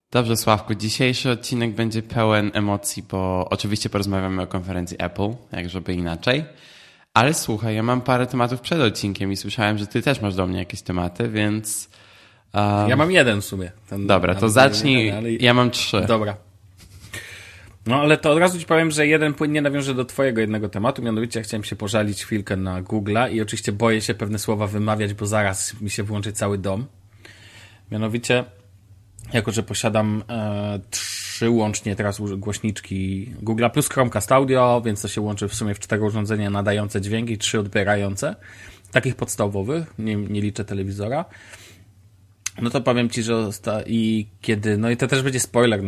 Dobrze, Sławku, dzisiejszy odcinek będzie pełen emocji, bo oczywiście porozmawiamy o konferencji Apple, jak żeby inaczej. Ale słuchaj, ja mam parę tematów przed odcinkiem i słyszałem, że ty też masz do mnie jakieś tematy, więc... Ja mam jeden w sumie. Dobra, to zacznij, ja mam 3. Dobra. No ale to od razu ci powiem, że jeden płynnie nawiąże do twojego jednego tematu, mianowicie ja chciałem się pożalić chwilkę na Google'a i oczywiście boję się pewne słowa wymawiać, bo zaraz mi się włączy cały dom. Mianowicie, jako że posiadam 3 łącznie teraz głośniczki Google'a plus Chromecast Audio, więc to się łączy w sumie w 4 urządzenia nadające dźwięki, 3 odbierające, takich podstawowych, nie liczę telewizora. No to powiem ci, że no i to też będzie spoiler,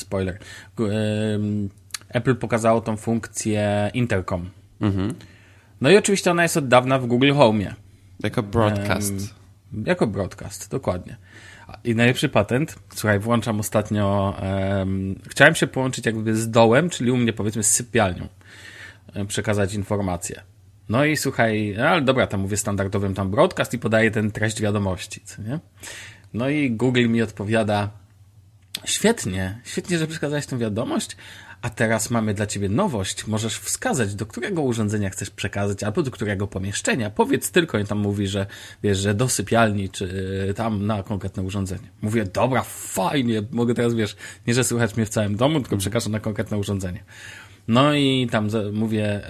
Apple pokazało tą funkcję Intercom. Mhm. No i oczywiście ona jest od dawna w Google Home'ie. Jako broadcast. Jako broadcast, dokładnie. I najlepszy patent, słuchaj, włączam ostatnio, chciałem się połączyć jakby z dołem, czyli u mnie powiedzmy z sypialnią, przekazać informacje. No i słuchaj, ale dobra, tam mówię standardowym tam broadcast i podaję ten treść wiadomości, co nie? No i Google mi odpowiada, świetnie, że przekazałeś tę wiadomość, a teraz mamy dla ciebie nowość. Możesz wskazać, do którego urządzenia chcesz przekazać, albo do którego pomieszczenia. Powiedz tylko i tam mówi, że wiesz, że do sypialni, czy tam na konkretne urządzenie. Mówię, dobra, fajnie, mogę teraz, wiesz, nie, że słychać mnie w całym domu, tylko przekażę na konkretne urządzenie. No i tam mówię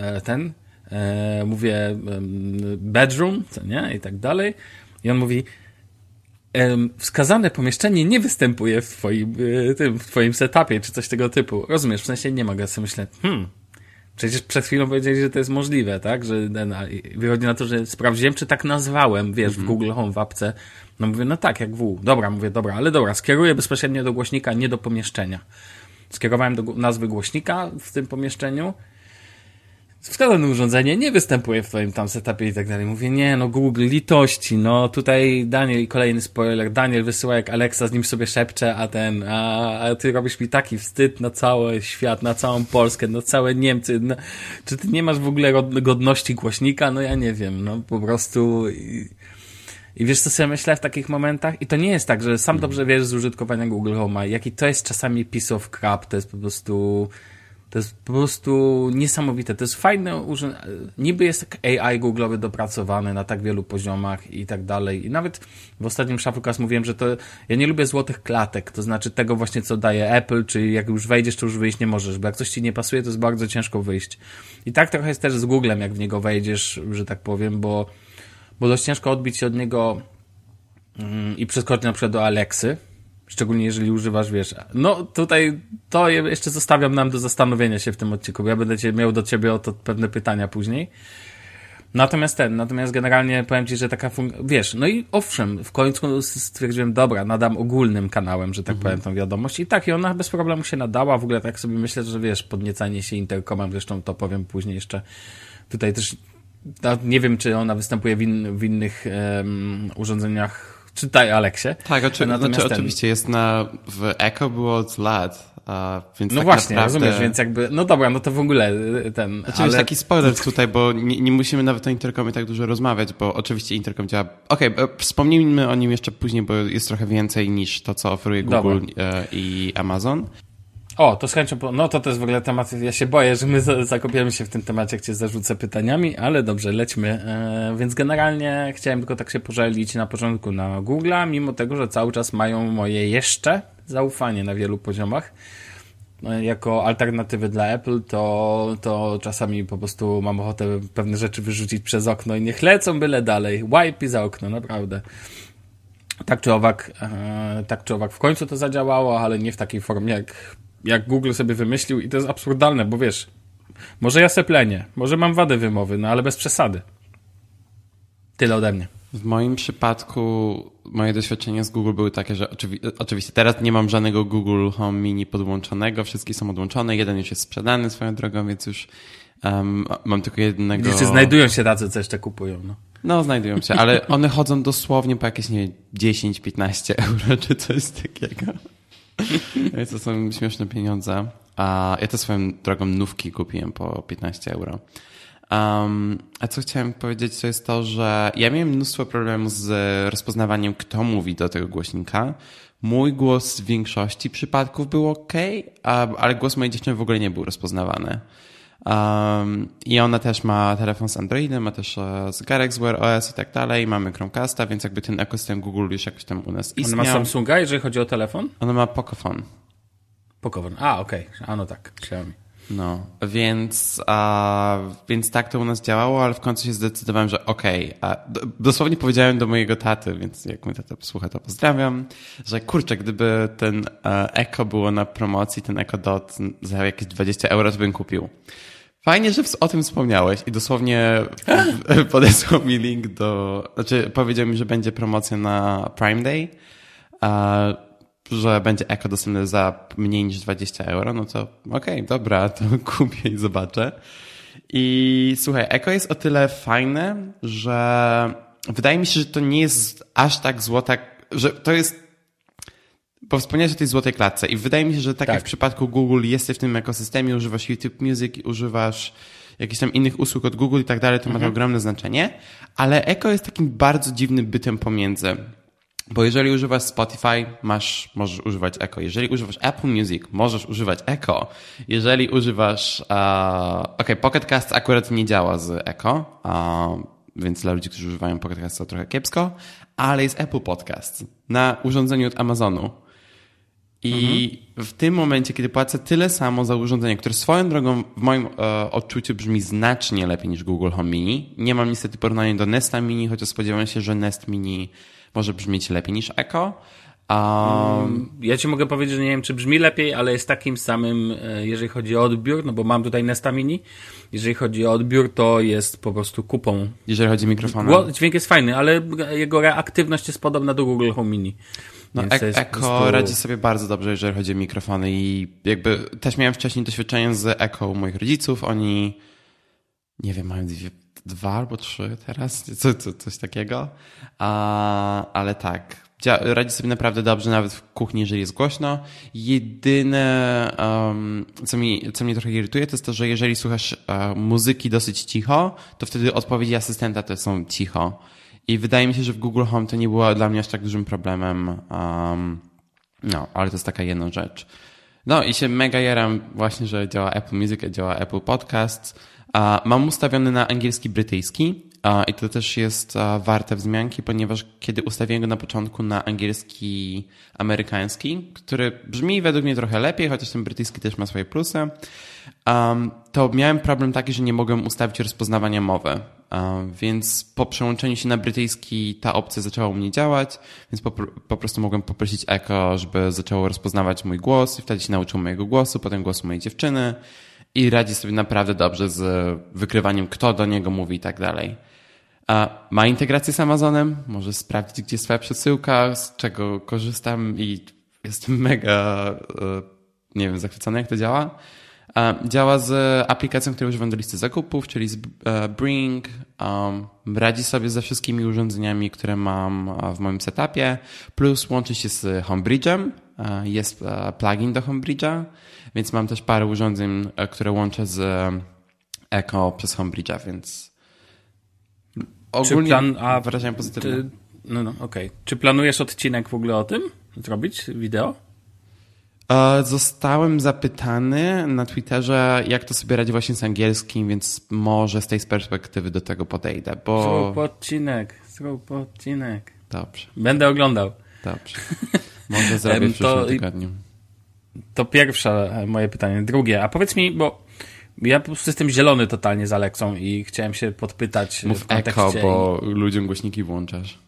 mówię bedroom, co nie, i tak dalej. I on mówi, wskazane pomieszczenie nie występuje w twoim setupie, czy coś tego typu. Rozumiesz? W sensie nie mogę sobie myśleć, przecież przed chwilą powiedzieli, że to jest możliwe, tak? Że wychodzi na to, że sprawdziłem, czy tak nazwałem, wiesz, w Google Home, w apce. No mówię, no tak, jak Dobra, mówię, ale dobra, skieruję bezpośrednio do głośnika, nie do pomieszczenia. Skierowałem do nazwy głośnika w tym pomieszczeniu. Wskazane urządzenie nie występuje w twoim tam setupie i tak dalej. Mówię, nie, no Google, litości, no tutaj Daniel, kolejny spoiler, Daniel wysyła jak Alexa, z nim sobie szepcze, a ty robisz mi taki wstyd na cały świat, na całą Polskę, na całe Niemcy, no, czy ty nie masz w ogóle godności głośnika? No ja nie wiem, no po prostu... I wiesz, co sobie myślę w takich momentach? I to nie jest tak, że sam dobrze wiesz z użytkowania Google Home'a, jaki to jest czasami piece of crap, to jest po prostu niesamowite. To jest fajne niby jest AI Google'owy dopracowany na tak wielu poziomach i tak dalej. I nawet w ostatnim Shufflecast mówiłem, że ja nie lubię złotych klatek, to znaczy tego właśnie, co daje Apple, czyli jak już wejdziesz, to już wyjść nie możesz, bo jak coś ci nie pasuje, to jest bardzo ciężko wyjść. I tak trochę jest też z Googlem, jak w niego wejdziesz, że tak powiem, bo dość ciężko odbić się od niego i przeskoczyć na przykład do Alexy. Szczególnie jeżeli używasz, wiesz, no tutaj to jeszcze zostawiam nam do zastanowienia się w tym odcinku, bo ja będę miał do ciebie o to pewne pytania później. Natomiast generalnie powiem ci, że taka wiesz, no i owszem, w końcu stwierdziłem, dobra, nadam ogólnym kanałem, że tak powiem, tą wiadomość i tak, i ona bez problemu się nadała, w ogóle tak sobie myślę, że wiesz, podniecanie się interkomem, zresztą to powiem później jeszcze, tutaj też, nie wiem, czy ona występuje w innych urządzeniach. Czytaj, Aleksie. Tak, oczywiście jest w Echo było od lat, więc no tak właśnie, naprawdę... rozumiesz, więc jakby, no dobra, no to w ogóle Oczywiście taki spoiler tutaj, bo nie musimy nawet o Intercomie tak dużo rozmawiać, bo oczywiście Intercom działa... Okej, wspomnijmy o nim jeszcze później, bo jest trochę więcej niż to, co oferuje Google i Amazon. O, to z chęcią, no to jest w ogóle temat, ja się boję, że my zakopiemy się w tym temacie, jak cię zarzucę pytaniami, ale dobrze, lećmy. Więc generalnie chciałem tylko tak się pożalić na początku na Google'a, mimo tego, że cały czas mają moje jeszcze zaufanie na wielu poziomach. Jako alternatywy dla Apple, to czasami po prostu mam ochotę pewne rzeczy wyrzucić przez okno i niech lecą byle dalej. Wipe za okno, naprawdę. Tak czy owak w końcu to zadziałało, ale nie w takiej formie, jak Google sobie wymyślił i to jest absurdalne, bo wiesz, może ja seplenię, może mam wadę wymowy, no ale bez przesady. Tyle ode mnie. W moim przypadku moje doświadczenia z Google były takie, że oczywiście teraz nie mam żadnego Google Home Mini podłączonego, wszystkie są odłączone, jeden już jest sprzedany swoją drogą, więc już mam tylko jednego... Gdzieś znajdują się tacy, co jeszcze kupują, no. No, znajdują się, ale one chodzą dosłownie po jakieś, nie 10-15 euro, czy coś takiego. Więc to są śmieszne pieniądze. A ja to swoją drogą nówki kupiłem po 15 euro. A co chciałem powiedzieć, to jest to, że ja miałem mnóstwo problemów z rozpoznawaniem, kto mówi do tego głośnika. Mój głos w większości przypadków był ok, ale głos mojej dziewczyny w ogóle nie był rozpoznawany. I ona też ma telefon z Androidem, ma też zegarek z Wear OS i tak dalej, mamy Chromecasta, więc jakby ten ekosystem Google już jakoś tam u nas istniał. Ona ma Samsunga, jeżeli chodzi o telefon? Ona ma Pocophone. Pocophone, okej. A no tak, Xiaomi. No, więc tak to u nas działało, ale w końcu się zdecydowałem, że dosłownie powiedziałem do mojego taty, więc jak mój tata słucha, to pozdrawiam, że kurczę, gdyby ten Echo było na promocji, ten Echo Dot za jakieś 20 euro, to bym kupił. Fajnie, że o tym wspomniałeś i dosłownie podesłał mi link powiedział mi, że będzie promocja na Prime Day, że będzie Echo dostępne za mniej niż 20 euro, no to okej, dobra, to kupię i zobaczę. I słuchaj, Echo jest o tyle fajne, że wydaje mi się, że to nie jest aż tak złota, że to jest, bo wspomniałeś o tej złotej klatce i wydaje mi się, że tak jak w przypadku Google jesteś w tym ekosystemie, używasz YouTube Music, używasz jakichś tam innych usług od Google i tak dalej, to ma to ogromne znaczenie, ale Echo jest takim bardzo dziwnym bytem pomiędzy. Bo jeżeli używasz Spotify, możesz używać Echo. Jeżeli używasz Apple Music, możesz używać Echo. Jeżeli używasz... Pocket Cast akurat nie działa z Echo, więc dla ludzi, którzy używają Pocket Cast to trochę kiepsko, ale jest Apple Podcast na urządzeniu od Amazonu. I w tym momencie, kiedy płacę tyle samo za urządzenie, które swoją drogą w moim odczuciu brzmi znacznie lepiej niż Google Home Mini. Nie mam niestety porównania do Nesta Mini, chociaż spodziewam się, że Nest Mini może brzmieć lepiej niż Echo. Ja ci mogę powiedzieć, że nie wiem, czy brzmi lepiej, ale jest takim samym, jeżeli chodzi o odbiór, no bo mam tutaj Nesta Mini. Jeżeli chodzi o odbiór, to jest po prostu kupą. Jeżeli chodzi o mikrofon. Dźwięk jest fajny, ale jego reaktywność jest podobna do Google Home Mini. No Echo radzi sobie bardzo dobrze, jeżeli chodzi o mikrofony i jakby też miałem wcześniej doświadczenie z Echo u moich rodziców. Oni, nie wiem, mają 2 albo 3 teraz, coś takiego. Ale tak, radzi sobie naprawdę dobrze, nawet w kuchni, jeżeli jest głośno. Jedyne, co mnie trochę irytuje, to jest to, że jeżeli słuchasz muzyki dosyć cicho, to wtedy odpowiedzi asystenta to są cicho. I wydaje mi się, że w Google Home to nie było dla mnie aż tak dużym problemem. Ale to jest taka jedna rzecz. No i się mega jaram właśnie, że działa Apple Music, działa Apple Podcast. Mam ustawiony na angielski brytyjski i to też jest warte wzmianki, ponieważ kiedy ustawiłem go na początku na angielski amerykański, który brzmi według mnie trochę lepiej, chociaż ten brytyjski też ma swoje plusy, to miałem problem taki, że nie mogłem ustawić rozpoznawania mowy. Więc po przełączeniu się na brytyjski ta opcja zaczęła u mnie działać, więc po prostu mogłem poprosić Echo, żeby zaczęło rozpoznawać mój głos i wtedy się nauczył mojego głosu, potem głosu mojej dziewczyny i radzi sobie naprawdę dobrze z wykrywaniem, kto do niego mówi i tak dalej. Ma integrację z Amazonem, może sprawdzić, gdzie jest swoja przesyłka, z czego korzystam i jestem mega, zachwycony, jak to działa. Działa z aplikacją, której używam do listy zakupów, czyli z Bring. Radzi sobie ze wszystkimi urządzeniami, które mam w moim setupie, plus łączy się z Homebridge'em. Jest plugin do Homebridge'a, więc mam też parę urządzeń, które łączę z Echo przez Homebridge'a, więc ogólnie wrażenie pozytywne. Okej. Czy planujesz odcinek w ogóle o tym zrobić, wideo? Zostałem zapytany na Twitterze, jak to sobie radzi właśnie z angielskim, więc może z tej perspektywy do tego podejdę, bo... Zrób odcinek. Dobrze. Będę oglądał. Dobrze. Może zrobię w przyszłym tygodniu. To pierwsze moje pytanie. Drugie, a powiedz mi, bo ja po prostu jestem zielony totalnie z Alexą i chciałem się podpytać... Mów Echo, bo ludziom głośniki włączasz.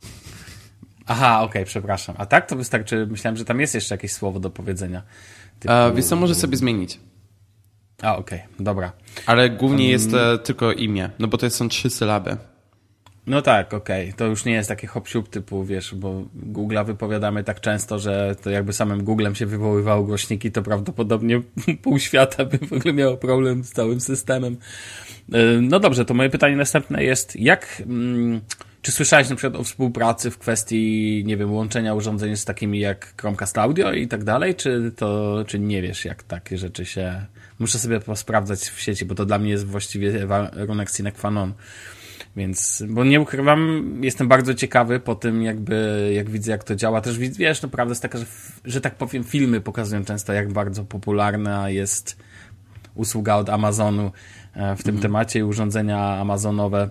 Aha, okej, przepraszam. A tak to wystarczy, myślałem, że tam jest jeszcze jakieś słowo do powiedzenia. Typu... Wiesz co, może sobie zmienić. Okej, dobra. Ale głównie jest tylko imię, no bo to są 3 sylaby. No tak, okej. To już nie jest takie hop-siup typu, wiesz, bo Google'a wypowiadamy tak często, że to jakby samym Googlem się wywoływały głośniki, to prawdopodobnie pół świata by w ogóle miało problem z całym systemem. No dobrze, to moje pytanie następne jest, Czy słyszałeś na przykład o współpracy w kwestii, nie wiem, łączenia urządzeń z takimi jak Chromecast Audio i tak dalej, czy nie wiesz, jak takie rzeczy się... Muszę sobie posprawdzać w sieci, bo to dla mnie jest właściwie warunek sine qua non. Więc, bo nie ukrywam, jestem bardzo ciekawy po tym, jak widzę, jak to działa. Też wiesz, no prawda jest taka, że tak powiem, filmy pokazują często, jak bardzo popularna jest usługa od Amazonu w tym temacie i urządzenia amazonowe,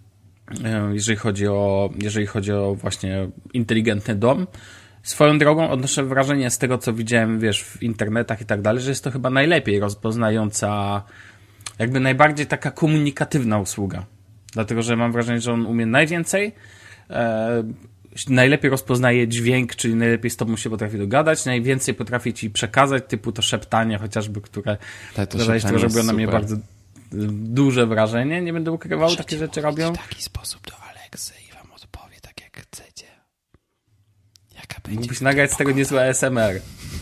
jeżeli chodzi o właśnie inteligentny dom. Swoją drogą odnoszę wrażenie z tego, co widziałem, wiesz, w internetach i tak dalej, że jest to chyba najlepiej rozpoznająca, jakby najbardziej taka komunikatywna usługa. Dlatego, że mam wrażenie, że on umie najwięcej, najlepiej rozpoznaje dźwięk, czyli najlepiej z tobą się potrafi dogadać, najwięcej potrafi ci przekazać, typu to szeptanie chociażby, które robią na mnie bardzo duże wrażenie. Nie będę ukrywał, takie rzeczy robią. W taki sposób do Aleksy i wam odpowie tak, jak chcecie. Jaka będzie? Mógłbyś nagrać z tego niezłe ASMR.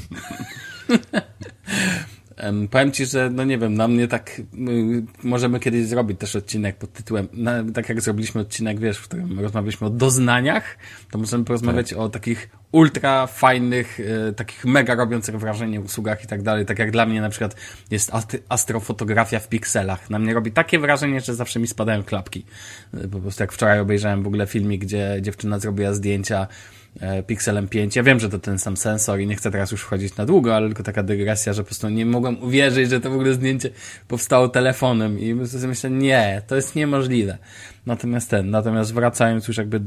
Powiem ci, że no nie wiem, na mnie tak możemy kiedyś zrobić też odcinek pod tytułem, tak jak zrobiliśmy odcinek, wiesz, w którym rozmawialiśmy o doznaniach, to możemy porozmawiać o takich ultra fajnych, takich mega robiących wrażenie usługach i tak dalej, tak jak dla mnie na przykład jest astrofotografia w pikselach. Na mnie robi takie wrażenie, że zawsze mi spadają klapki. Po prostu jak wczoraj obejrzałem w ogóle filmik, gdzie dziewczyna zrobiła zdjęcia Pixelem 5. Ja wiem, że to ten sam sensor i nie chcę teraz już wchodzić na długo, ale tylko taka dygresja, że po prostu nie mogłem uwierzyć, że to w ogóle zdjęcie powstało telefonem i myślę, nie, to jest niemożliwe. Natomiast wracając już jakby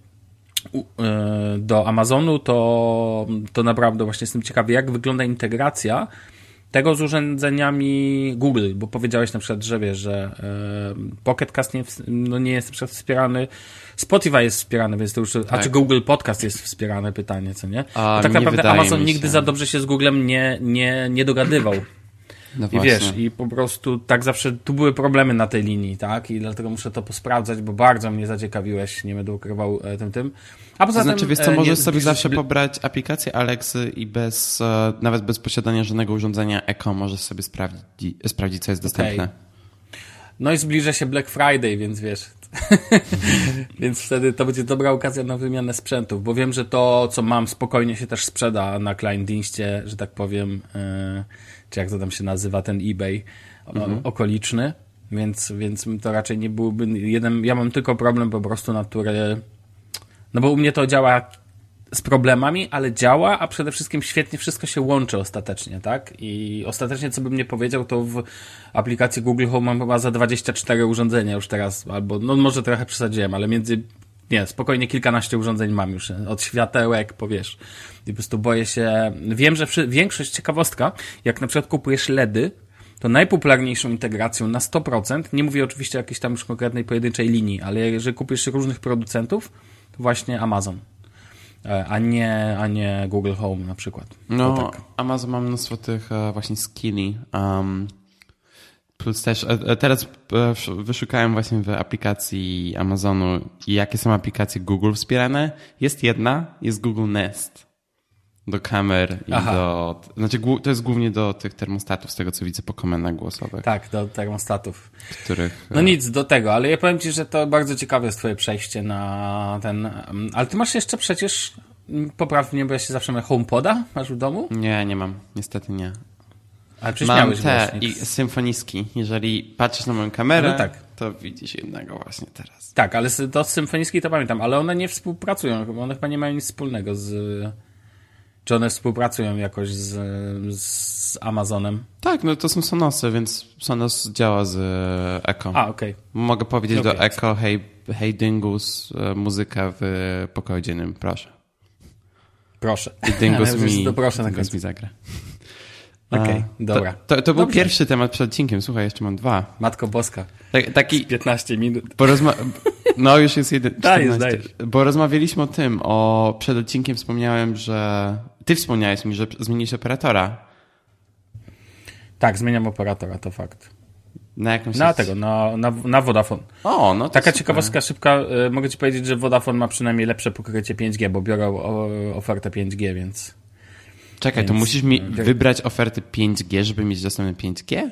do Amazonu, to naprawdę właśnie jestem ciekawy, jak wygląda integracja tego z urządzeniami Google, bo powiedziałeś na przykład, że wiesz, że Pocket Cast nie jest na przykład wspierany, Spotify jest wspierany, więc to już, tak. A czy Google Podcast jest wspierane, pytanie, co nie? Tak naprawdę Amazon nigdy za dobrze się z Googlem nie dogadywał. No i wiesz, i po prostu tak zawsze, tu były problemy na tej linii, tak? I dlatego muszę to posprawdzać, bo bardzo mnie zaciekawiłeś, nie będę ukrywał tym. A poza tym, wiesz co, możesz sobie zawsze pobrać aplikację Alexy i nawet bez posiadania żadnego urządzenia Echo możesz sobie sprawdzić, co jest dostępne. Okay. No i zbliża się Black Friday, więc wiesz, więc wtedy to będzie dobra okazja na wymianę sprzętów, bo wiem, że to, co mam, spokojnie się też sprzeda na Kleindienście, że tak powiem, czy jak to tam się nazywa, ten eBay okoliczny, więc to raczej nie byłby ja mam tylko problem po prostu natury, no bo u mnie to działa z problemami, ale działa, a przede wszystkim świetnie wszystko się łączy ostatecznie, tak? I ostatecznie, co bym nie powiedział, to w aplikacji Google Home mam chyba za 24 urządzenia już teraz, albo, no może trochę przesadziłem, ale spokojnie kilkanaście urządzeń mam już, od światełek, powiesz. I po prostu boję się, wiem, że większość, ciekawostka, jak na przykład kupujesz LEDy, to najpopularniejszą integracją na 100%, nie mówię oczywiście o jakiejś tam już konkretnej pojedynczej linii, ale jeżeli kupisz różnych producentów, to właśnie Amazon. A nie Google Home na przykład. No, tak. Amazon ma mnóstwo tych właśnie skilli. Plus też teraz wyszukałem właśnie w aplikacji Amazonu, jakie są aplikacje Google wspierane. Jest Google Nest do kamer i to jest głównie do tych termostatów, z tego co widzę po komendach głosowych. Tak, do termostatów. Których... No nic do tego, ale ja powiem ci, że to bardzo ciekawe jest twoje przejście na ten... Ale ty masz jeszcze przecież, popraw mnie, bo ja się zawsze mówię, HomePoda masz w domu? Nie mam, niestety nie. Ale przecież mam miałeś te właśnie. I symfoniski. Jeżeli patrzysz na moją kamerę, to widzisz jednego właśnie teraz. Tak, ale to symfoniski to pamiętam, ale one nie współpracują, one chyba nie mają nic wspólnego z... Czy one współpracują jakoś z Amazonem? Tak, no to są Sonosy, więc Sonos działa z Echo. Okej. Mogę powiedzieć do Echo, hey Dingus, muzyka w pokoju dziennym, proszę. Proszę. I Dingus mi zagra. Okej, dobra. To był pierwszy temat przed odcinkiem, słuchaj, jeszcze mam 2. Matko Boska. Taki 15 minut. No już jest 14. Dajesz. Bo rozmawialiśmy o tym, przed odcinkiem wspomniałem, że ty wspomniałeś mi, że zmienisz operatora. Tak, zmieniam operatora, to fakt. Na jakąś na Vodafone. O, no to taka super. Ciekawostka szybka, mogę ci powiedzieć, że Vodafone ma przynajmniej lepsze pokrycie 5G, bo biorą ofertę 5G, więc... Czekaj, to musisz mi wybrać ofertę 5G, żeby mieć dostęp do 5G?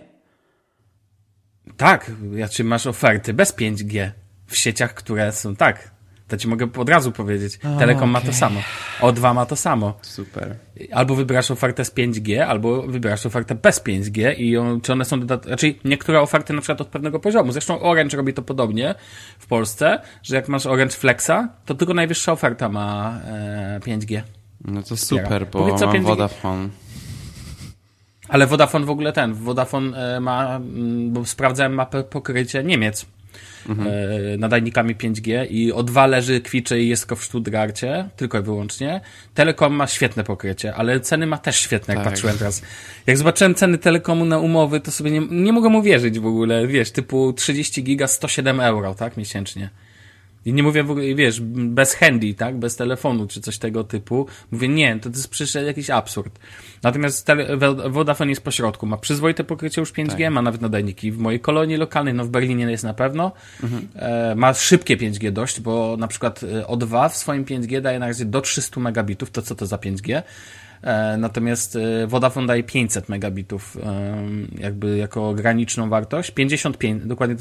Tak, masz oferty bez 5G w sieciach, które są, tak. To ci mogę od razu powiedzieć. Telekom ma to samo. O2 ma to samo. Super. Albo wybierasz ofertę z 5G, albo wybierasz ofertę bez 5G i czy one są znaczy niektóre oferty na przykład od pewnego poziomu. Zresztą Orange robi to podobnie w Polsce, że jak masz Orange Flexa, to tylko najwyższa oferta ma 5G. No to super, bo mam 5G. Vodafone. Ale Vodafone w ogóle Vodafone ma, bo sprawdzałem mapę pokrycia Niemiec. Nadajnikami 5G i O2 leży, kwiczy i jest tylko w Stuttgarcie, tylko i wyłącznie. Telekom ma świetne pokrycie, ale ceny ma też świetne, jak patrzyłem teraz. Jak zobaczyłem ceny Telekomu na umowy, to sobie nie mogłem uwierzyć w ogóle, wiesz, typu 30 giga 107 euro, tak, miesięcznie. I nie mówię w ogóle, wiesz, bez handy, tak, bez telefonu, czy coś tego typu. Mówię, nie, to jest przecież jakiś absurd. Natomiast Vodafone jest pośrodku, ma przyzwoite pokrycie już 5G, ma nawet nadajniki w mojej kolonii lokalnej, no w Berlinie jest na pewno. Ma szybkie 5G dość, bo na przykład O2 w swoim 5G daje na razie do 300 megabitów, to co to za 5G? Natomiast Vodafone daje 500 megabitów jakby jako graniczną wartość, 55, dokładnie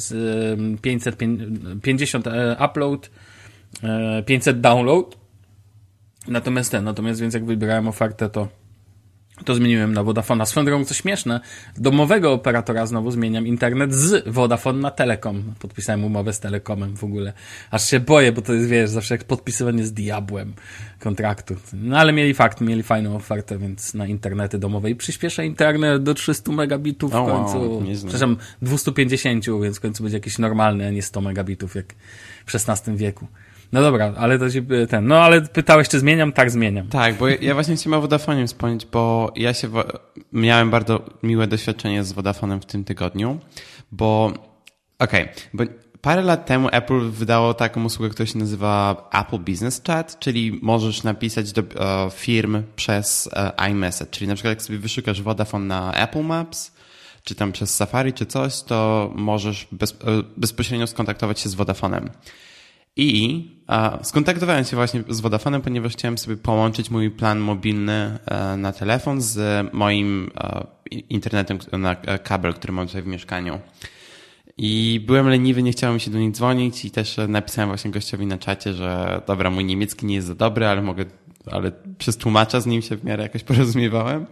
50 upload, 500 download. Natomiast więc jak wybierałem ofertę, to zmieniłem na Vodafone. Swoją drogą, co śmieszne, domowego operatora znowu zmieniam internet z Vodafone na Telekom. Podpisałem umowę z Telekomem w ogóle. Aż się boję, bo to jest, wiesz, zawsze jak podpisywanie z diabłem kontraktu. No ale mieli fajną ofertę, więc na internety domowe. I przyspieszę internet do 300 megabitów w końcu. Przepraszam, 250, więc w końcu będzie jakiś normalny, a nie 100 megabitów jak w XVI wieku. No dobra, ale to się no ale pytałeś, czy zmieniam? Tak, zmieniam. Tak, bo ja właśnie chciałem o Vodafonie wspomnieć, bo ja miałem bardzo miłe doświadczenie z Vodafonem w tym tygodniu, bo bo parę lat temu Apple wydało taką usługę, która się nazywa Apple Business Chat, czyli możesz napisać do firm przez iMessage, czyli na przykład jak sobie wyszukasz Vodafone na Apple Maps, czy tam przez Safari, czy coś, to możesz bezpośrednio skontaktować się z Vodafonem. I skontaktowałem się właśnie z Vodafonem, ponieważ chciałem sobie połączyć mój plan mobilny na telefon z moim internetem na kabel, który mam tutaj w mieszkaniu. I byłem leniwy, nie chciało mi się do nich dzwonić i też napisałem właśnie gościowi na czacie, że dobra, mój niemiecki nie jest za dobry, ale przez tłumacza z nim się w miarę jakoś porozumiewałem.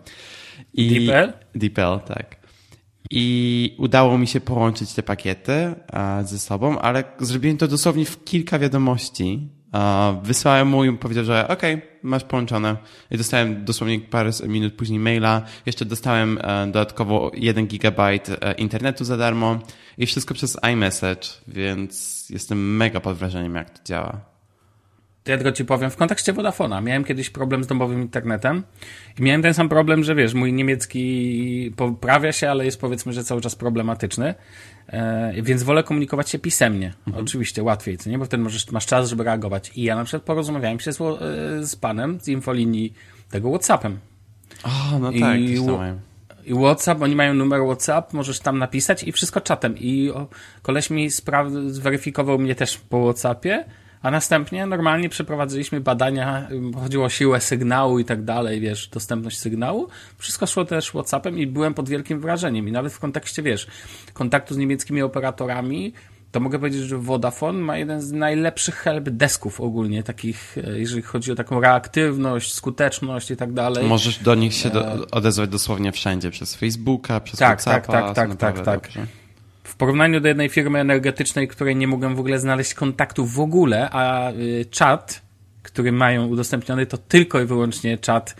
DeepL, tak. I udało mi się połączyć te pakiety ze sobą, ale zrobiłem to dosłownie w kilka wiadomości. Wysłałem mu i powiedział, że okej, masz połączone. I dostałem dosłownie parę minut później maila. Jeszcze dostałem dodatkowo 1 gigabajt internetu za darmo i wszystko przez iMessage, więc jestem mega pod wrażeniem, jak to działa. To ja tylko ci powiem, w kontekście Vodafona miałem kiedyś problem z domowym internetem i miałem ten sam problem, że wiesz, mój niemiecki poprawia się, ale jest powiedzmy, że cały czas problematyczny, więc wolę komunikować się pisemnie. Oczywiście łatwiej, co nie? Bo wtedy masz czas, żeby reagować. I ja na przykład porozmawiałem się z panem z infolinii tego WhatsAppem. No tak, I WhatsApp, oni mają numer WhatsApp, możesz tam napisać i wszystko czatem. I koleś mi zweryfikował mnie też po WhatsAppie, a następnie normalnie przeprowadziliśmy badania, chodziło o siłę sygnału i tak dalej, wiesz, dostępność sygnału. Wszystko szło też WhatsAppem i byłem pod wielkim wrażeniem. I nawet w kontekście, wiesz, kontaktu z niemieckimi operatorami, to mogę powiedzieć, że Vodafone ma jeden z najlepszych helpdesków ogólnie, takich, jeżeli chodzi o taką reaktywność, skuteczność i tak dalej. Możesz do nich się odezwać dosłownie wszędzie, przez Facebooka, przez WhatsAppa. Tak. W porównaniu do jednej firmy energetycznej, której nie mogłem w ogóle znaleźć kontaktu w ogóle, a czat, który mają udostępniony, to tylko i wyłącznie czat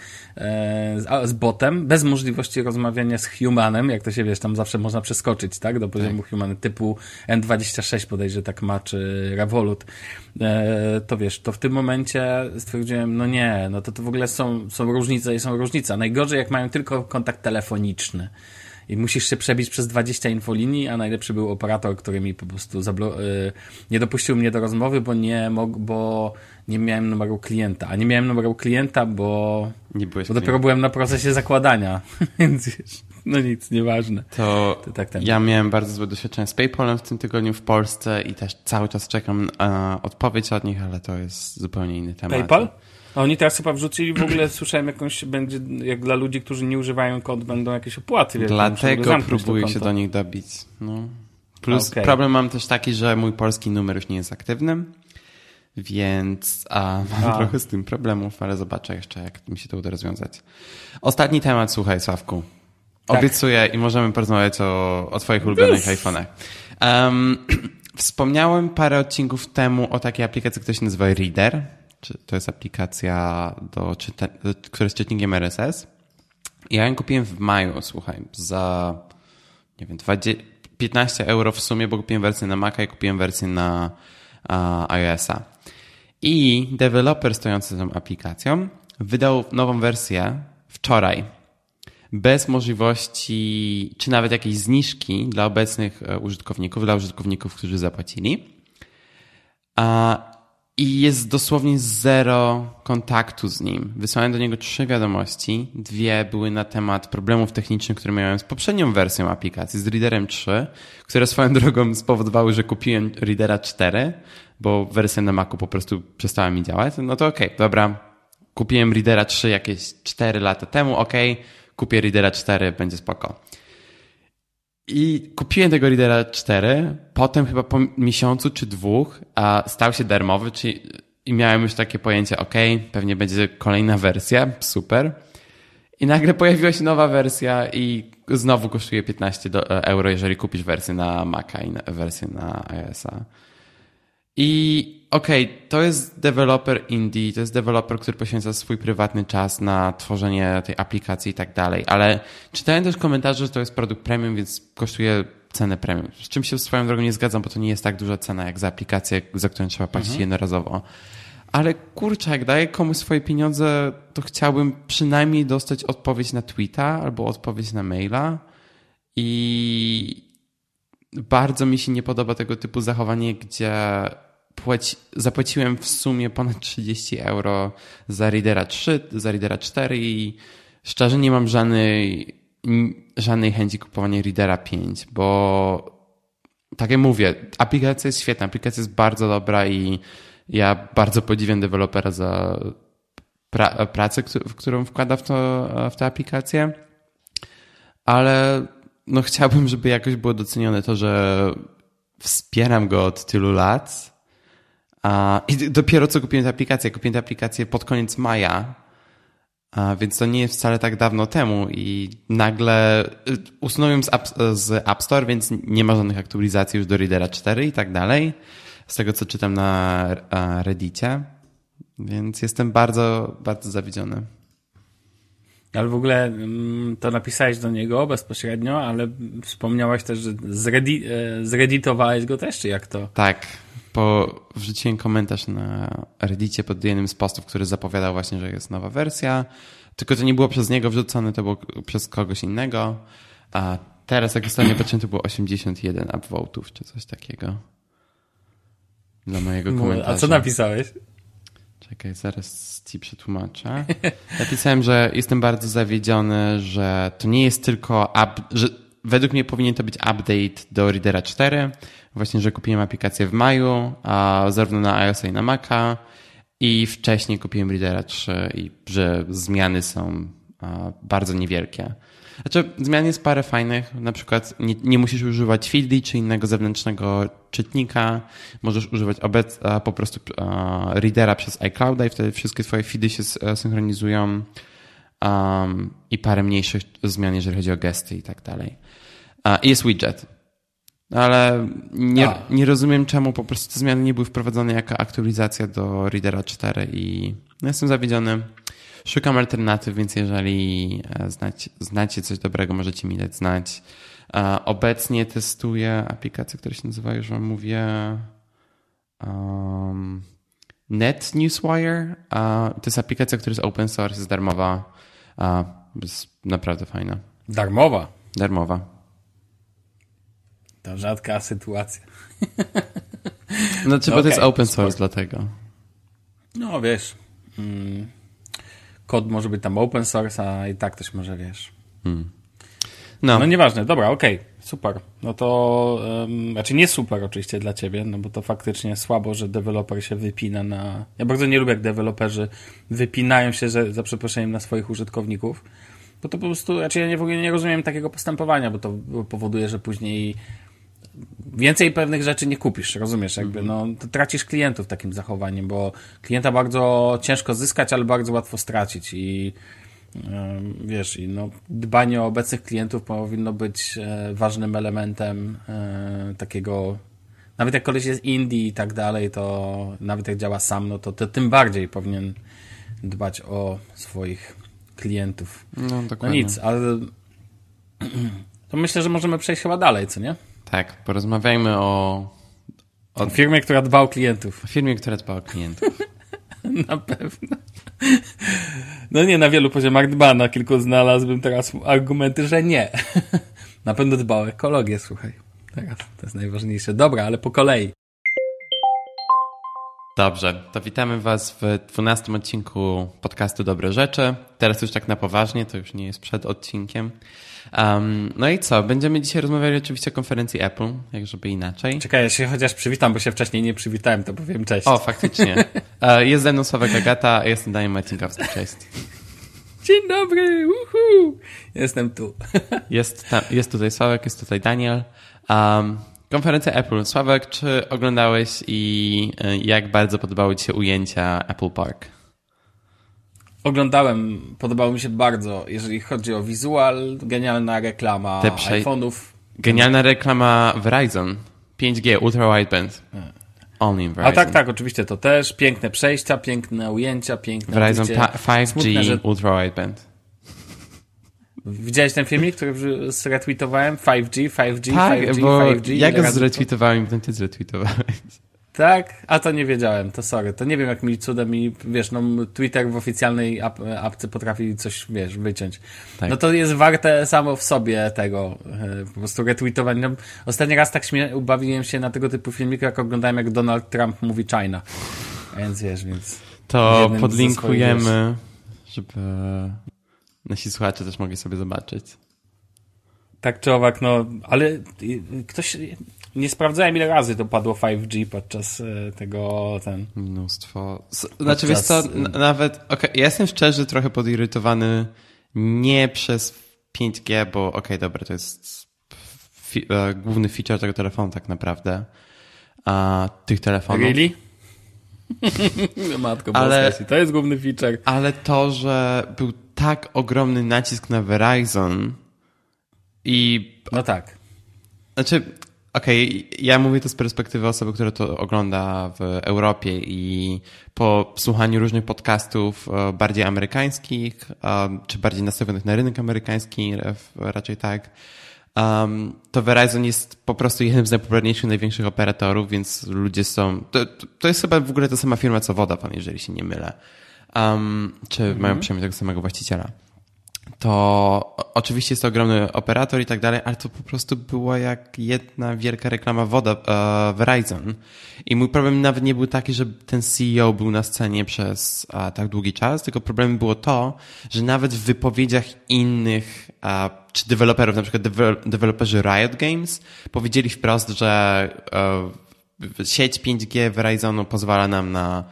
z botem, bez możliwości rozmawiania z humanem, jak to się wiesz, tam zawsze można przeskoczyć, tak, do poziomu human typu N26 bodajże tak ma, czy Revolut, to wiesz, to w tym momencie stwierdziłem, no nie, no to w ogóle są różnice i są różnice. Najgorzej, jak mają tylko kontakt telefoniczny. I musisz się przebić przez 20 infolinii, a najlepszy był operator, który mi po prostu nie dopuścił mnie do rozmowy, bo nie miałem numeru klienta. A nie miałem numeru klienta, bo dopiero byłem na procesie zakładania. Więc no nic, nieważne. To ja miałem bardzo złe doświadczenie z PayPalem w tym tygodniu w Polsce i też cały czas czekam na odpowiedź od nich, ale to jest zupełnie inny temat. PayPal? A oni teraz chyba wrzucili w ogóle, słyszałem będzie, jak dla ludzi, którzy nie używają kont, będą jakieś opłaty. Dlatego próbuję się do nich dobić. No. Plus problem mam też taki, że mój polski numer już nie jest aktywny, Więc mam trochę z tym problemów, ale zobaczę jeszcze, jak mi się to uda rozwiązać. Ostatni temat, słuchaj, Sławku. Tak. Obiecuję i możemy porozmawiać o twoich ulubionych iPhone'ach. Wspomniałem parę odcinków temu o takiej aplikacji, która się nazywa Reader. To jest aplikacja, która jest czytnikiem RSS. Ja ją kupiłem w maju, słuchaj, za 15 euro w sumie, bo kupiłem wersję na Maca i kupiłem wersję na iOS-a. I deweloper stojący za tą aplikacją wydał nową wersję wczoraj. Bez możliwości, czy nawet jakiejś zniżki dla obecnych użytkowników, dla użytkowników, którzy zapłacili. I jest dosłownie zero kontaktu z nim. Wysłałem do niego 3 wiadomości. 2 były na temat problemów technicznych, które miałem z poprzednią wersją aplikacji, z Readerem 3, które swoją drogą spowodowały, że kupiłem Readera 4, bo wersja na Macu po prostu przestała mi działać. No to okej, dobra. Kupiłem Readera 3 jakieś 4 lata temu, kupię Readera 4, będzie spoko. I kupiłem tego Readera 4, potem chyba po miesiącu czy 2 stał się darmowy, i miałem już takie pojęcie, pewnie będzie kolejna wersja, super. I nagle pojawiła się nowa wersja i znowu kosztuje 15 euro, jeżeli kupisz wersję na Maca i wersję na iOS-a. I to jest deweloper indie, to jest deweloper, który poświęca swój prywatny czas na tworzenie tej aplikacji i tak dalej, ale czytałem też komentarze, że to jest produkt premium, więc kosztuje cenę premium. Z czym się swoją drogą nie zgadzam, bo to nie jest tak duża cena jak za aplikację, za którą trzeba płacić jednorazowo. Ale kurczę, jak daję komuś swoje pieniądze, to chciałbym przynajmniej dostać odpowiedź na tweeta albo odpowiedź na maila i bardzo mi się nie podoba tego typu zachowanie, gdzie zapłaciłem w sumie ponad 30 euro za Readera 3, za Readera 4 i szczerze nie mam żadnej chęci kupowania Readera 5, bo tak jak mówię, aplikacja jest świetna, aplikacja jest bardzo dobra i ja bardzo podziwiam dewelopera za pracę, którą wkłada w tę aplikację, ale chciałbym, żeby jakoś było docenione to, że wspieram go od tylu lat. I dopiero co kupiłem tę aplikację. Kupiłem tę aplikację pod koniec maja, więc to nie jest wcale tak dawno temu i nagle usunąłem z App Store, więc nie ma żadnych aktualizacji już do Readera 4 i tak dalej. Z tego, co czytam na Reddicie. Więc jestem bardzo, bardzo zawiedziony. Ale w ogóle to napisałeś do niego bezpośrednio, ale wspomniałaś też, że zredditowałeś go też, czy jak to? Tak, wrzuciłem komentarz na Reddicie pod jednym z postów, który zapowiadał właśnie, że jest nowa wersja. Tylko to nie było przez niego wrzucone, to było przez kogoś innego. A teraz, jak ostatnio patrzyłem, to było 81 upvotów, czy coś takiego. Dla mojego komentarza. A co napisałeś? Czekaj, zaraz ci przetłumaczę. Napisałem, że jestem bardzo zawiedziony, że to nie jest tylko że według mnie powinien to być update do Readera 4. Właśnie, że kupiłem aplikację w maju, zarówno na iOS i na Maca i wcześniej kupiłem Readera 3 i że zmiany są bardzo niewielkie. Znaczy, zmian jest parę fajnych, na przykład nie musisz używać Feedly czy innego zewnętrznego czytnika, możesz używać po prostu Readera przez iClouda i wtedy wszystkie twoje feedy się synchronizują i parę mniejszych zmian, jeżeli chodzi o gesty i tak dalej. I jest widget. Ale nie rozumiem, czemu po prostu te zmiany nie były wprowadzone jako aktualizacja do Readera 4 i jestem zawiedziony. Szukam alternatyw, więc jeżeli znacie coś dobrego, możecie mi dać znać. Obecnie testuję aplikację, która się nazywa, już wam mówię, NetNewsWire. To jest aplikacja, która jest open source, jest darmowa. Jest naprawdę fajna. Darmowa? Darmowa. To rzadka sytuacja. Znaczy, bo to jest open source, dlatego. No, wiesz... Kod może być tam open source, a i tak ktoś może, wiesz. No nieważne, dobra, okej, super. No to, znaczy nie super oczywiście dla ciebie, no bo to faktycznie słabo, że deweloper się wypina na... Ja bardzo nie lubię, jak deweloperzy wypinają się, za przeproszeniem, na swoich użytkowników, bo to po prostu, znaczy ja w ogóle nie rozumiem takiego postępowania, bo to powoduje, że później więcej pewnych rzeczy nie kupisz, rozumiesz? Jakby, no, to tracisz klientów takim zachowaniem, bo klienta bardzo ciężko zyskać, ale bardzo łatwo stracić i wiesz, i no, dbanie o obecnych klientów powinno być ważnym elementem takiego, nawet jak koleś jest indie i tak dalej, to nawet jak działa sam, no to tym bardziej powinien dbać o swoich klientów. No, dokładnie. No nic, ale to myślę, że możemy przejść chyba dalej, co nie? Tak, porozmawiajmy o firmie, która dba o klientów. O firmie, która dba o klientów. Na pewno. No nie, na wielu poziomach dba, na kilku znalazłbym teraz argumenty, że nie. Na pewno dba o ekologię, słuchaj. Teraz to jest najważniejsze. Dobra, ale po kolei. Dobrze, to witamy Was w 12 odcinku podcastu Dobre Rzeczy. Teraz już tak na poważnie, to już nie jest przed odcinkiem. No i co? Będziemy dzisiaj rozmawiali oczywiście o konferencji Apple, jak żeby inaczej. Czekaj, ja się chociaż przywitam, bo się wcześniej nie przywitałem, to powiem cześć. O, faktycznie. Jest ze mną Sławek Agata, a jestem Daniel Marcinkowski. Cześć. Dzień dobry, uhu. Jestem tu. Jest tutaj Sławek, jest tutaj Daniel. Konferencja Apple. Sławek, czy oglądałeś i jak bardzo podobały Ci się ujęcia Apple Park? Oglądałem, podobało mi się bardzo, jeżeli chodzi o wizual, genialna reklama iPhone'ów. Genialna reklama Verizon, 5G, Ultra Wideband. Only in Verizon. A tak, oczywiście to też. Piękne przejścia, piękne ujęcia, piękne... Verizon 5G, smutne, że... Ultra Wideband. Widziałeś ten filmik, który zretweetowałem? 5G, tak, 5G, bo 5G. Ja go zretweetowałem i potem ty zretweetowałeś. Tak? A to nie wiedziałem, to sorry. To nie wiem, jak mi cudem i wiesz, no Twitter w oficjalnej apce potrafi coś, wiesz, wyciąć. Tak. No to jest warte samo w sobie tego, po prostu retweetowania. No, ostatni raz tak ubawiłem się na tego typu filmiki, jak oglądałem, jak Donald Trump mówi China. Więc wiesz, więc... To podlinkujemy, żeby nasi słuchacze też mogli sobie zobaczyć. Tak czy owak, no, ale ktoś... Nie sprawdzałem, ile razy to padło 5G podczas tego, Mnóstwo. Znaczy, wiesz co, nawet, ja jestem szczerze trochę podirytowany nie przez 5G, bo dobra, to jest główny feature tego telefonu tak naprawdę. Tych telefonów. Really? Matko boska, to jest główny feature. Ale to, że był tak ogromny nacisk na Verizon i... No tak. Znaczy... ja mówię to z perspektywy osoby, która to ogląda w Europie i po słuchaniu różnych podcastów bardziej amerykańskich, czy bardziej nastawionych na rynek amerykański, raczej tak, to Verizon jest po prostu jednym z najpopularniejszych, największych operatorów, więc ludzie są... To jest chyba w ogóle ta sama firma co Vodafone, jeżeli się nie mylę. Czy mają przynajmniej tego samego właściciela. To oczywiście jest to ogromny operator i tak dalej, ale to po prostu była jak jedna wielka reklama Verizon. I mój problem nawet nie był taki, że ten CEO był na scenie przez tak długi czas, tylko problemem było to, że nawet w wypowiedziach innych czy deweloperów, na przykład deweloperzy Riot Games, powiedzieli wprost, że sieć 5G Verizonu pozwala nam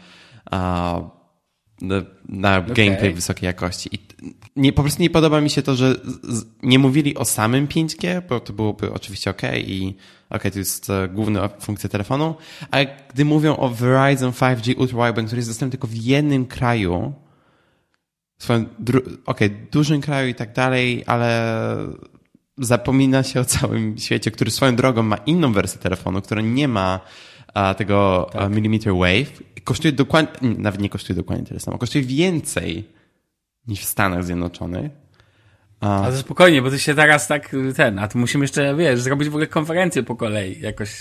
na gameplay wysokiej jakości. I po prostu nie podoba mi się to, że nie mówili o samym 5G, bo to byłoby oczywiście i to jest główna funkcja telefonu, ale gdy mówią o Verizon 5G Ultra Wideband, który jest dostępny tylko w jednym kraju, dużym kraju i tak dalej, ale zapomina się o całym świecie, który swoją drogą ma inną wersję telefonu, która nie ma tego millimeter wave. Kosztuje dokładnie, nawet nie kosztuje dokładnie tyle samo, kosztuje więcej niż w Stanach Zjednoczonych. Ale spokojnie, bo ty się teraz a tu musimy jeszcze, zrobić w ogóle konferencję po kolei, jakoś,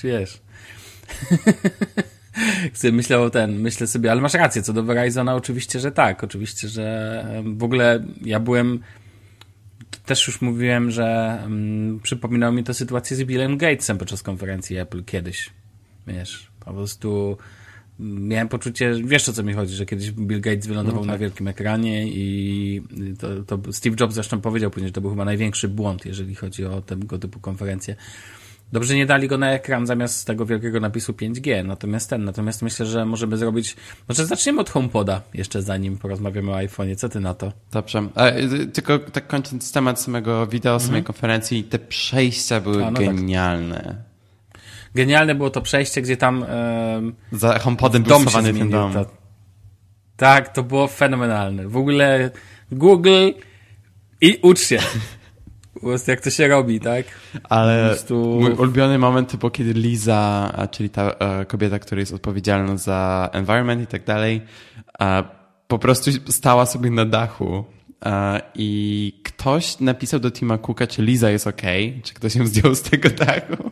myślę sobie, ale masz rację, co do Verizona oczywiście, że tak, oczywiście, że w ogóle ja byłem, też już mówiłem, że przypominało mi to sytuację z Billem Gatesem podczas konferencji Apple kiedyś, po prostu miałem poczucie, wiesz o co mi chodzi, że kiedyś Bill Gates wylądował na wielkim ekranie i to Steve Jobs zresztą powiedział później, że to był chyba największy błąd, jeżeli chodzi o tego typu konferencje. Dobrze nie dali go na ekran zamiast tego wielkiego napisu 5G, natomiast myślę, że możemy zrobić, może zaczniemy od HomePoda jeszcze zanim porozmawiamy o iPhone'ie. Co ty na to? Dobrze. Tylko tak kończąc temat samego wideo, samej konferencji, te przejścia były genialne. Tak. Genialne było to przejście, gdzie tam za HomePodem był dom się schowany ten zmienił. dom. Tak, to było fenomenalne. W ogóle Google i ucz się. Po prostu jak to się robi, tak? Ale prostu... mój ulubiony moment to było, kiedy Liza, czyli ta kobieta, która jest odpowiedzialna za environment i tak dalej, po prostu stała sobie na dachu i ktoś napisał do Tima Cooka, czy Liza jest okej, czy ktoś ją zdjął z tego dachu.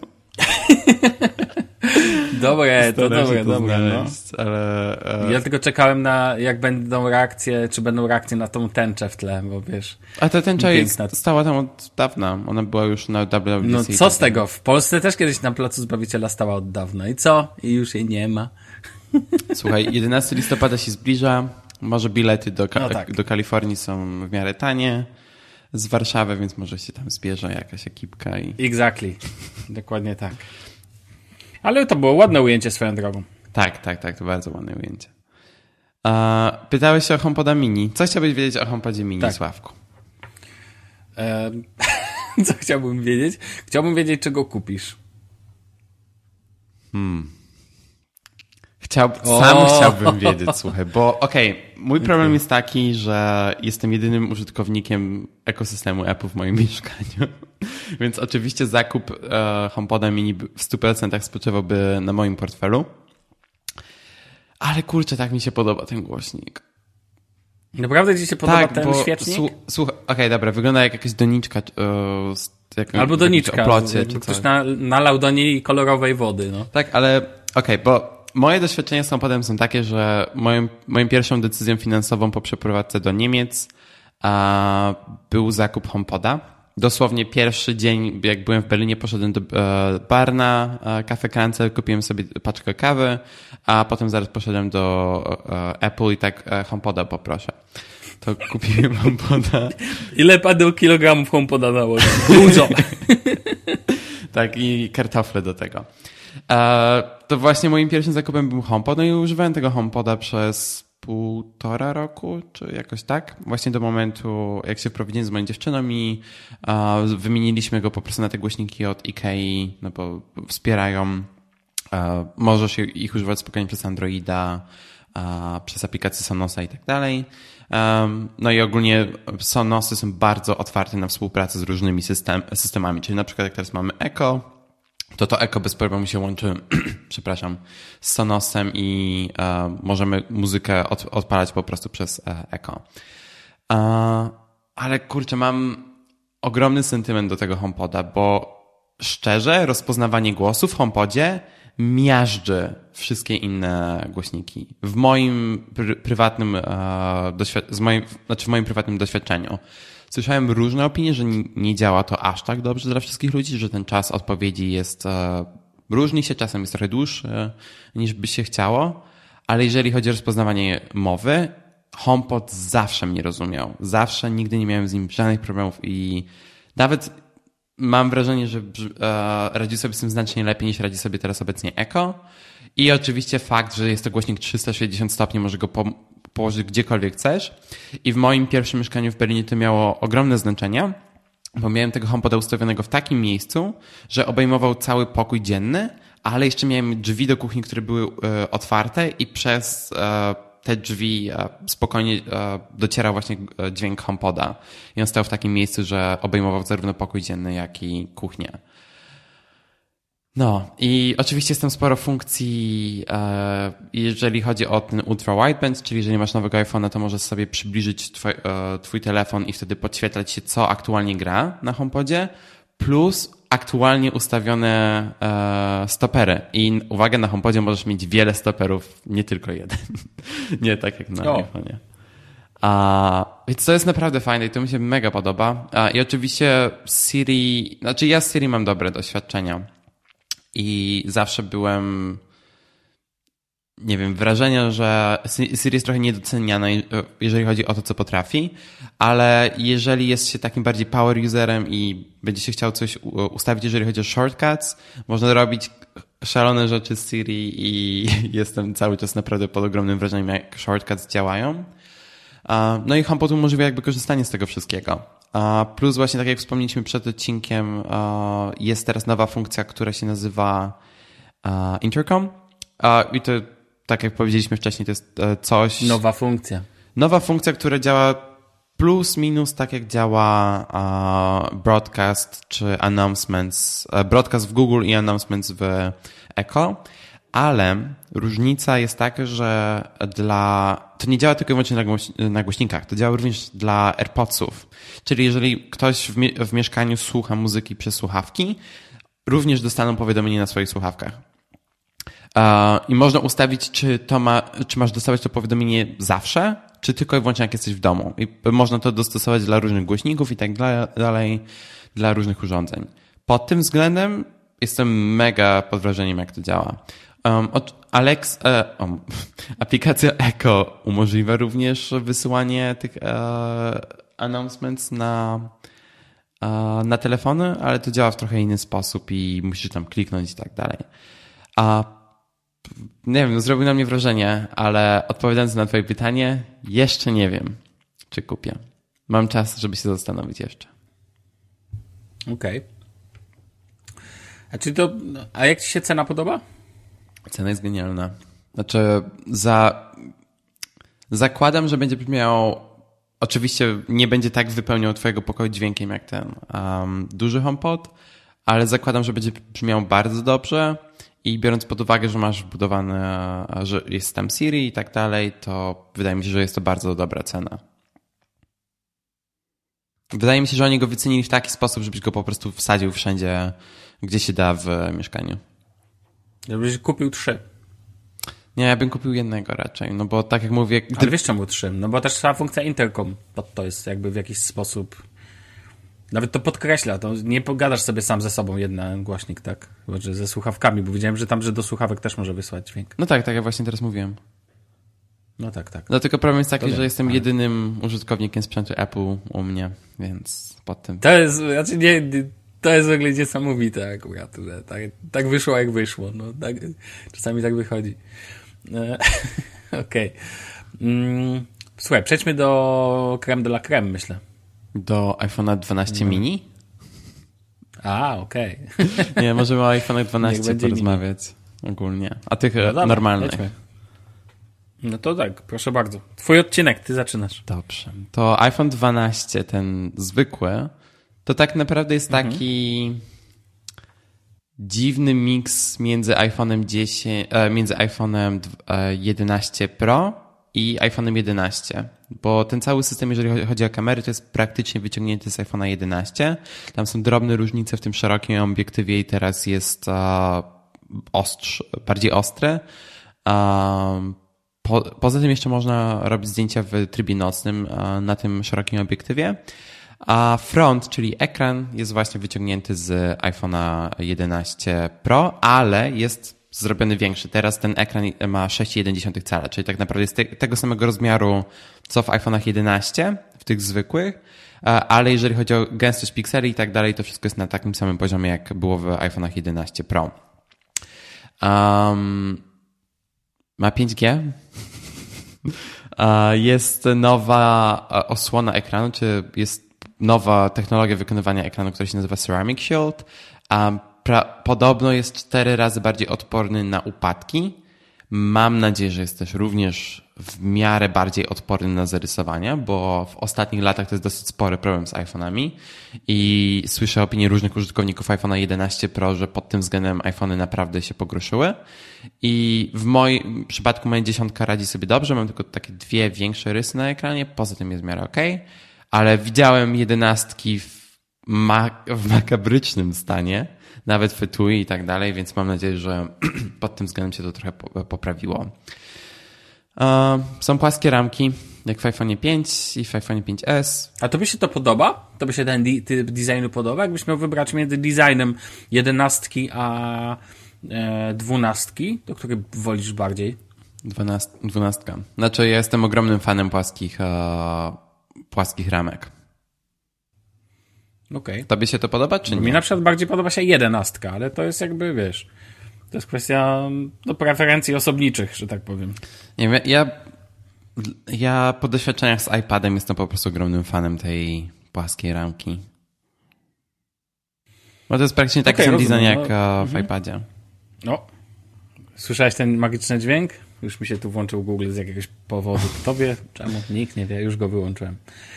Dobre, to dobre. Znaleźć, No. Ale, ja tylko czekałem na, jak będą reakcje, czy będą reakcje na tą tęczę w tle, bo wiesz... A ta tęcza stała tam od dawna. Ona była już na WWDC. No co z tego? W Polsce też kiedyś na Placu Zbawiciela stała od dawna. I co? I już jej nie ma. Słuchaj, 11 listopada się zbliża. Może bilety do Kalifornii są w miarę tanie. Z Warszawy, więc może się tam zbierze jakaś ekipka. Exactly. Dokładnie tak. Ale to było ładne ujęcie swoją drogą. Tak, to bardzo ładne ujęcie. Pytałeś się o HomePoda Mini. Co chciałbyś wiedzieć o HomePodzie Mini, tak. Sławku? Co chciałbym wiedzieć? Chciałbym wiedzieć, czego kupisz. Sam chciałbym wiedzieć, słuchaj, bo mój problem jest taki, że jestem jedynym użytkownikiem ekosystemu Apple w moim mieszkaniu, więc oczywiście zakup HomePoda Mini w 100% spoczywałby na moim portfelu, ale kurczę, tak mi się podoba ten głośnik. Naprawdę ci się podoba ten świecznik? Słuchaj, dobra, wygląda jak jakaś doniczka albo doniczka, oplocie, czy ktoś nalał do niej kolorowej wody. No. Tak, ale bo moje doświadczenia z HomePodem są takie, że moją pierwszą decyzją finansową po przeprowadzce do Niemiec był zakup HomePoda. Dosłownie pierwszy dzień, jak byłem w Berlinie, poszedłem do Barna, Cafe Cancel, kupiłem sobie paczkę kawy, a potem zaraz poszedłem do Apple i tak HomePoda poproszę. To kupiłem HomePoda. Ile padło kilogramów HomePoda nałożyć? Dużo. Tak, i kartofle do tego. To właśnie moim pierwszym zakupem był HomePod, no i używałem tego HomePoda przez 1,5 roku, czy jakoś tak. Właśnie do momentu, jak się wprowadziłem z moją dziewczyną i wymieniliśmy go po prostu na te głośniki od IKEA, no bo wspierają, możesz ich używać spokojnie przez Androida, przez aplikację Sonosa i tak dalej. No i ogólnie Sonosy są bardzo otwarte na współpracę z różnymi systemami, czyli na przykład jak teraz mamy Echo, to Echo bez problemu się łączy, przepraszam, z Sonosem i możemy muzykę odpalać po prostu przez Echo. Ale kurczę, mam ogromny sentyment do tego HomePoda, bo szczerze, rozpoznawanie głosu w HomePodzie miażdży wszystkie inne głośniki. W moim prywatnym w moim prywatnym doświadczeniu. Słyszałem różne opinie, że nie działa to aż tak dobrze dla wszystkich ludzi, że ten czas odpowiedzi jest różni się, czasem jest trochę dłuższy niż by się chciało, ale jeżeli chodzi o rozpoznawanie mowy, HomePod zawsze mnie rozumiał. Zawsze, nigdy nie miałem z nim żadnych problemów i nawet mam wrażenie, że radzi sobie z tym znacznie lepiej niż radzi sobie teraz obecnie Echo. I oczywiście fakt, że jest to głośnik 360 stopni, może go położyć gdziekolwiek chcesz. I w moim pierwszym mieszkaniu w Berlinie to miało ogromne znaczenie, bo miałem tego HomePoda ustawionego w takim miejscu, że obejmował cały pokój dzienny, ale jeszcze miałem drzwi do kuchni, które były otwarte i przez te drzwi spokojnie docierał właśnie dźwięk HomePoda. I on stał w takim miejscu, że obejmował zarówno pokój dzienny, jak i kuchnię. No i oczywiście jest tam sporo funkcji, jeżeli chodzi o ten ultra wideband, czyli jeżeli masz nowego iPhone'a, to możesz sobie przybliżyć twój telefon i wtedy podświetlać się, co aktualnie gra na HomePodzie, plus aktualnie ustawione stopery. I uwaga, na HomePodzie możesz mieć wiele stoperów, nie tylko jeden. Nie tak jak na iPhone'ie. Więc to jest naprawdę fajne i to mi się mega podoba. I oczywiście Siri, znaczy ja z Siri mam dobre doświadczenia. I zawsze byłem, nie wiem, wrażenia, że Siri jest trochę niedoceniana, jeżeli chodzi o to, co potrafi, ale jeżeli jest się takim bardziej power userem i będzie się chciał coś ustawić, jeżeli chodzi o shortcuts, można robić szalone rzeczy z Siri i jestem cały czas naprawdę pod ogromnym wrażeniem, jak shortcuts działają. No i HomePod umożliwia jakby korzystanie z tego wszystkiego. Plus właśnie tak jak wspomnieliśmy przed odcinkiem, jest teraz nowa funkcja, która się nazywa intercom. I to, tak jak powiedzieliśmy wcześniej, to jest coś... Nowa funkcja, która działa plus minus tak jak działa broadcast czy announcements, broadcast w Google i announcements w Echo, ale różnica jest taka, że to nie działa tylko i wyłącznie na głośnikach, to działa również dla AirPodsów. Czyli jeżeli ktoś w mieszkaniu słucha muzyki przez słuchawki, również dostaną powiadomienie na swoich słuchawkach. I można ustawić, czy masz dostawać to powiadomienie zawsze, czy tylko i wyłącznie jak jesteś w domu. I można to dostosować dla różnych głośników i tak dalej, dla różnych urządzeń. Pod tym względem jestem mega pod wrażeniem, jak to działa. Aplikacja Echo umożliwia również wysyłanie tych announcements na telefony, ale to działa w trochę inny sposób i musisz tam kliknąć i tak dalej. Nie wiem, zrobił na mnie wrażenie, ale odpowiadając na twoje pytanie, jeszcze nie wiem, czy kupię. Mam czas, żeby się zastanowić jeszcze. Okej. A jak ci się cena podoba? Cena jest genialna. Znaczy, zakładam, że będzie brzmiał... Oczywiście nie będzie tak wypełniał twojego pokoju dźwiękiem jak ten duży HomePod, ale zakładam, że będzie brzmiał bardzo dobrze i biorąc pod uwagę, że masz wbudowane, że jest tam Siri i tak dalej, to wydaje mi się, że jest to bardzo dobra cena. Wydaje mi się, że oni go wycenili w taki sposób, żebyś go po prostu wsadził wszędzie, gdzie się da w mieszkaniu. Żebyś kupił 3. Nie, ja bym kupił jednego raczej, no bo tak jak mówię... Ale wiesz czemu 3? No bo też cała funkcja intercom to jest jakby w jakiś sposób... Nawet to podkreśla, to nie pogadasz sobie sam ze sobą jeden głośnik, tak? Chyba, że ze słuchawkami, bo widziałem, że do słuchawek też może wysłać dźwięk. No tak, jak właśnie teraz mówiłem. No tak. No tylko problem jest taki, że jestem jedynym użytkownikiem sprzętu Apple u mnie, więc pod tym... To jest w ogóle niesamowite akurat, że tak wyszło jak wyszło. No, tak, czasami tak wychodzi. Okej. Słuchaj, przejdźmy do crème de la crème, myślę. Do iPhone'a 12 mini? Okej. Nie, możemy o iPhone'ach 12 porozmawiać ogólnie. A tych normalnych. Lećmy. No to tak, proszę bardzo. Twój odcinek, ty zaczynasz. Dobrze. To iPhone 12, ten zwykły, to tak naprawdę jest taki dziwny miks między iPhone'em 11 Pro i iPhone'em 11, bo ten cały system, jeżeli chodzi o kamery, to jest praktycznie wyciągnięty z iPhone'a 11. Tam są drobne różnice w tym szerokim obiektywie i teraz jest bardziej ostre. Poza tym jeszcze można robić zdjęcia w trybie nocnym na tym szerokim obiektywie. A front, czyli ekran, jest właśnie wyciągnięty z iPhone'a 11 Pro, ale jest zrobiony większy. Teraz ten ekran ma 6,1 cala, czyli tak naprawdę jest tego samego rozmiaru, co w iPhone'ach 11, w tych zwykłych, ale jeżeli chodzi o gęstość pikseli i tak dalej, to wszystko jest na takim samym poziomie, jak było w iPhone'ach 11 Pro. Ma 5G. Jest nowa osłona ekranu, czy jest nowa technologia wykonywania ekranu, która się nazywa Ceramic Shield. Podobno jest 4 razy bardziej odporny na upadki. Mam nadzieję, że jest też również w miarę bardziej odporny na zarysowania, bo w ostatnich latach to jest dosyć spory problem z iPhone'ami i słyszę opinie różnych użytkowników iPhone'a 11 Pro, że pod tym względem iPhone'y naprawdę się pogorszyły i w moim przypadku moja 10 radzi sobie dobrze, mam tylko takie 2 większe rysy na ekranie, poza tym jest w miarę okej, ale widziałem 11 w makabrycznym stanie, nawet w etui i tak dalej, więc mam nadzieję, że pod tym względem się to trochę poprawiło. Są płaskie ramki, jak w iPhone 5 i w iPhone 5S. A tobie się to podoba? Tobie się ten typ designu podoba? Jakbyś miał wybrać między designem 11 a 12, to który wolisz bardziej? 12. Znaczy ja jestem ogromnym fanem płaskich ramek. Okay. Tobie się to podoba, czy nie? Mi na przykład bardziej podoba się 11, ale to jest jakby, wiesz, to jest kwestia preferencji osobniczych, że tak powiem. Nie wiem, ja po doświadczeniach z iPadem jestem po prostu ogromnym fanem tej płaskiej ramki. Bo to jest praktycznie taki sam design jak w iPadzie. No, Słyszałeś ten magiczny dźwięk? Już mi się tu włączył Google z jakiegoś powodu. Tobie? Czemu? Nikt nie wie, już go wyłączyłem.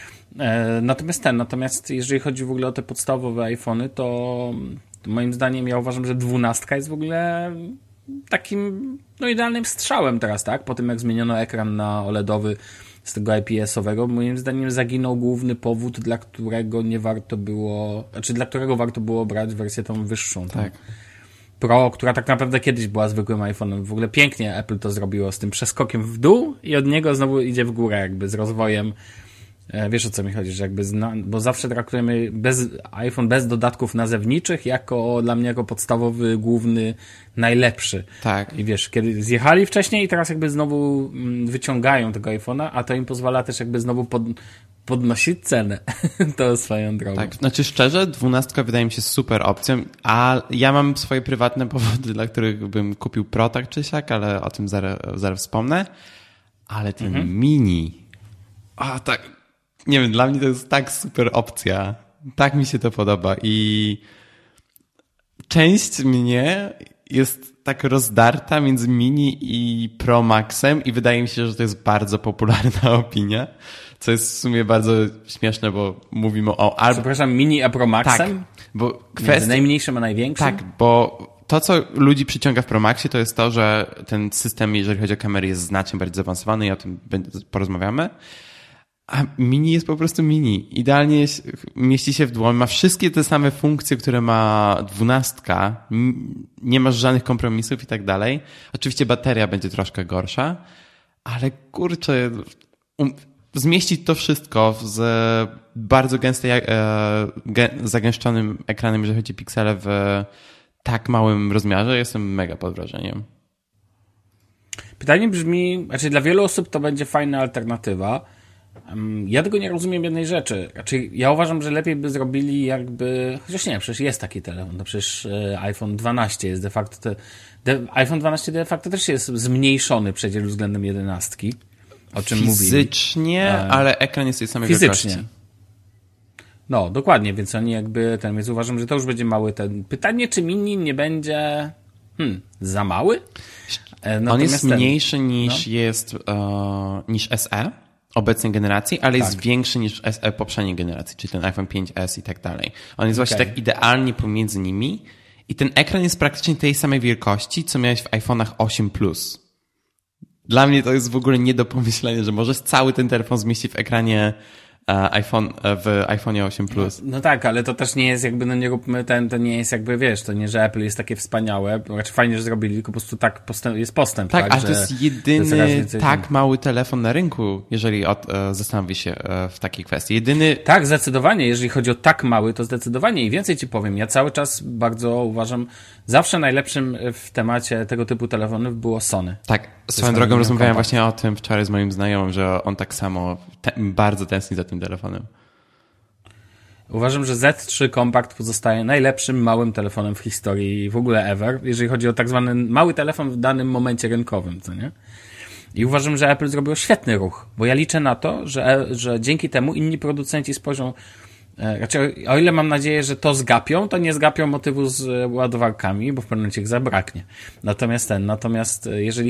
Natomiast jeżeli chodzi w ogóle o te podstawowe iPhony, to moim zdaniem ja uważam, że 12 jest w ogóle takim idealnym strzałem teraz, tak? Po tym jak zmieniono ekran na OLEDowy z tego IPS-owego, moim zdaniem zaginął główny powód, dla którego warto było brać wersję tą wyższą. Tak. Pro, która tak naprawdę kiedyś była zwykłym iPhone'em. W ogóle pięknie Apple to zrobiło z tym przeskokiem w dół i od niego znowu idzie w górę, jakby z rozwojem. Wiesz, o co mi chodzi, że jakby bo zawsze traktujemy iPhone bez dodatków nazewniczych dla mnie jako podstawowy, główny, najlepszy. Tak. I wiesz, kiedy zjechali wcześniej i teraz jakby znowu wyciągają tego iPhone'a, a to im pozwala też jakby znowu podnosić cenę. To swoją drogą. Tak, znaczy szczerze, 12 wydaje mi się super opcją, a ja mam swoje prywatne powody, dla których bym kupił Pro tak czy siak, ale o tym zaraz wspomnę. Ale ten mini, tak, nie wiem, dla mnie to jest tak super opcja. Tak mi się to podoba i część mnie jest tak rozdarta między mini i Pro Maxem i wydaje mi się, że to jest bardzo popularna opinia, co jest w sumie bardzo śmieszne, bo mówimy o... Przepraszam, mini a Pro Maxem? Tak, bo kwestia... Najmniejszym a największym? Tak, bo to, co ludzi przyciąga w Pro Maxie, to jest to, że ten system, jeżeli chodzi o kamery, jest znacznie bardziej zaawansowany i o tym porozmawiamy. A mini jest po prostu mini. Idealnie mieści się w dłoń. Ma wszystkie te same funkcje, które ma 12. Nie masz żadnych kompromisów i tak dalej. Oczywiście bateria będzie troszkę gorsza, ale kurczę, zmieścić to wszystko z bardzo zagęszczonym ekranem, jeżeli chodzi o piksele w tak małym rozmiarze, jestem mega pod wrażeniem. Pytanie brzmi, dla wielu osób to będzie fajna alternatywa. Ja tego nie rozumiem jednej rzeczy. Ja uważam, że lepiej by zrobili jakby... Chociaż nie, przecież jest taki telefon. No przecież iPhone 12 jest de facto... iPhone 12 de facto też jest zmniejszony przecież względem 11. O czym mówili. Fizycznie, ale ekran jest tej samej wielkości. No, dokładnie, więc oni jakby... Więc uważam, że to już będzie mały ten... Pytanie, czy mini nie będzie... za mały? On jest mniejszy niż niż SE obecnej generacji, ale jest większy niż SE poprzedniej generacji, czyli ten iPhone 5S i tak dalej. On jest właśnie tak idealnie pomiędzy nimi i ten ekran jest praktycznie tej samej wielkości, co miałeś w iPhone'ach 8 Plus. Dla mnie to jest w ogóle nie do pomyślenia, że możesz cały ten telefon zmieścić w ekranie w iPhone 8 Plus. No tak, ale to też nie jest jakby, nie róbmy to nie jest jakby, wiesz, to nie, że Apple jest takie wspaniałe, raczej fajnie, że zrobili, tylko po prostu tak jest postęp. Tak, ale to jest jedyny mały telefon na rynku, jeżeli zastanowisz się w takiej kwestii. Tak, zdecydowanie, jeżeli chodzi o tak mały, to zdecydowanie i więcej ci powiem, ja cały czas bardzo uważam, zawsze najlepszym w temacie tego typu telefonów było Sony. Tak, swoją drogą rozmawiałem właśnie o tym wczoraj z moim znajomym, że on tak samo bardzo tęskni za tym telefonem. Uważam, że Z3 Compact pozostaje najlepszym małym telefonem w historii w ogóle ever, jeżeli chodzi o tak zwany mały telefon w danym momencie rynkowym, co nie? I uważam, że Apple zrobiło świetny ruch, bo ja liczę na to, że dzięki temu inni producenci spojrzą, raczej o ile mam nadzieję, że to zgapią, to nie zgapią motywu z ładowarkami, bo w pewnym momencie ich zabraknie. Natomiast jeżeli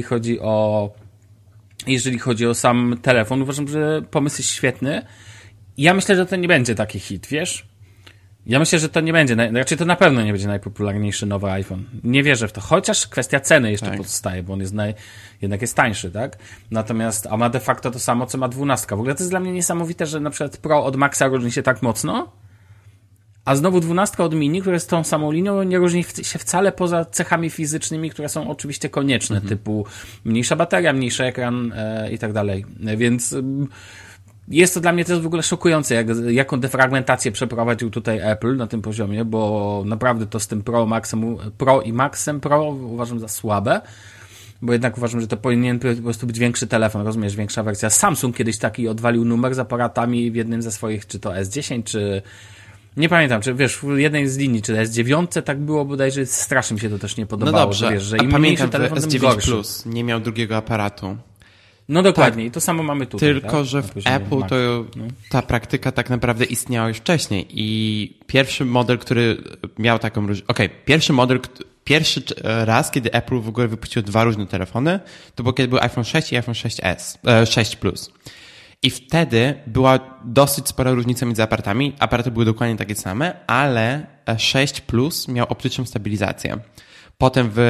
chodzi o sam telefon, uważam, że pomysł jest świetny. Ja myślę, że to nie będzie taki hit, wiesz? Ja myślę, że to nie będzie, raczej to na pewno nie będzie najpopularniejszy nowy iPhone. Nie wierzę w to, chociaż kwestia ceny jeszcze pozostaje, bo on jest jednak jest tańszy, tak? Natomiast, a ma de facto to samo, co ma 12. W ogóle to jest dla mnie niesamowite, że na przykład Pro od Maxa różni się tak mocno, a znowu 12 od Mini, która jest tą samą linią, nie różni się wcale poza cechami fizycznymi, które są oczywiście konieczne, typu mniejsza bateria, mniejszy ekran i tak dalej. Więc jest to dla mnie też w ogóle szokujące, jaką defragmentację przeprowadził tutaj Apple na tym poziomie, bo naprawdę to z tym Pro i Maxem Pro uważam za słabe, bo jednak uważam, że to powinien po prostu być większy telefon, rozumiesz, większa wersja. Samsung kiedyś taki odwalił numer z aparatami w jednym ze swoich, czy to S10, czy nie pamiętam, czy wiesz, w jednej z linii, czy S9 tak było bodajże, strasznie mi się to też nie podobało. No dobrze, wiesz, że im mniejszy telefon, tym S9 gorszy. Plus nie miał drugiego aparatu. No dokładnie, i to samo mamy tutaj. Tylko, że w Apple to ta praktyka tak naprawdę istniała już wcześniej i pierwszy model, który miał taką różnicę... pierwszy model pierwszy raz, kiedy Apple w ogóle wypuściło 2 różne telefony, to było kiedy był iPhone 6 i iPhone 6s, 6 Plus. I wtedy była dosyć spora różnica między aparatami. Aparaty były dokładnie takie same, ale 6 Plus miał optyczną stabilizację. Potem w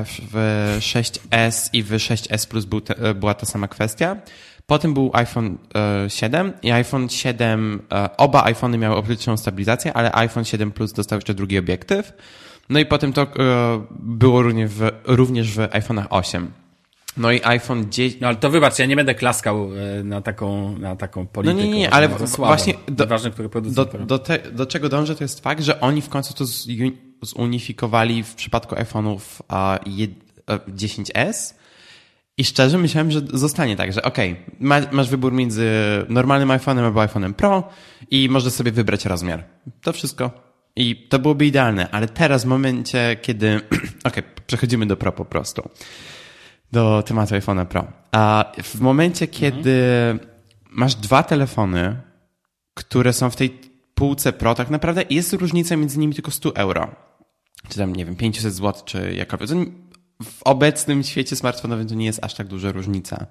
6s i w 6s Plus była ta sama kwestia. Potem był iPhone 7 i iPhone 7, oba iPhony miały optyczną stabilizację, ale iPhone 7 Plus dostał jeszcze drugi obiektyw. No i potem to było również w iPhone'ach 8. No i iPhone 10... No ale to wybacz, ja nie będę klaskał na taką politykę. No nie, ale właśnie ważne, który producent do czego dążę, to jest fakt, że oni w końcu to zunifikowali w przypadku iPhone'ów 10s i szczerze myślałem, że zostanie tak, że masz wybór między normalnym iPhone'em albo iPhone'em Pro i możesz sobie wybrać rozmiar. To wszystko. I to byłoby idealne, ale teraz w momencie, kiedy... przechodzimy do Pro po prostu. Do tematu iPhone'a Pro. A w momencie, kiedy masz 2 telefony, które są w tej półce Pro, tak naprawdę jest różnica między nimi tylko 100 euro. Czy tam, nie wiem, 500 zł, czy jakakolwiek. W obecnym świecie smartfonowym to nie jest aż tak duża różnica.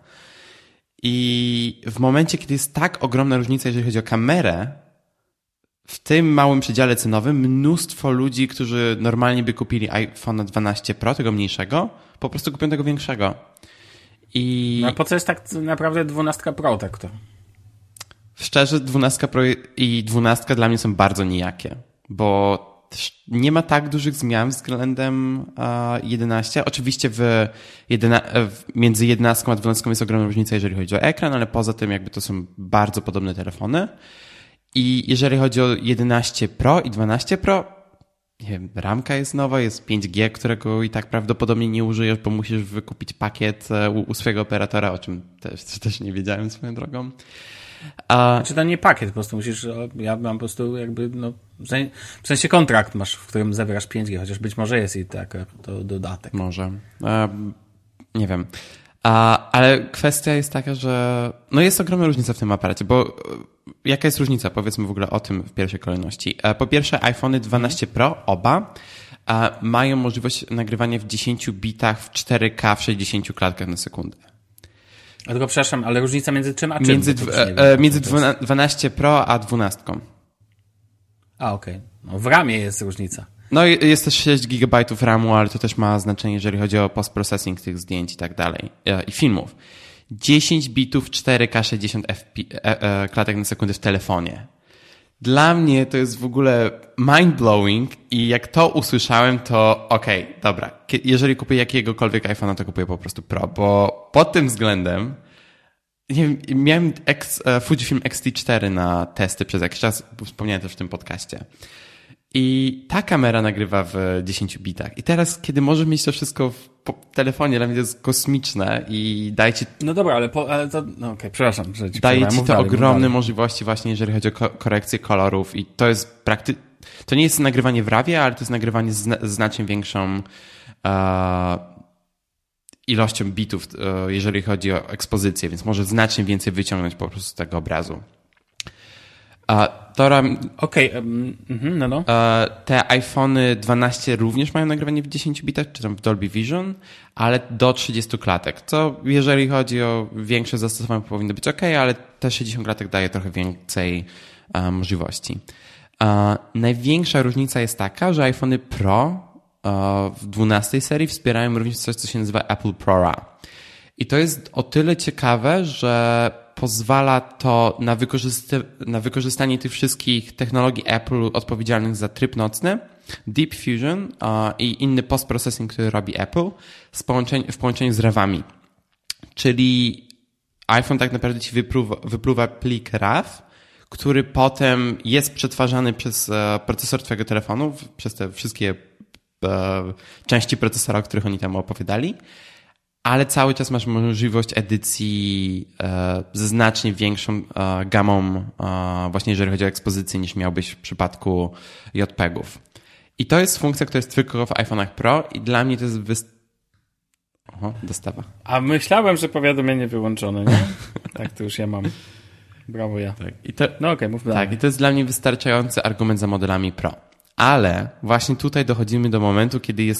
I w momencie, kiedy jest tak ogromna różnica, jeżeli chodzi o kamerę, w tym małym przedziale cenowym mnóstwo ludzi, którzy normalnie by kupili iPhone 12 Pro, tego mniejszego, po prostu kupią tego większego. No a po co jest tak naprawdę 12 Pro tak to? Szczerze, 12 Pro i 12 dla mnie są bardzo nijakie, bo nie ma tak dużych zmian względem 11. Oczywiście między 11 a 12 jest ogromna różnica, jeżeli chodzi o ekran, ale poza tym jakby to są bardzo podobne telefony. I jeżeli chodzi o 11 Pro i 12 Pro, nie wiem, ramka jest nowa, jest 5G, którego i tak prawdopodobnie nie użyjesz, bo musisz wykupić pakiet u swojego operatora, o czym też nie wiedziałem swoją drogą. Znaczy to nie pakiet, po prostu musisz, ja mam po prostu jakby, w sensie kontrakt masz, w którym zawierasz 5G, chociaż być może jest i tak, to dodatek. Może. Nie wiem. Ale kwestia jest taka, że jest ogromna różnica w tym aparacie, bo jaka jest różnica? Powiedzmy w ogóle o tym w pierwszej kolejności. Po pierwsze, iPhony 12 Pro, oba, mają możliwość nagrywania w 10 bitach w 4K w 60 klatkach na sekundę. A tylko przepraszam, ale różnica między czym a czym? Między 12 Pro a 12. Okej. No, w ramie jest różnica. No i jest też 6 GB RAMu, ale to też ma znaczenie, jeżeli chodzi o post-processing tych zdjęć i tak dalej. I filmów. 10 bitów 4K 60 klatek na sekundę w telefonie. Dla mnie to jest w ogóle mind-blowing i jak to usłyszałem, to dobra. Jeżeli kupuję jakiegokolwiek iPhone'a, to kupuję po prostu Pro, bo pod tym względem nie wiem, miałem Fujifilm X-T4 na testy przez jakiś czas, wspomniałem też w tym podcaście. I ta kamera nagrywa w 10 bitach. I teraz, kiedy możesz mieć to wszystko w telefonie, dla mnie to jest kosmiczne i daje ci... No dobra, ale to... przepraszam, że ci daje ci to ogromne możliwości właśnie, jeżeli chodzi o korekcję kolorów i to jest to nie jest nagrywanie w RAWie, ale to jest nagrywanie z znacznie większą ilością bitów, jeżeli chodzi o ekspozycję, więc może znacznie więcej wyciągnąć po prostu z tego obrazu. Te iPhony 12 również mają nagrywanie w 10 bitach, czy tam w Dolby Vision, ale do 30 klatek, co jeżeli chodzi o większe zastosowanie powinno być ale te 60 klatek daje trochę więcej możliwości. Największa różnica jest taka, że iPhony Pro w 12 serii wspierają również coś, co się nazywa Apple ProRAW. I to jest o tyle ciekawe, że pozwala to na wykorzystanie tych wszystkich technologii Apple odpowiedzialnych za tryb nocny, Deep Fusion i inny post-processing, który robi Apple w połączeniu z RAWami. Czyli iPhone tak naprawdę ci wypluwa plik RAW, który potem jest przetwarzany przez procesor twojego telefonu, przez te wszystkie części procesora, o których oni tam opowiadali, ale cały czas masz możliwość edycji ze znacznie większą gamą właśnie jeżeli chodzi o ekspozycję niż miałbyś w przypadku JPEG-ów. I to jest funkcja, która jest tylko w iPhone'ach Pro i dla mnie to jest dostawa. A myślałem, że powiadomienie wyłączone, nie? Tak, to już ja mam. Brawo ja. Tak. Mów dalej. Tak, i to jest dla mnie wystarczający argument za modelami Pro. Ale właśnie tutaj dochodzimy do momentu, kiedy jest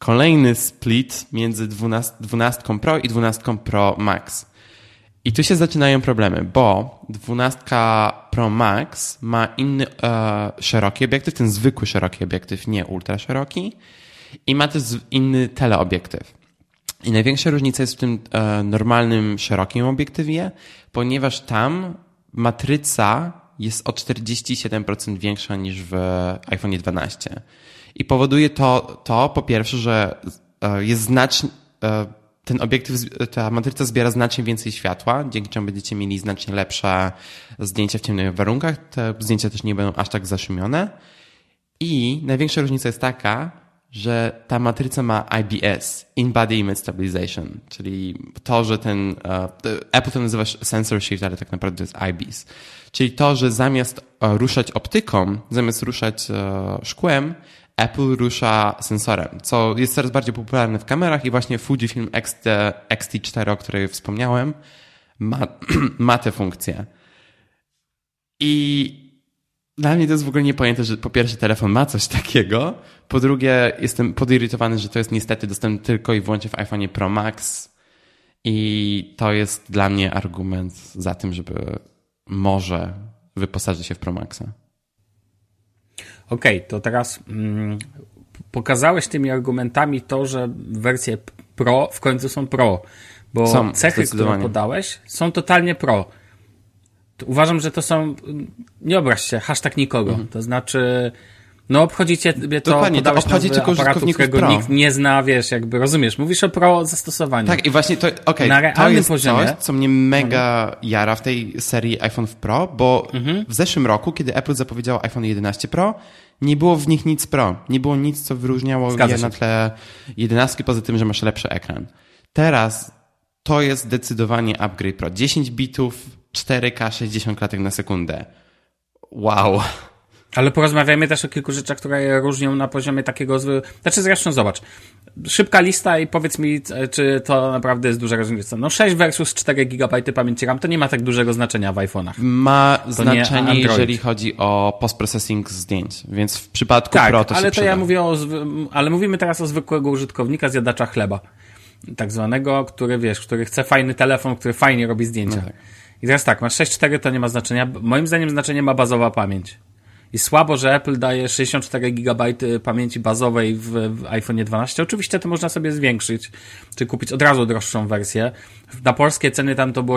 kolejny split między 12 Pro i 12 Pro Max. I tu się zaczynają problemy, bo 12 Pro Max ma inny szeroki obiektyw, ten zwykły szeroki obiektyw, nie ultra szeroki, i ma też inny teleobiektyw. I największa różnica jest w tym normalnym szerokim obiektywie, ponieważ tam matryca jest o 47% większa niż w iPhone 12. I powoduje to po pierwsze, że jest ten obiektyw, ta matryca zbiera znacznie więcej światła, dzięki czemu będziecie mieli znacznie lepsze zdjęcia w ciemnych warunkach. Te zdjęcia też nie będą aż tak zaszumione. I największa różnica jest taka, że ta matryca ma IBS, In-Body Image Stabilization, czyli to, że Apple to nazywa sensor shift, ale tak naprawdę to jest IBIS. Czyli to, że zamiast ruszać optyką, zamiast ruszać szkłem, Apple rusza sensorem, co jest coraz bardziej popularne w kamerach i właśnie Fujifilm X-T4, o której wspomniałem, ma tę funkcję. I dla mnie to jest w ogóle niepojęte, że po pierwsze telefon ma coś takiego, po drugie jestem podirytowany, że to jest niestety dostępne tylko i wyłącznie w iPhone Pro Max i to jest dla mnie argument za tym, żeby może wyposażyć się w Pro Maxa. Okej, to teraz pokazałeś tymi argumentami to, że wersje Pro w końcu są Pro, bo cechy, które podałeś, są totalnie Pro. Uważam, że to są, nie obraź się, hashtag nikogo. To znaczy, no obchodzi ciebie to, dokładnie, podałeś to obchodzi tylko aparatu, którego Pro. Nikt nie zna, wiesz, jakby rozumiesz. Mówisz o Pro zastosowaniu. Tak, i właśnie to, na realnym to jest poziomie, coś, co mnie mega jara w tej serii iPhone Pro, bo w zeszłym roku, kiedy Apple zapowiedziało iPhone 11 Pro, nie było w nich nic Pro. Nie było nic, co wyróżniało je na tle 11, poza tym, że masz lepszy ekran. Teraz to jest zdecydowanie upgrade Pro. 10 bitów, 4K, 60 klatek na sekundę. Wow. Ale porozmawiajmy też o kilku rzeczach, które je różnią na poziomie takiego... Znaczy zresztą zobacz. Szybka lista i powiedz mi, czy to naprawdę jest duża różnica. No 6 versus 4 GB pamięci RAM to nie ma tak dużego znaczenia w iPhone'ach. Ma znaczenie, jeżeli chodzi o post-processing zdjęć, więc w przypadku tak, Pro to ale się to przyda. ja mówię ale mówimy teraz o zwykłego użytkownika, zjadacza chleba. Tak zwanego, który chce fajny telefon, który fajnie robi zdjęcia. No tak. I teraz tak, masz 6.4, to nie ma znaczenia. Moim zdaniem znaczenie ma bazowa pamięć. I słabo, że Apple daje 64 GB pamięci bazowej w iPhone 12. Oczywiście to można sobie zwiększyć, czy kupić od razu droższą wersję. Na polskie ceny tam to było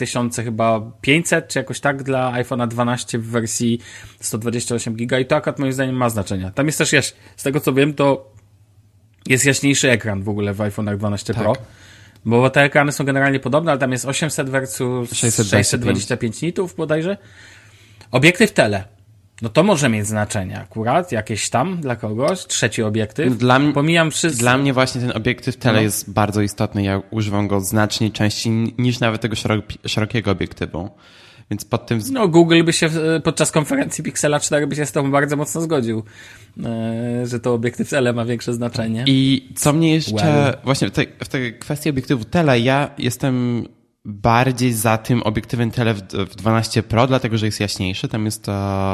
4500, czy jakoś tak, dla iPhone'a 12 w wersji 128 GB i to akurat moim zdaniem ma znaczenie. Tam jest też, z tego co wiem, to jest jaśniejszy ekran w ogóle w iPhone'ach 12 Pro. Bo te ekrany są generalnie podobne, ale tam jest 800 versus 625 nitów bodajże. Obiektyw tele. No to może mieć znaczenie akurat, jakieś tam dla kogoś. Trzeci obiektyw. Pomijam wszystko. Dla mnie właśnie ten obiektyw tele jest bardzo istotny. Ja używam go znacznie częściej niż nawet tego szerokiego obiektywu. Więc pod tym... No Google by się podczas konferencji Pixela 4 by się z tobą bardzo mocno zgodził, że to obiektyw tele ma większe znaczenie. I co mnie jeszcze... Właśnie w tej kwestii obiektywu tele ja jestem bardziej za tym obiektywem tele w 12 Pro, dlatego że jest jaśniejszy. Tam jest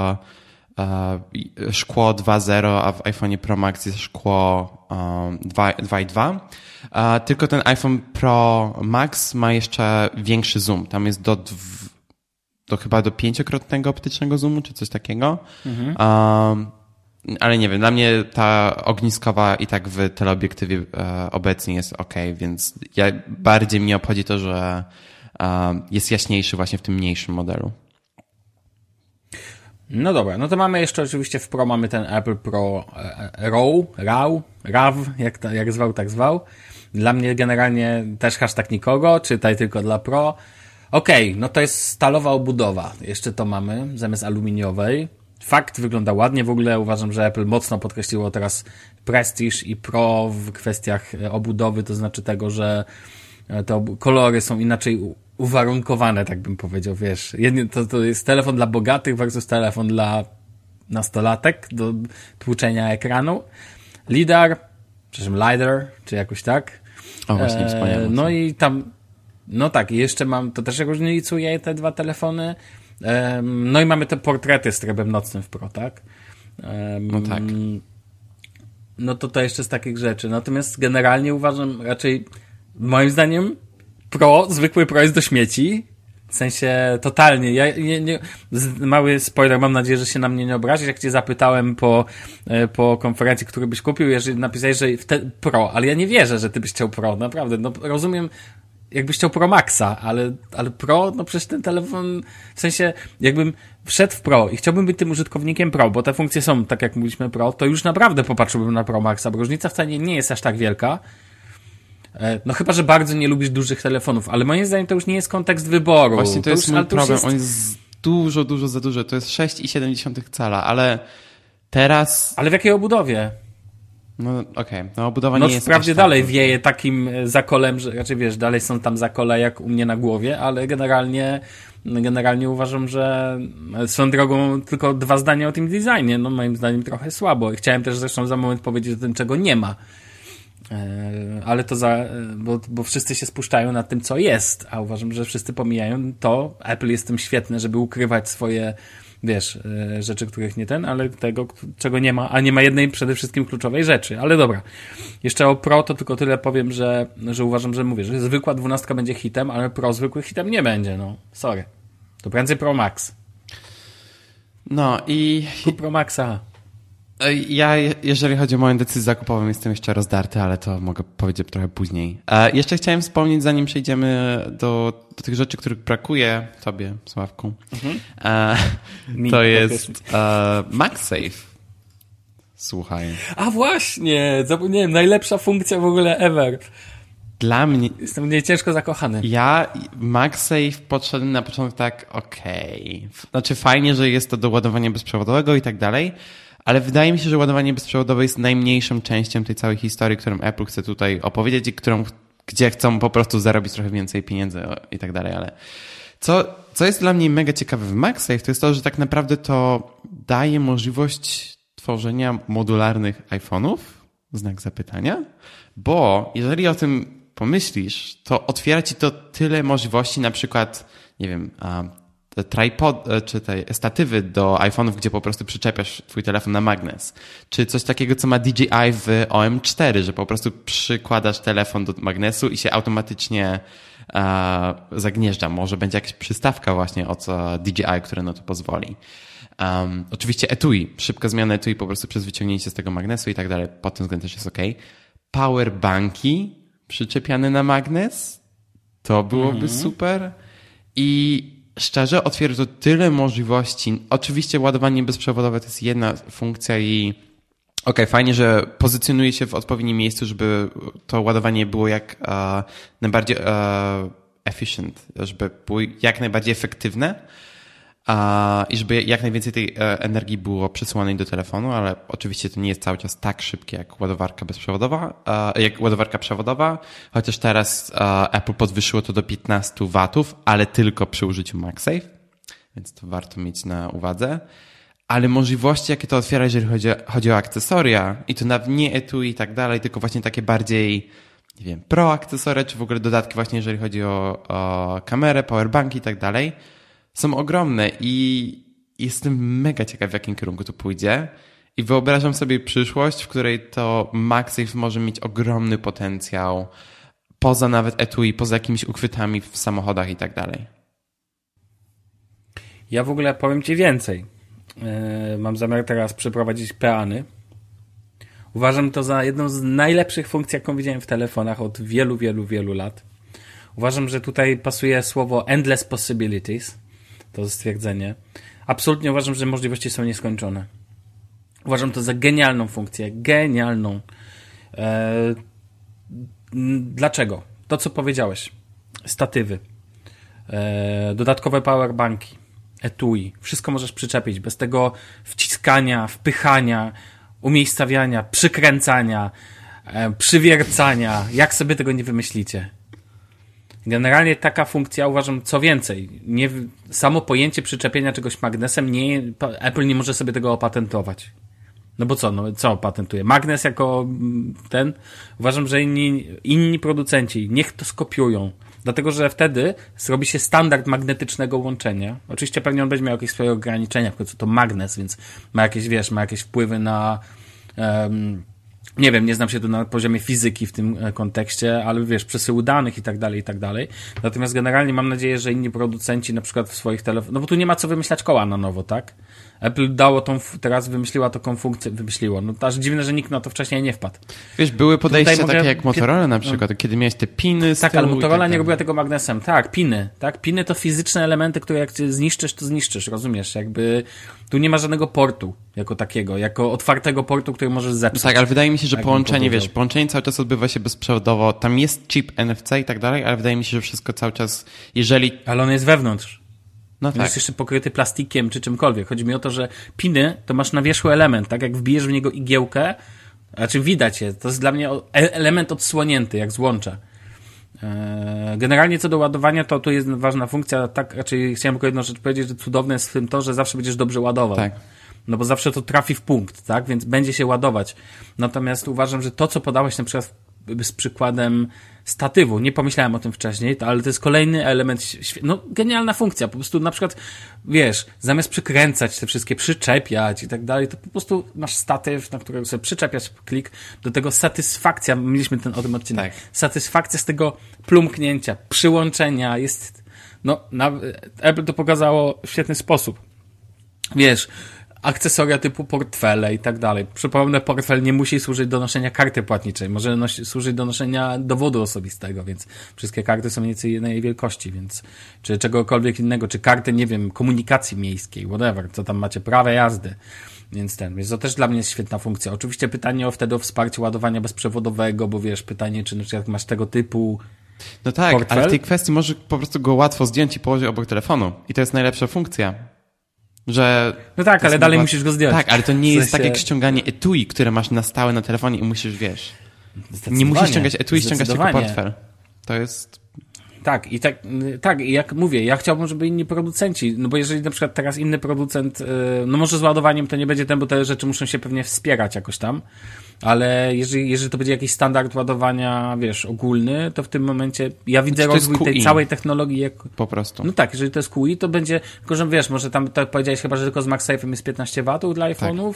szkło 2.0, a w iPhone Pro Max jest szkło 2.2. Tylko ten iPhone Pro Max ma jeszcze większy zoom. Tam jest chyba do 5-krotnego optycznego zoomu, czy coś takiego. Ale nie wiem, dla mnie ta ogniskowa i tak w teleobiektywie obecnie jest ok, więc bardziej mnie obchodzi to, że jest jaśniejszy właśnie w tym mniejszym modelu. No dobra, no to mamy jeszcze oczywiście w Pro mamy ten Apple Pro RAW, jak zwał, tak zwał. Dla mnie generalnie też hashtag nikogo, czytaj tylko dla Pro. Okej, no to jest stalowa obudowa. Jeszcze to mamy, zamiast aluminiowej. Fakt, wygląda ładnie. W ogóle uważam, że Apple mocno podkreśliło teraz Prestige i Pro w kwestiach obudowy, to znaczy tego, że te kolory są inaczej uwarunkowane, tak bym powiedział, wiesz. To jest telefon dla bogatych versus telefon dla nastolatek do tłuczenia ekranu. LiDAR, czy jakoś tak. O, właśnie wspaniale. No i tam, no tak, i jeszcze to też różnicuje te dwa telefony. No i mamy te portrety z trybem nocnym w Pro, tak? No tak. no to jeszcze z takich rzeczy. Natomiast generalnie uważam raczej, moim zdaniem, zwykły Pro jest do śmieci. W sensie totalnie. Mały spoiler, mam nadzieję, że się na mnie nie obrazisz. Jak cię zapytałem po konferencji, który byś kupił, jeżeli napisałeś, że Pro, ale ja nie wierzę, że ty byś chciał Pro, naprawdę. No rozumiem, jakbyś chciał Pro Maxa, ale Pro, no przecież ten telefon, w sensie jakbym wszedł w Pro i chciałbym być tym użytkownikiem Pro, bo te funkcje są, tak jak mówiliśmy, Pro, to już naprawdę popatrzyłbym na Pro Maxa, bo różnica wcale nie jest aż tak wielka. No chyba, że bardzo nie lubisz dużych telefonów, ale moim zdaniem to już nie jest kontekst wyboru. Właśnie to jest mój problem, jest... on jest dużo za duży, to jest 6,7 cala, ale teraz... Ale w jakiej obudowie? No okej, no obudowa nie jest... No wprawdzie dalej wieje takim zakolem, że raczej wiesz, dalej są tam zakole jak u mnie na głowie, ale generalnie uważam, że swoją drogą tylko 2 zdania o tym designie, no moim zdaniem trochę słabo. Chciałem też zresztą za moment powiedzieć o tym, czego nie ma. Ale to bo wszyscy się spuszczają na tym, co jest, a uważam, że wszyscy pomijają to. Apple jest tym świetne, żeby ukrywać swoje, wiesz, rzeczy, których nie ale tego, czego nie ma, a nie ma jednej przede wszystkim kluczowej rzeczy. Ale dobra. Jeszcze o Pro to tylko tyle powiem, że uważam, że mówię, że zwykła 12 będzie hitem, ale Pro zwykły hitem nie będzie, no. Sorry. To prędzej Pro Max. No i... Kup Pro Maxa. Ja, jeżeli chodzi o moją decyzję zakupową, jestem jeszcze rozdarty, ale to mogę powiedzieć trochę później. Jeszcze chciałem wspomnieć, zanim przejdziemy do tych rzeczy, których brakuje tobie, Sławku. To jest MagSafe. Słuchaj. A właśnie, zapomniałem, najlepsza funkcja w ogóle ever. Dla mnie... Jestem w niej ciężko zakochany. Ja MagSafe podszedłem na początku tak, okej. Znaczy fajnie, że jest to do ładowania bezprzewodowego i tak dalej, ale wydaje mi się, że ładowanie bezprzewodowe jest najmniejszą częścią tej całej historii, którą Apple chce tutaj opowiedzieć i gdzie chcą po prostu zarobić trochę więcej pieniędzy i tak dalej, ale co jest dla mnie mega ciekawe w MagSafe, to jest to, że tak naprawdę to daje możliwość tworzenia modularnych iPhone'ów, znak zapytania, bo jeżeli o tym pomyślisz, to otwiera ci to tyle możliwości, na przykład, nie wiem, tripod, czy te statywy do iPhone'ów, gdzie po prostu przyczepiasz twój telefon na magnes. Czy coś takiego, co ma DJI w OM4, że po prostu przykładasz telefon do magnesu i się automatycznie zagnieżdża. Może będzie jakaś przystawka właśnie od DJI, która na to pozwoli. Oczywiście etui, szybka zmiana etui po prostu przez wyciągnięcie z tego magnesu i tak dalej. Pod tym względem też jest ok. Powerbanki przyczepiane na magnes, to byłoby super. I szczerze, otwiera to tyle możliwości. Oczywiście ładowanie bezprzewodowe to jest jedna funkcja i fajnie, że pozycjonuje się w odpowiednim miejscu, żeby to ładowanie było jak najbardziej efficient, żeby było jak najbardziej efektywne i żeby jak najwięcej tej energii było przesyłanej do telefonu, ale oczywiście to nie jest cały czas tak szybkie jak ładowarka bezprzewodowa, jak ładowarka przewodowa, chociaż teraz Apple podwyższyło to do 15 watów, ale tylko przy użyciu MagSafe, więc to warto mieć na uwadze. Ale możliwości, jakie to otwiera, jeżeli chodzi o akcesoria i to nawet nie etui i tak dalej, tylko właśnie takie bardziej, nie wiem, pro akcesoria, czy w ogóle dodatki właśnie, jeżeli chodzi o kamerę, powerbanki i tak dalej, są ogromne i jestem mega ciekaw, w jakim kierunku to pójdzie i wyobrażam sobie przyszłość, w której to MagSafe może mieć ogromny potencjał poza nawet etui, poza jakimiś uchwytami w samochodach i tak dalej. Ja w ogóle powiem ci więcej. Mam zamiar teraz przeprowadzić peany. Uważam to za jedną z najlepszych funkcji, jaką widziałem w telefonach od wielu, wielu, wielu lat. Uważam, że tutaj pasuje słowo endless possibilities. To stwierdzenie. Absolutnie uważam, że możliwości są nieskończone. Uważam to za genialną funkcję. Genialną. Dlaczego? To, co powiedziałeś. Statywy. Dodatkowe powerbanki. Etui. Wszystko możesz przyczepić. Bez tego wciskania, wpychania, umiejscawiania, przykręcania, przywiercania. Jak sobie tego nie wymyślicie? Generalnie taka funkcja, uważam, co więcej, samo pojęcie przyczepienia czegoś magnesem, Apple nie może sobie tego opatentować. No bo co patentuje? Magnes jako ten? Uważam, że inni producenci niech to skopiują. Dlatego, że wtedy zrobi się standard magnetycznego łączenia. Oczywiście pewnie on będzie miał jakieś swoje ograniczenia, w końcu to magnes, więc ma jakieś, ma jakieś wpływy Nie wiem, nie znam się tu na poziomie fizyki w tym kontekście, ale wiesz, przesyłu danych i tak dalej, i tak dalej. Natomiast generalnie mam nadzieję, że inni producenci na przykład w swoich telefonach, no bo tu nie ma co wymyślać koła na nowo, tak? Apple dało teraz wymyśliła taką funkcję, no to aż dziwne, że nikt na to wcześniej nie wpadł. Wiesz, były podejścia takie jak Motorola na przykład, kiedy miałeś te piny z tak, tyłu ale Motorola tak nie robiła tego magnesem. Tak, piny. Tak, piny to fizyczne elementy, które jak cię zniszczysz, to zniszczysz, rozumiesz? Jakby tu nie ma żadnego portu jako takiego, jako otwartego portu, który możesz zepsuć. Tak, ale wydaje mi się, że połączenie, wiesz, połączenie cały czas odbywa się bezprzewodowo. Tam jest chip NFC i tak dalej, ale wydaje mi się, że wszystko cały czas, jeżeli... Ale on jest wewnątrz. No tak. Jest jeszcze pokryty plastikiem czy czymkolwiek. Chodzi mi o to, że piny to masz na wierzchu element, tak? Jak wbijesz w niego igiełkę, znaczy widać je, to jest dla mnie element odsłonięty, jak złącza. Generalnie co do ładowania, to tu jest ważna funkcja, tak, raczej chciałem tylko jedną rzecz powiedzieć, że cudowne jest w tym to, że zawsze będziesz dobrze ładował. Tak. No bo zawsze to trafi w punkt, tak? Więc będzie się ładować. Natomiast uważam, że to, co podałeś na przykład z przykładem statywu, nie pomyślałem o tym wcześniej, ale to jest kolejny element, no genialna funkcja, po prostu na przykład, wiesz, zamiast przykręcać te wszystkie, przyczepiać i tak dalej, to po prostu masz statyw, na którego sobie przyczepiać klik, do tego satysfakcja, mieliśmy o tym odcinek, tak. Satysfakcja z tego plumknięcia, przyłączenia jest, no, Apple to pokazało w świetny sposób. Wiesz, akcesoria typu portfele i tak dalej. Przypomnę, portfel nie musi służyć do noszenia karty płatniczej. Może służyć do noszenia dowodu osobistego, więc wszystkie karty są mniej więcej jednej wielkości, więc czy czegokolwiek innego, czy karty, nie wiem, komunikacji miejskiej, whatever, co tam macie, prawo jazdy. Więc to też dla mnie jest świetna funkcja. Oczywiście pytanie wtedy o wsparcie ładowania bezprzewodowego, bo wiesz, pytanie, czy na przykład masz tego typu no tak, portfel? Ale w tej kwestii możesz po prostu go łatwo zdjąć i położyć obok telefonu. I to jest najlepsza funkcja. Że no tak, ale dalej musisz go zdjąć. Tak, ale to nie jest tak jak ściąganie etui, które masz na stałe na telefonie i musisz, wiesz, nie musisz ściągać etui, ściągać tylko portfel. To jest... Tak, i jak mówię, ja chciałbym, żeby inni producenci, no bo jeżeli na przykład teraz inny producent, no może z ładowaniem to nie będzie ten, bo te rzeczy muszą się pewnie wspierać jakoś tam, ale jeżeli to będzie jakiś standard ładowania, wiesz, ogólny, to w tym momencie ja widzę rozwój tej całej technologii jak... Po prostu. No tak, jeżeli to jest QI, to będzie, tylko że wiesz, może tam tak powiedziałeś chyba, że tylko z MagSafe'em jest 15 W dla iPhone'ów,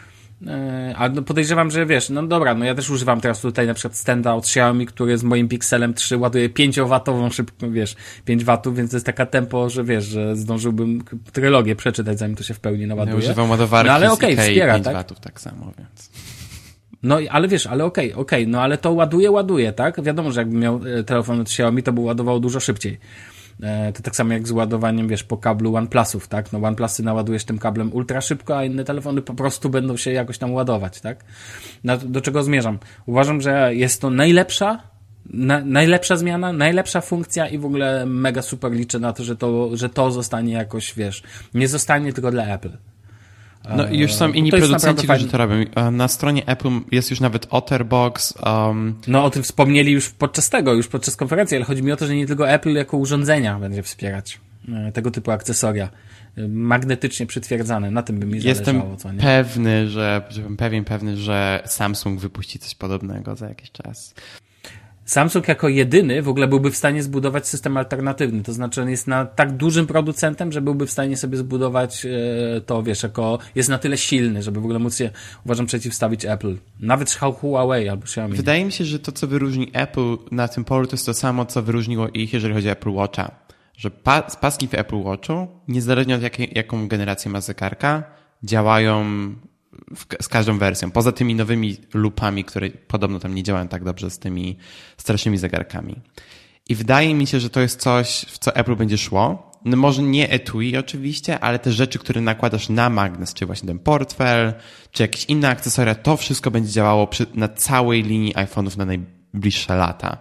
ale no podejrzewam, że wiesz, no dobra, no ja też używam teraz tutaj na przykład standa od Xiaomi, który z moim Pixelem 3 ładuje 5-watową szybką, wiesz, 5 watów, więc to jest taka tempo, że wiesz, że zdążyłbym trylogię przeczytać, zanim to się w pełni naładuje. Ja używam ładowarki no, ale okej, wspiera, 5 tak? watów tak samo, więc... No, ale wiesz, ale okej, no ale to ładuje, tak? Wiadomo, że jakbym miał telefon od Xiaomi, to by ładował dużo szybciej. To tak samo jak z ładowaniem, wiesz, po kablu OnePlusów, tak? No OnePlusy naładujesz tym kablem ultra szybko, a inne telefony po prostu będą się jakoś tam ładować, tak? Do czego zmierzam? Uważam, że jest to najlepsza zmiana, najlepsza funkcja i w ogóle mega super liczę na to, że to zostanie jakoś, wiesz, nie zostanie tylko dla Apple. No i już są inni producenci, którzy to robią. Na stronie Apple jest już nawet OtterBox. No o tym wspomnieli już podczas konferencji, ale chodzi mi o to, że nie tylko Apple jako urządzenia będzie wspierać tego typu akcesoria. Magnetycznie przytwierdzane. Na tym by mi zależało. Co nie? Jestem pewny, że Samsung wypuści coś podobnego za jakiś czas. Samsung jako jedyny w ogóle byłby w stanie zbudować system alternatywny, to znaczy on jest tak dużym producentem, że byłby w stanie sobie zbudować to, wiesz, jest na tyle silny, żeby w ogóle móc się, uważam, przeciwstawić Apple. Nawet Huawei albo Xiaomi. Wydaje mi się, że to, co wyróżni Apple na tym polu, to jest to samo, co wyróżniło ich, jeżeli chodzi o Apple Watcha. Że paski w Apple Watchu, niezależnie od jaką generację ma zegarka, działają z każdą wersją. Poza tymi nowymi lupami, które podobno tam nie działają tak dobrze z tymi starszymi zegarkami. I wydaje mi się, że to jest coś, w co Apple będzie szło. No może nie etui oczywiście, ale te rzeczy, które nakładasz na magnes, czy właśnie ten portfel, czy jakieś inne akcesoria, to wszystko będzie działało na całej linii iPhone'ów na najbliższe lata.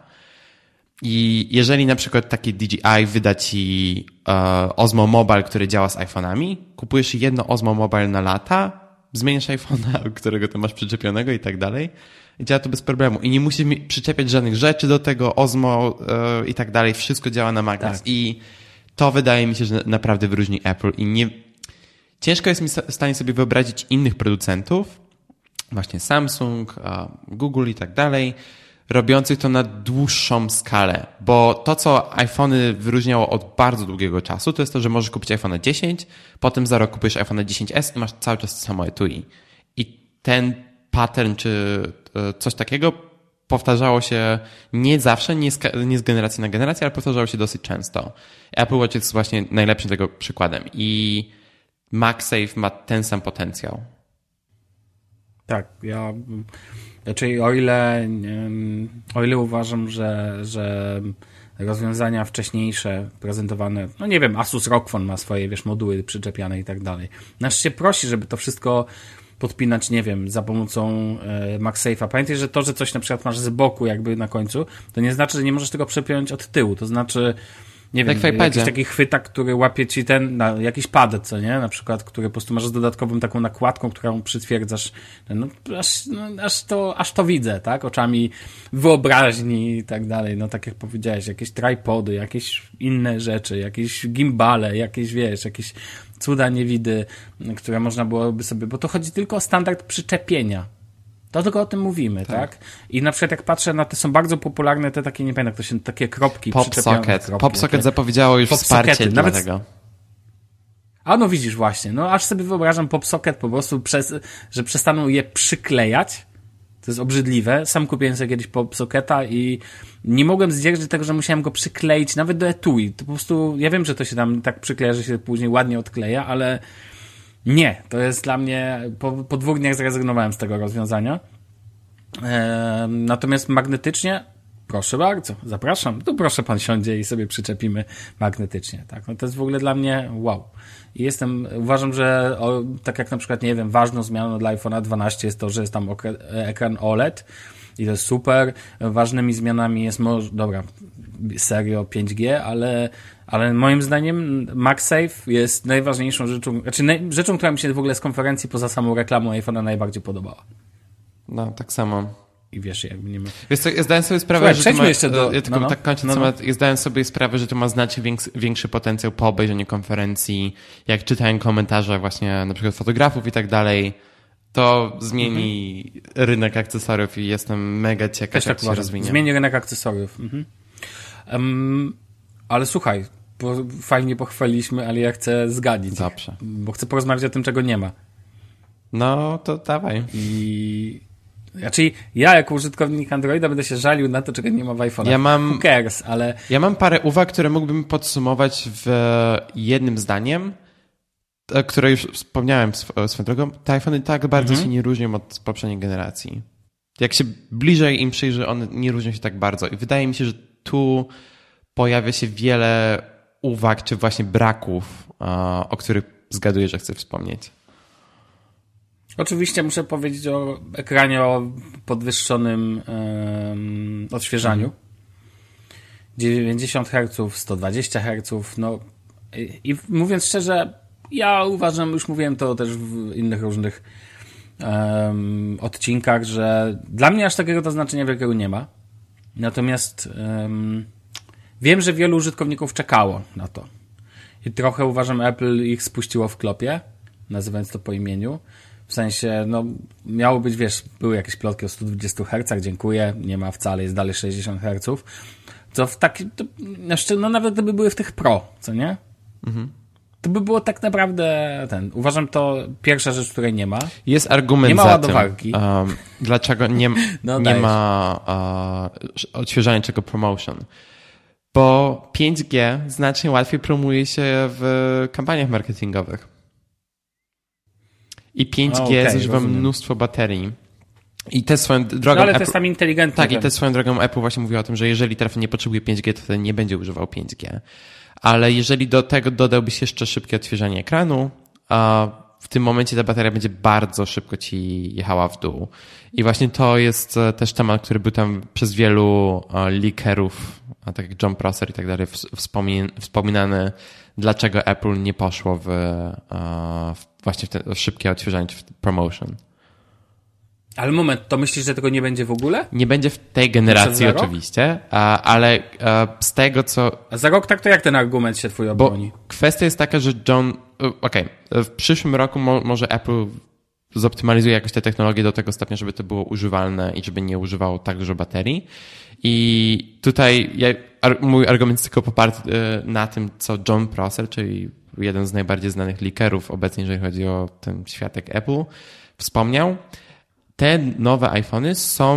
I jeżeli na przykład takie DJI wyda ci Osmo Mobile, który działa z iPhone'ami, kupujesz jedno Osmo Mobile na lata, zmieniasz iPhone'a, którego ty masz przyczepionego i tak dalej. I działa to bez problemu. I nie musisz przyczepiać żadnych rzeczy do tego Osmo i tak dalej. Wszystko działa na magnes. Tak. I to wydaje mi się, że naprawdę wyróżni Apple. Ciężko jest mi w stanie sobie wyobrazić innych producentów, właśnie Samsung, Google i tak dalej, robiących to na dłuższą skalę. Bo to, co iPhony wyróżniało od bardzo długiego czasu, to jest to, że możesz kupić iPhone 10, potem za rok kupujesz iPhone 10s i masz cały czas to samo etui. I ten pattern, czy coś takiego powtarzało się nie zawsze, nie z generacji na generację, ale powtarzało się dosyć często. Apple Watch jest właśnie najlepszym tego przykładem i MagSafe ma ten sam potencjał. Tak, raczej o ile uważam, że rozwiązania wcześniejsze prezentowane, no nie wiem, Asus ROG Phone ma swoje, moduły przyczepiane i tak dalej. Nasz się prosi, żeby to wszystko podpinać, nie wiem, za pomocą MagSafe'a. Pamiętaj, że to, że coś na przykład masz z boku jakby na końcu, to nie znaczy, że nie możesz tego przepiąć od tyłu. To znaczy, nie wiem, jakiś taki chwytak, który łapie ci jakiś pad, co nie? Na przykład, który po prostu masz z dodatkową taką nakładką, którą przytwierdzasz. Aż to widzę, tak? Oczami wyobraźni i tak dalej. No tak jak powiedziałeś, jakieś tripody, jakieś inne rzeczy, jakieś gimbale, jakieś cuda niewidy, które można byłoby sobie, bo to chodzi tylko o standard przyczepienia. To tylko o tym mówimy, tak? I na przykład jak patrzę na te, są bardzo popularne te takie, nie pamiętam, jak to się, takie kropki przyczepione. PopSocket zapowiedziało już wsparcie dla tego. A no widzisz właśnie, no aż sobie wyobrażam PopSocket po prostu, że przestaną je przyklejać. To jest obrzydliwe. Sam kupiłem sobie kiedyś PopSocketa i nie mogłem zdzierżyć tego, że musiałem go przykleić nawet do etui. To po prostu, ja wiem, że to się tam tak przykleja, że się później ładnie odkleja, ale nie, to jest dla mnie, po 2 dniach zrezygnowałem z tego rozwiązania. Natomiast magnetycznie, proszę bardzo, zapraszam, tu proszę pan siądzie i sobie przyczepimy magnetycznie, tak, no to jest w ogóle dla mnie wow. I uważam, że tak jak na przykład, nie wiem, ważną zmianą dla iPhone'a 12 jest to, że jest tam ekran OLED i to jest super. Ważnymi zmianami jest serio 5G, ale moim zdaniem MagSafe jest najważniejszą rzeczą, rzeczą, która mi się w ogóle z konferencji poza samą reklamą iPhone'a najbardziej podobała. No, tak samo. I wiesz, jakby nie ma... Wiesz co, ja zdałem sobie sprawę, że to ma... jeszcze do... Ja tylko tak kończę temat. Ja zdałem sobie sprawę, że to ma znacznie większy potencjał po obejrzeniu konferencji. Jak czytałem komentarze właśnie na przykład fotografów i tak dalej, to zmieni rynek akcesoriów i jestem mega ciekaw, jak się rozwinie. Zmieni rynek akcesoriów. Ale słuchaj, fajnie pochwaliliśmy, ale ja chcę zgadzić. Dobrze. Bo chcę porozmawiać o tym, czego nie ma. No, to dawaj. Znaczy, ja jako użytkownik Androida będę się żalił na to, czego nie ma w iPhone'ach. Who cares, ale... Ja mam parę uwag, które mógłbym podsumować w jednym zdaniem, które już wspomniałem swoją drogą. Te iPhone'y tak bardzo się nie różnią od poprzedniej generacji. Jak się bliżej im przyjrzy, one nie różnią się tak bardzo. I wydaje mi się, że tu pojawia się wiele uwag, czy właśnie braków, o których zgaduję, że chcę wspomnieć. Oczywiście muszę powiedzieć o ekranie o podwyższonym odświeżaniu. 90 Hz, 120 Hz. No i mówiąc szczerze, ja uważam, już mówiłem to też w innych różnych odcinkach, że dla mnie aż takiego to znaczenia wielkiego nie ma. Natomiast wiem, że wielu użytkowników czekało na to. I trochę uważam, Apple ich spuściło w klopie, nazywając to po imieniu. W sensie, no, miało być, były jakieś plotki o 120 Hz, dziękuję, nie ma wcale, jest dalej 60 Hz. Co w no nawet gdyby były w tych Pro, co nie? To by było tak naprawdę uważam, to pierwsza rzecz, której nie ma. Jest argument nie ma za ładowarki. Tym, dlaczego nie ma odświeżania czego promotion. Bo 5G znacznie łatwiej promuje się w kampaniach marketingowych. I 5G zużywa mnóstwo baterii. I te swoją drogą... No, ale to jest tam inteligentne. Tak, i te swoją drogą Apple właśnie mówiła o tym, że jeżeli telefon nie potrzebuje 5G, to wtedy nie będzie używał 5G. Ale jeżeli do tego dodałbyś jeszcze szybkie odświeżanie ekranu, w tym momencie ta bateria będzie bardzo szybko ci jechała w dół. I właśnie to jest też temat, który był tam przez wielu leakerów, tak jak John Prosser i tak dalej, wspominany, dlaczego Apple nie poszło właśnie w szybkie odświeżanie, w promotion. Ale moment, to myślisz, że tego nie będzie w ogóle? Nie będzie w tej generacji oczywiście, ale z tego co... A za rok tak to jak ten argument się twój obroni? Bo kwestia jest taka, że w przyszłym roku może Apple zoptymalizuje jakoś te technologie do tego stopnia, żeby to było używalne i żeby nie używało tak dużo baterii. I tutaj mój argument jest tylko poparty na tym, co John Prosser, czyli jeden z najbardziej znanych leakerów obecnie, jeżeli chodzi o ten światek Apple, wspomniał. te nowe iPhony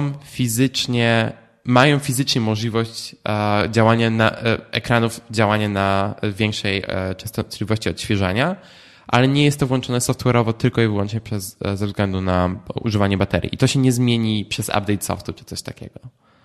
mają fizycznie możliwość działania ekranów, działania na większej częstotliwości odświeżania, ale nie jest to włączone software'owo tylko i wyłącznie ze względu na używanie baterii. I to się nie zmieni przez update softu czy coś takiego.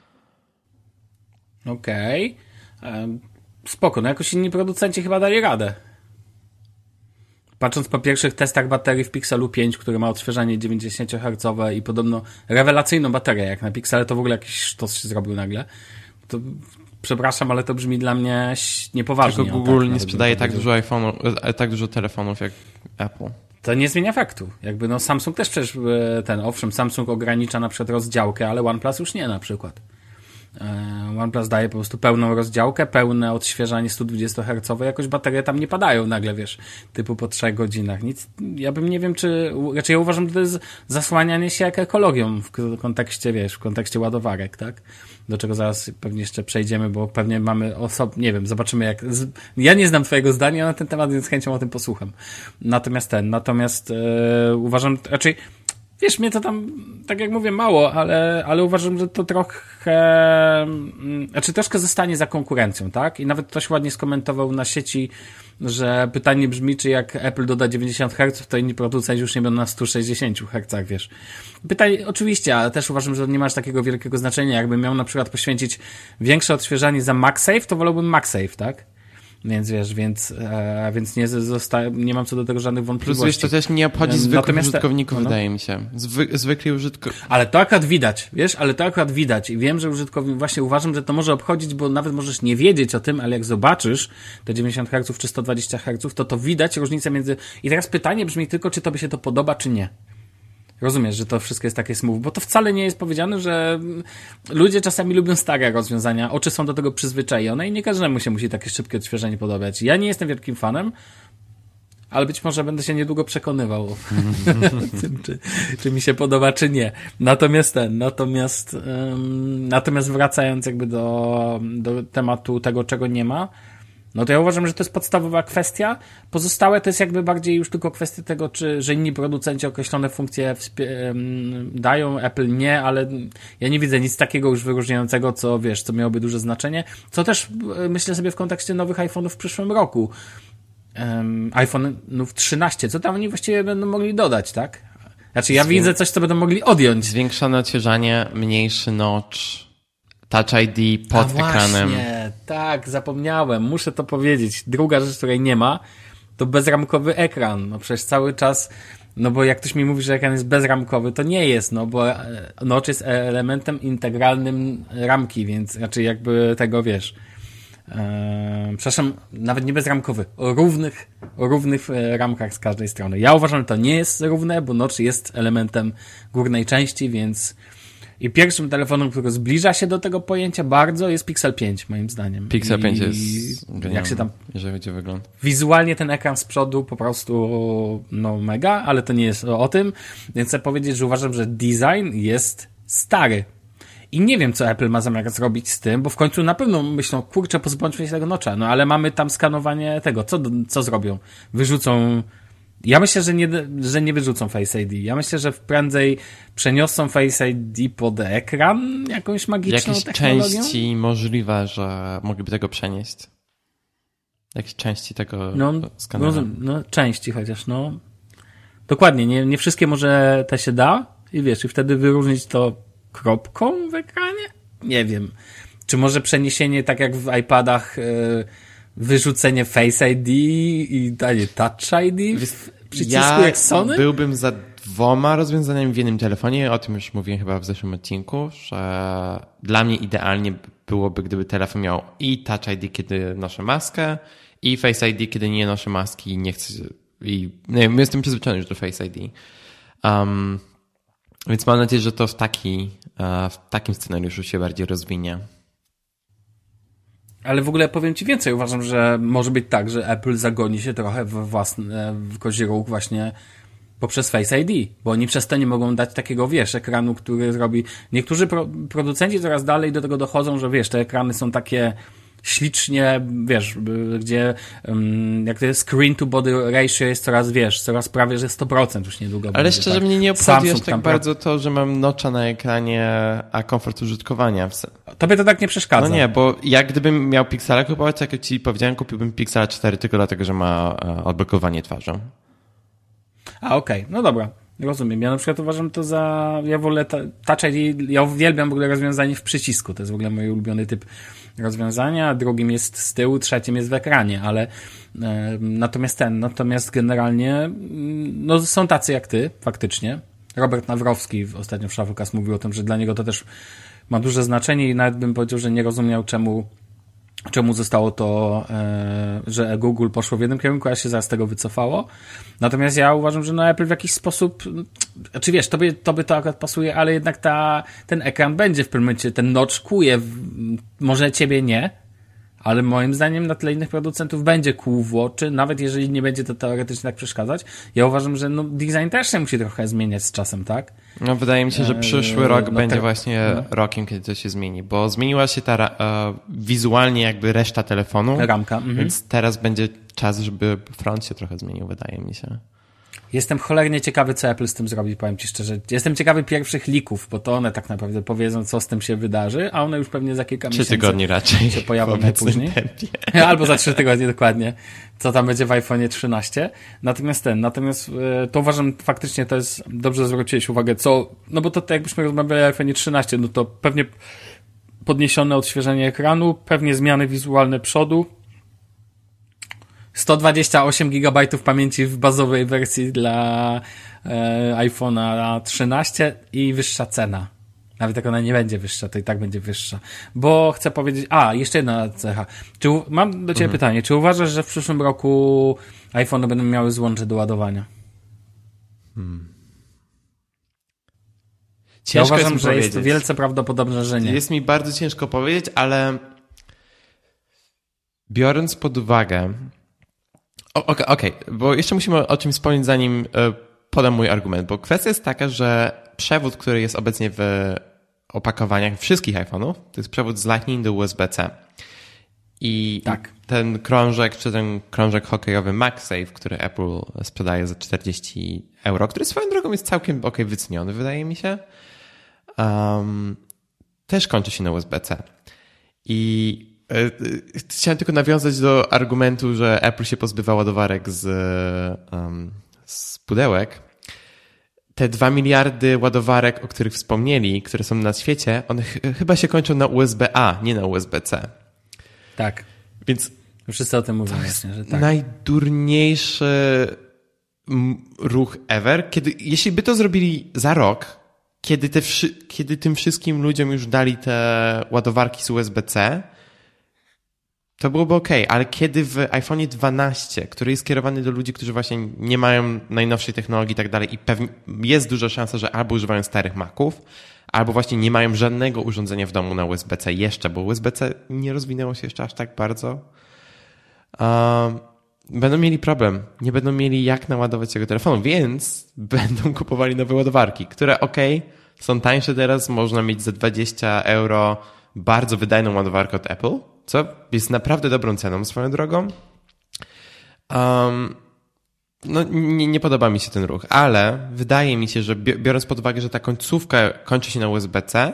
Okej. Spoko, no jakoś inni producenci chyba dali radę. Patrząc po pierwszych testach baterii w Pixelu 5, który ma odświeżanie 90 Hz i podobno rewelacyjną baterię, jak na Pixele, to w ogóle jakiś sztos się zrobił nagle. To, przepraszam, ale to brzmi dla mnie niepoważnie. Tylko Google nie sprzedaje tak dużo telefonów jak Apple. To nie zmienia faktu. Jakby no Samsung też przecież owszem, Samsung ogranicza na przykład rozdziałkę, ale OnePlus już nie na przykład. OnePlus daje po prostu pełną rozdziałkę, pełne odświeżanie 120 Hz, jakoś baterie tam nie padają nagle, wiesz, typu po 3 godzinach. Nic, ja bym nie wiem, raczej ja uważam, że to jest zasłanianie się jak ekologią w kontekście, wiesz, w kontekście ładowarek, tak? Do czego zaraz pewnie jeszcze przejdziemy, bo pewnie mamy nie wiem, zobaczymy jak, ja nie znam twojego zdania na ten temat, więc z chęcią o tym posłucham. Natomiast uważam, raczej wiesz, mnie to tam, tak jak mówię, mało, ale uważam, że to troszkę zostanie za konkurencją, tak? I nawet ktoś ładnie skomentował na sieci, że pytanie brzmi, czy jak Apple doda 90 Hz, to inni producenci już nie będą na 160 Hz, wiesz. Pytanie, oczywiście, ale też uważam, że nie masz takiego wielkiego znaczenia. Jakbym miał na przykład poświęcić większe odświeżanie za MagSafe, to wolałbym MagSafe, tak? Więc wiesz, więc nie mam co do tego żadnych wątpliwości. Plus to też nie obchodzi zwykłych użytkowników, wydaje mi się. Zwykli użytkownicy. Ale to akurat widać, wiesz, i wiem, że właśnie uważam, że to może obchodzić, bo nawet możesz nie wiedzieć o tym, ale jak zobaczysz te 90 Hz czy 120 Hz, to widać różnicę między... I teraz pytanie brzmi tylko, czy tobie się to podoba, czy nie. Rozumiesz, że to wszystko jest takie smooth, bo to wcale nie jest powiedziane, że ludzie czasami lubią stare rozwiązania, oczy są do tego przyzwyczajone i nie każdemu się musi takie szybkie odświeżenie podobać. Ja nie jestem wielkim fanem, ale być może będę się niedługo przekonywał o tym, czy mi się podoba, czy nie. Natomiast wracając jakby do tematu tego, czego nie ma, no to ja uważam, że to jest podstawowa kwestia. Pozostałe to jest jakby bardziej już tylko kwestia tego, że inni producenci określone funkcje dają, Apple nie, ale ja nie widzę nic takiego już wyróżniającego, co wiesz, co miałoby duże znaczenie. Co też myślę sobie w kontekście nowych iPhone'ów w przyszłym roku. iPhone'ów 13, co tam oni właściwie będą mogli dodać, tak? Znaczy ja widzę coś, co będą mogli odjąć. Zwiększone odświeżanie, mniejszy notch, Touch ID pod ekranem. Właśnie, tak, zapomniałem, muszę to powiedzieć. Druga rzecz, której nie ma, to bezramkowy ekran. No przecież cały czas, no bo jak ktoś mi mówi, że ekran jest bezramkowy, to nie jest, no bo notch jest elementem integralnym ramki, więc raczej jakby tego wiesz. Przepraszam, nawet nie bezramkowy, o równych ramkach z każdej strony. Ja uważam, że to nie jest równe, bo notch jest elementem górnej części, więc i pierwszym telefonem, który zbliża się do tego pojęcia bardzo, jest Pixel 5, moim zdaniem. Pixel 5 jest jak się tam, jeżeli chodzi o wygląd. Wizualnie ten ekran z przodu po prostu no mega, ale to nie jest o tym, więc chcę powiedzieć, że uważam, że design jest stary. I nie wiem, co Apple ma zamiar zrobić z tym, bo w końcu na pewno myślą, kurczę, pozbądźmy się tego notcha, no ale mamy tam skanowanie tego, co zrobią? Wyrzucą... Ja myślę, że nie wyrzucą Face ID. Ja myślę, że prędzej przeniosą Face ID pod ekran jakąś magiczną technologią. Jakieś części możliwe, że mogliby tego przenieść. Jakieś części tego skanera. No, części chociaż, no. Dokładnie, nie wszystkie może te się da i wiesz, i wtedy wyróżnić to kropką w ekranie? Nie wiem. Czy może przeniesienie, tak jak w iPadach, wyrzucenie Face ID i danie Touch ID w przycisku jak Sony? Ja byłbym za 2 rozwiązaniami w jednym telefonie. O tym już mówiłem chyba w zeszłym odcinku, że dla mnie idealnie byłoby, gdyby telefon miał i Touch ID, kiedy noszę maskę, i Face ID, kiedy nie noszę maski i nie chcę... nie wiem, jestem przyzwyczajony już do Face ID. Więc mam nadzieję, że to w takim scenariuszu się bardziej rozwinie. Ale w ogóle powiem ci więcej. Uważam, że może być tak, że Apple zagoni się trochę w kozi róg właśnie poprzez Face ID, bo oni przez to nie mogą dać takiego, wiesz, ekranu, który zrobi... Niektórzy producenci coraz dalej do tego dochodzą, że wiesz, te ekrany są takie ślicznie, wiesz, gdzie jak to jest screen to body ratio jest coraz, wiesz, coraz prawie, że 100% już niedługo. Ale będzie, szczerze tak. mnie nie obchodzi aż tak bardzo to, że mam notcha na ekranie, a komfort użytkowania. Tobie to tak nie przeszkadza. No nie, bo jak gdybym miał Pixela kupować, jak ci powiedziałem, kupiłbym Pixela 4 tylko dlatego, że ma odblokowanie twarzą. A okej, no dobra. Rozumiem. Ja na przykład uważam to ja wolę Touch ID, ja uwielbiam w ogóle rozwiązanie w przycisku. To jest w ogóle mój ulubiony typ rozwiązania. Drugim jest z tyłu, trzecim jest w ekranie, ale natomiast generalnie no są tacy jak ty, faktycznie. Robert Nawrowski ostatnio w Shufflecast mówił o tym, że dla niego to też ma duże znaczenie i nawet bym powiedział, że nie rozumiał czemu zostało to, że Google poszło w jednym kierunku, a się zaraz tego wycofało. Natomiast ja uważam, że Apple w jakiś sposób, czy wiesz, tobie to akurat pasuje, ale jednak ten ekran będzie w pewnym momencie, ten notch kłuje, może ciebie nie, ale moim zdaniem na tle innych producentów będzie kłuł w oczy, nawet jeżeli nie będzie to teoretycznie tak przeszkadzać. Ja uważam, że design też się musi trochę zmieniać z czasem, tak? No wydaje mi się, że przyszły rok będzie właśnie rokiem, kiedy to się zmieni, bo zmieniła się ta wizualnie jakby reszta telefonu. Ramka. Więc teraz będzie czas, żeby front się trochę zmienił, wydaje mi się. Jestem cholernie ciekawy, co Apple z tym zrobi, powiem ci szczerze. Jestem ciekawy pierwszych leaków, bo to one tak naprawdę powiedzą, co z tym się wydarzy, a one już pewnie za kilka 3 miesięcy tygodni raczej się pojawią najpóźniej. Albo za 3 tygodnie dokładnie, co tam będzie w iPhone'ie 13. Natomiast to uważam, faktycznie to jest, dobrze zwróciłeś uwagę, no bo to jakbyśmy rozmawiali o iPhone'ie 13, no to pewnie podniesione odświeżenie ekranu, pewnie zmiany wizualne przodu, 128 GB pamięci w bazowej wersji dla iPhone'a 13 i wyższa cena. Nawet jak ona nie będzie wyższa, to i tak będzie wyższa. Bo chcę powiedzieć... jeszcze jedna cecha. Mam do ciebie pytanie. Czy uważasz, że w przyszłym roku iPhone'y będą miały złącze do ładowania? Ja uważam, że jest wielce prawdopodobne, że nie. Jest mi bardzo ciężko powiedzieć, ale biorąc pod uwagę... Okej, bo jeszcze musimy o czymś wspomnieć, zanim podam mój argument, bo kwestia jest taka, że przewód, który jest obecnie w opakowaniach wszystkich iPhone'ów, to jest przewód z Lightning do USB-C. I tak. Ten krążek, czy ten krążek hokejowy MagSafe, który Apple sprzedaje za 40 euro, który swoją drogą jest całkiem wyceniony, wydaje mi się, też kończy się na USB-C. I chciałem tylko nawiązać do argumentu, że Apple się pozbywa ładowarek z pudełek. Te 2 miliardy ładowarek, o których wspomnieli, które są na świecie, one chyba się kończą na USB-A, nie na USB-C. Tak. Więc wszyscy o tym mówią właśnie, że tak. Najdurniejszy ruch ever, jeśli by to zrobili za rok, kiedy tym wszystkim ludziom już dali te ładowarki z USB-C, to byłoby okej, ale kiedy w iPhone'ie 12, który jest skierowany do ludzi, którzy właśnie nie mają najnowszej technologii i tak dalej i pewnie jest duża szansa, że albo używają starych Maców, albo właśnie nie mają żadnego urządzenia w domu na USB-C jeszcze, bo USB-C nie rozwinęło się jeszcze aż tak bardzo, będą mieli problem. Nie będą mieli jak naładować tego telefonu, więc będą kupowali nowe ładowarki, które są tańsze teraz, można mieć za 20 euro bardzo wydajną ładowarkę od Apple, co jest naprawdę dobrą ceną swoją drogą. No nie podoba mi się ten ruch, ale wydaje mi się, że biorąc pod uwagę, że ta końcówka kończy się na USB-C,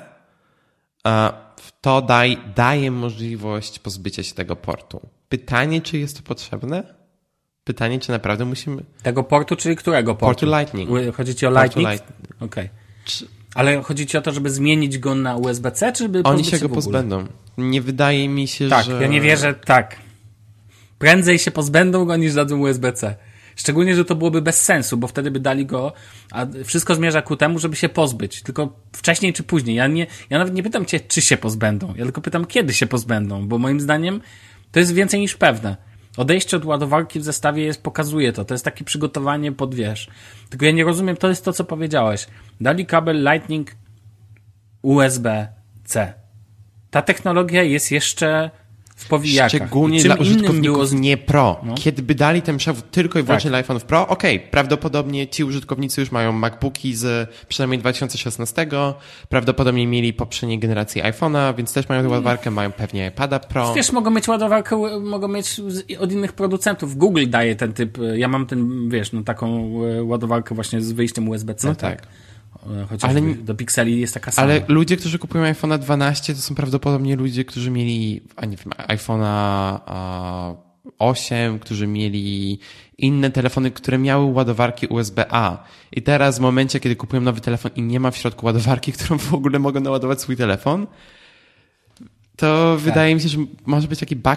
to daje możliwość pozbycia się tego portu. Pytanie, czy jest to potrzebne? Pytanie, czy naprawdę musimy... Tego portu, czyli którego portu? Portu Lightning. Chodzi ci o Lightning? Okej. Ale chodzi ci o to, żeby zmienić go na USB-C, czy żeby Oni się go pozbędą. Nie wydaje mi się, że... Tak, ja nie wierzę, tak. Prędzej się pozbędą go, niż dadzą USB-C. Szczególnie, że to byłoby bez sensu, bo wtedy by dali go, a wszystko zmierza ku temu, żeby się pozbyć. Tylko wcześniej czy później. Ja nawet nie pytam cię, czy się pozbędą. Ja tylko pytam, kiedy się pozbędą, bo moim zdaniem to jest więcej niż pewne. Odejście od ładowarki w zestawie pokazuje to. To jest takie przygotowanie pod, wiesz. Tylko ja nie rozumiem, to jest to, co powiedziałeś. Dali kabel Lightning USB-C. Ta technologia jest jeszcze w powijakach. Szczególnie dla użytkowników nie Pro. No. Kiedy by dali ten przewód tylko i wyłącznie dla iPhone'ów Pro, prawdopodobnie ci użytkownicy już mają MacBooki z przynajmniej 2016, prawdopodobnie mieli poprzedniej generacji iPhone'a, więc też mają tę ładowarkę, mają pewnie iPada Pro. Wiesz, mogą mieć ładowarkę, mogą mieć od innych producentów. Google daje ten typ, ja mam taką ładowarkę właśnie z wyjściem USB-C. No tak. Chociaż do Pixeli jest taka sama. Ale ludzie, którzy kupują iPhone'a 12, to są prawdopodobnie ludzie, którzy mieli, iPhone'a 8, którzy mieli inne telefony, które miały ładowarki USB-A. I teraz w momencie, kiedy kupują nowy telefon i nie ma w środku ładowarki, którą w ogóle mogą naładować swój telefon, to wydaje mi się, że może być taki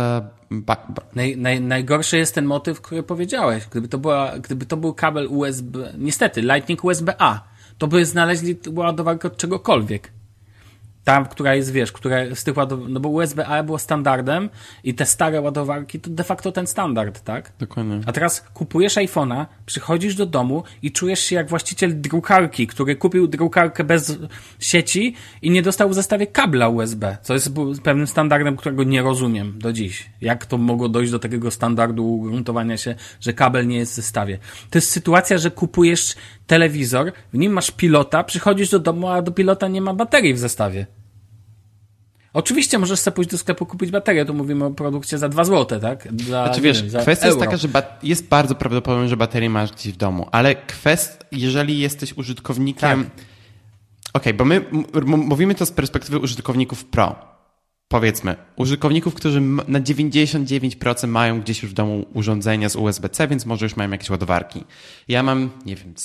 Najgorszy jest ten motyw, który powiedziałeś. Gdyby to był kabel USB, niestety, Lightning USB-A, to by znaleźli ładowarkę od czegokolwiek. Tam, która jest, która z tych no bo USB-A było standardem i te stare ładowarki to de facto ten standard, tak? Dokładnie. A teraz kupujesz iPhone'a, przychodzisz do domu i czujesz się jak właściciel drukarki, który kupił drukarkę bez sieci i nie dostał w zestawie kabla USB, co jest pewnym standardem, którego nie rozumiem do dziś. Jak to mogło dojść do takiego standardu gruntowania się, że kabel nie jest w zestawie? To jest sytuacja, że kupujesz telewizor, w nim masz pilota, przychodzisz do domu, a do pilota nie ma baterii w zestawie. Oczywiście możesz sobie pójść do sklepu kupić baterię, tu mówimy o produkcie za 2 zł, tak? Kwestia jest taka, że jest bardzo prawdopodobne, że baterię masz gdzieś w domu, ale jeżeli jesteś użytkownikiem... Tak. Bo my mówimy to z perspektywy użytkowników Pro. Powiedzmy, użytkowników, którzy na 99% mają gdzieś już w domu urządzenia z USB-C, więc może już mają jakieś ładowarki. Ja mam, nie wiem,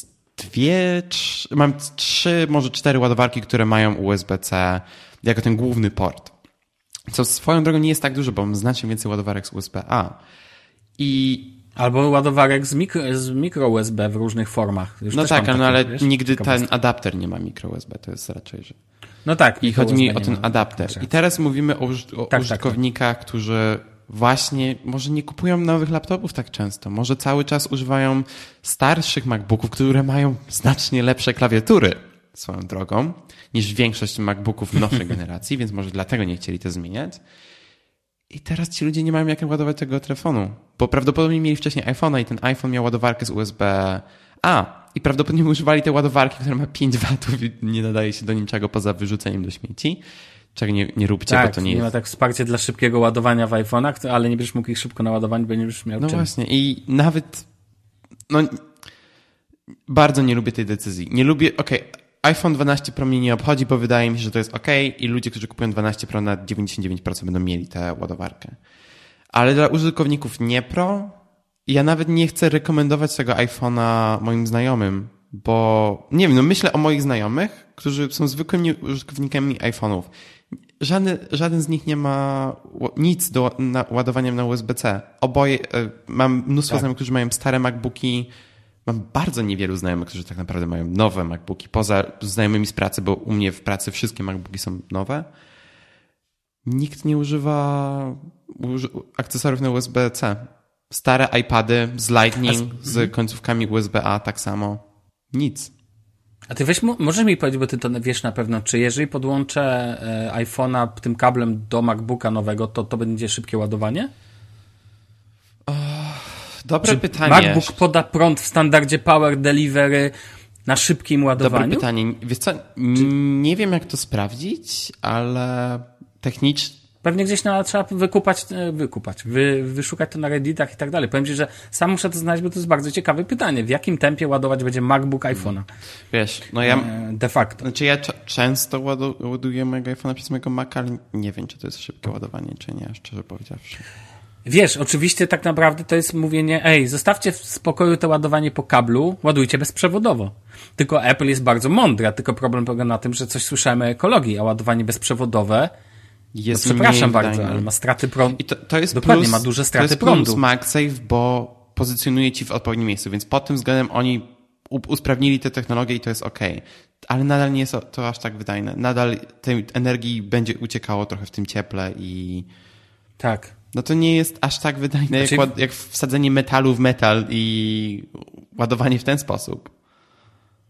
3, może 4 ładowarki, które mają USB-C jako ten główny port. Co swoją drogą nie jest tak dużo, bo mam znacznie więcej ładowarek z USB-A. Albo ładowarek z mikro USB w różnych formach. Już ale nigdy ten adapter nie ma mikro USB, to jest raczej, że... No tak. I chodzi mi o ten adapter. I teraz mówimy o użytkownikach, którzy właśnie może nie kupują nowych laptopów tak często. Może cały czas używają starszych MacBooków, które mają znacznie lepsze klawiatury swoją drogą niż większość MacBooków nowszej generacji, więc może dlatego nie chcieli to zmieniać. I teraz ci ludzie nie mają jak ładować tego telefonu, bo prawdopodobnie mieli wcześniej iPhone'a i ten iPhone miał ładowarkę z USB-A i prawdopodobnie używali tej ładowarki, która ma 5 watów i nie nadaje się do niczego poza wyrzuceniem do śmieci. Czego nie róbcie, bo to nie jest... ma tak wsparcie dla szybkiego ładowania w iPhone'ach, ale nie będziesz mógł ich szybko naładować, bo nie będziesz miał czym. Właśnie i nawet bardzo nie lubię tej decyzji. Nie lubię, iPhone 12 Pro mnie nie obchodzi, bo wydaje mi się, że to jest i ludzie, którzy kupują 12 Pro na 99% będą mieli tę ładowarkę. Ale dla użytkowników nie Pro ja nawet nie chcę rekomendować tego iPhone'a moim znajomym, bo nie wiem, myślę o moich znajomych, którzy są zwykłymi użytkownikami iPhone'ów. Żaden z nich nie ma nic do ładowania na USB-C. Mam mnóstwo znajomych, którzy mają stare MacBooki. Mam bardzo niewielu znajomych, którzy tak naprawdę mają nowe MacBooki, poza znajomymi z pracy, bo u mnie w pracy wszystkie MacBooki są nowe. Nikt nie używa akcesoriów na USB-C. Stare iPady z Lightning, z końcówkami USB-A tak samo. Nic. A ty możesz mi powiedzieć, bo ty to wiesz na pewno, czy jeżeli podłączę iPhone'a tym kablem do MacBooka nowego, to będzie szybkie ładowanie? Dobre pytanie. MacBook poda prąd w standardzie Power Delivery na szybkim ładowaniu? Dobre pytanie. Wiesz co, nie wiem jak to sprawdzić, ale technicznie... Pewnie gdzieś trzeba wyszukać to na Redditach i tak dalej. Powiem ci, że sam muszę to znaleźć, bo to jest bardzo ciekawe pytanie. W jakim tempie ładować będzie MacBook iPhone'a? Wiesz, de facto. Znaczy ja często ładuję mojego iPhone'a przez mojego Maca, ale nie wiem, czy to jest szybkie ładowanie, czy nie, szczerze powiedziawszy. Wiesz, oczywiście tak naprawdę to jest mówienie, zostawcie w spokoju to ładowanie po kablu, ładujcie bezprzewodowo. Tylko Apple jest bardzo mądra, tylko problem polega na tym, że coś słyszałem o ekologii, a ładowanie bezprzewodowe jest przepraszam bardzo, ale ma straty prądu. I to jest dokładnie, plus, ma duże straty prądu. To jest plus MagSafe, bo pozycjonuje ci w odpowiednim miejscu, więc pod tym względem oni usprawnili tę technologię i to jest okej. Ale nadal nie jest to aż tak wydajne. Nadal tej energii będzie uciekało trochę w tym cieple i... Tak. No to nie jest aż tak wydajne jak wsadzenie metalu w metal i ładowanie w ten sposób.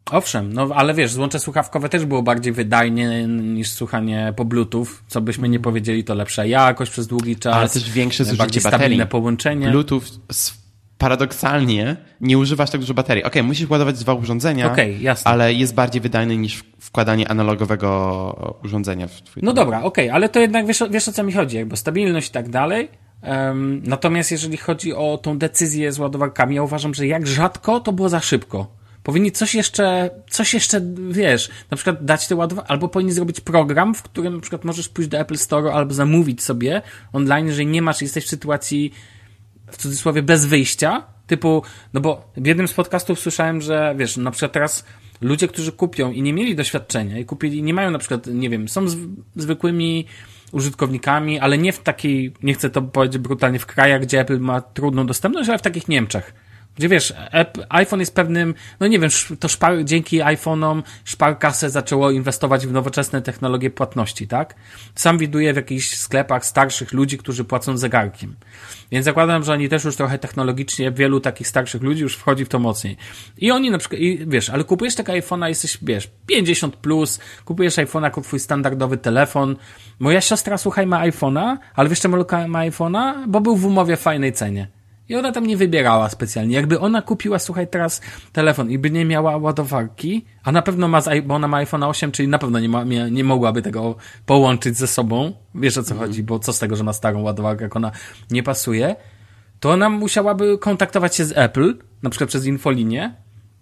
Owszem, no ale wiesz, złącze słuchawkowe też było bardziej wydajnie niż słuchanie po Bluetooth. Co byśmy nie powiedzieli, to lepsza jakość przez długi czas. Ale też większe zużycie bardziej baterii. Stabilne połączenie. Bluetooth paradoksalnie nie używasz tak dużo baterii. Okej, musisz ładować dwa urządzenia, jasne. ale jest bardziej wydajny niż wkładanie analogowego urządzenia w twój No dobra, ale to jednak wiesz o co mi chodzi, jakby stabilność i tak dalej. Natomiast jeżeli chodzi o tą decyzję z ładowarkami, ja uważam, że jak rzadko, to było za szybko. Powinni coś jeszcze, wiesz, na przykład dać te ładowarki, albo powinni zrobić program, w którym na przykład możesz pójść do Apple Store albo zamówić sobie online, jeżeli nie masz, jesteś w sytuacji, w cudzysłowie, bez wyjścia, typu, no bo w jednym z podcastów słyszałem, że wiesz, na przykład teraz ludzie, którzy kupią i nie mieli doświadczenia i kupili, nie mają na przykład, nie wiem, są zwykłymi użytkownikami, ale nie w takiej, nie chcę to powiedzieć brutalnie, w krajach, gdzie Apple ma trudną dostępność, ale w takich Niemczech. Gdzie wiesz, iPhone jest pewnym, no nie wiem, to dzięki iPhone'om Sparkasse zaczęło inwestować w nowoczesne technologie płatności, tak? Sam widuję w jakichś sklepach starszych ludzi, którzy płacą zegarkiem. Więc zakładam, że oni też już trochę technologicznie, wielu takich starszych ludzi już wchodzi w to mocniej. I oni na przykład, wiesz, ale kupujesz tego iPhone'a, jesteś, wiesz, 50+, kupujesz iPhone'a jako twój standardowy telefon. Moja siostra, słuchaj, ma iPhone'a, ale wiesz czemu ma iPhone'a? Bo był w umowie w fajnej cenie. I ona tam nie wybierała specjalnie. Jakby ona kupiła, słuchaj, teraz telefon i by nie miała ładowarki, a na pewno ma, bo ona ma iPhone 8, czyli na pewno nie mogłaby tego połączyć ze sobą. Wiesz o co chodzi, bo co z tego, że ma starą ładowarkę, jak ona nie pasuje, to ona musiałaby kontaktować się z Apple, na przykład przez infolinię.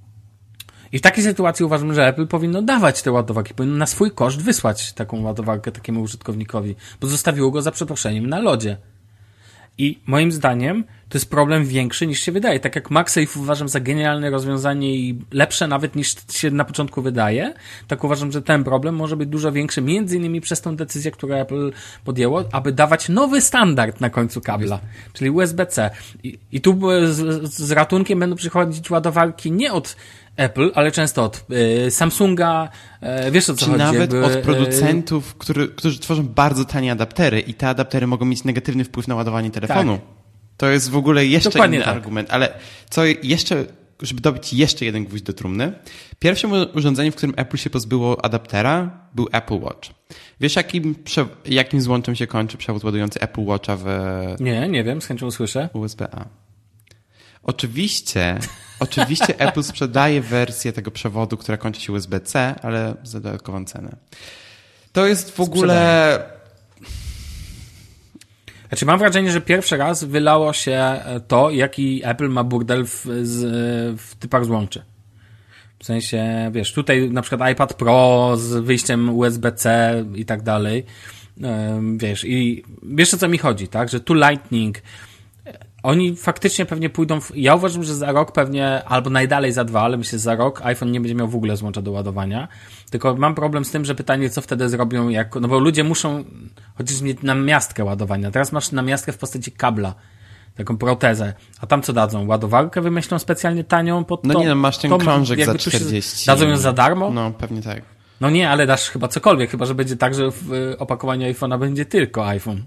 I w takiej sytuacji uważam, że Apple powinno dawać te ładowarki, powinno na swój koszt wysłać taką ładowarkę takiemu użytkownikowi, bo zostawiło go za przeproszeniem na lodzie. I moim zdaniem to jest problem większy niż się wydaje. Tak jak MagSafe uważam za genialne rozwiązanie i lepsze nawet niż się na początku wydaje, tak uważam, że ten problem może być dużo większy, między innymi przez tą decyzję, którą Apple podjęło, aby dawać nowy standard na końcu kabla, czyli USB-C. I tu z ratunkiem będą przychodzić ładowarki nie od Apple, ale często od Samsunga, wiesz o co czy chodzi. nawet od producentów, którzy tworzą bardzo tanie adaptery i te adaptery mogą mieć negatywny wpływ na ładowanie telefonu. Tak. To jest w ogóle jeszcze dokładnie inny argument. Ale co jeszcze, żeby dobić jeszcze jeden gwóźdź do trumny, pierwszym urządzeniem, w którym Apple się pozbyło adaptera, był Apple Watch. Wiesz, jakim złączem się kończy przewód ładujący Apple Watcha w... Nie wiem, z chęcią usłyszę. USB-A. Oczywiście Apple sprzedaje wersję tego przewodu, która kończy się USB-C, ale za dodatkową cenę. To jest w ogóle... Znaczy mam wrażenie, że pierwszy raz wylało się to, jaki Apple ma burdel w typach złączy. W sensie, wiesz, tutaj na przykład iPad Pro z wyjściem USB-C i tak dalej. Wiesz, i wiesz o co mi chodzi, tak? Że tu Lightning... Oni faktycznie pewnie pójdą... Ja uważam, że za rok pewnie, albo najdalej za 2, ale myślę, że za rok iPhone nie będzie miał w ogóle złącza do ładowania. Tylko mam problem z tym, że pytanie, co wtedy zrobią, no bo ludzie muszą chociaż mieć namiastkę ładowania. Teraz masz namiastkę w postaci kabla, taką protezę. A tam co dadzą? Ładowarkę wymyślą specjalnie tanią pod to? No nie, masz ten krążek za 40. Dadzą ją za darmo? No, pewnie tak. No nie, ale dasz chyba cokolwiek, chyba że będzie tak, że w opakowaniu iPhone'a będzie tylko iPhone.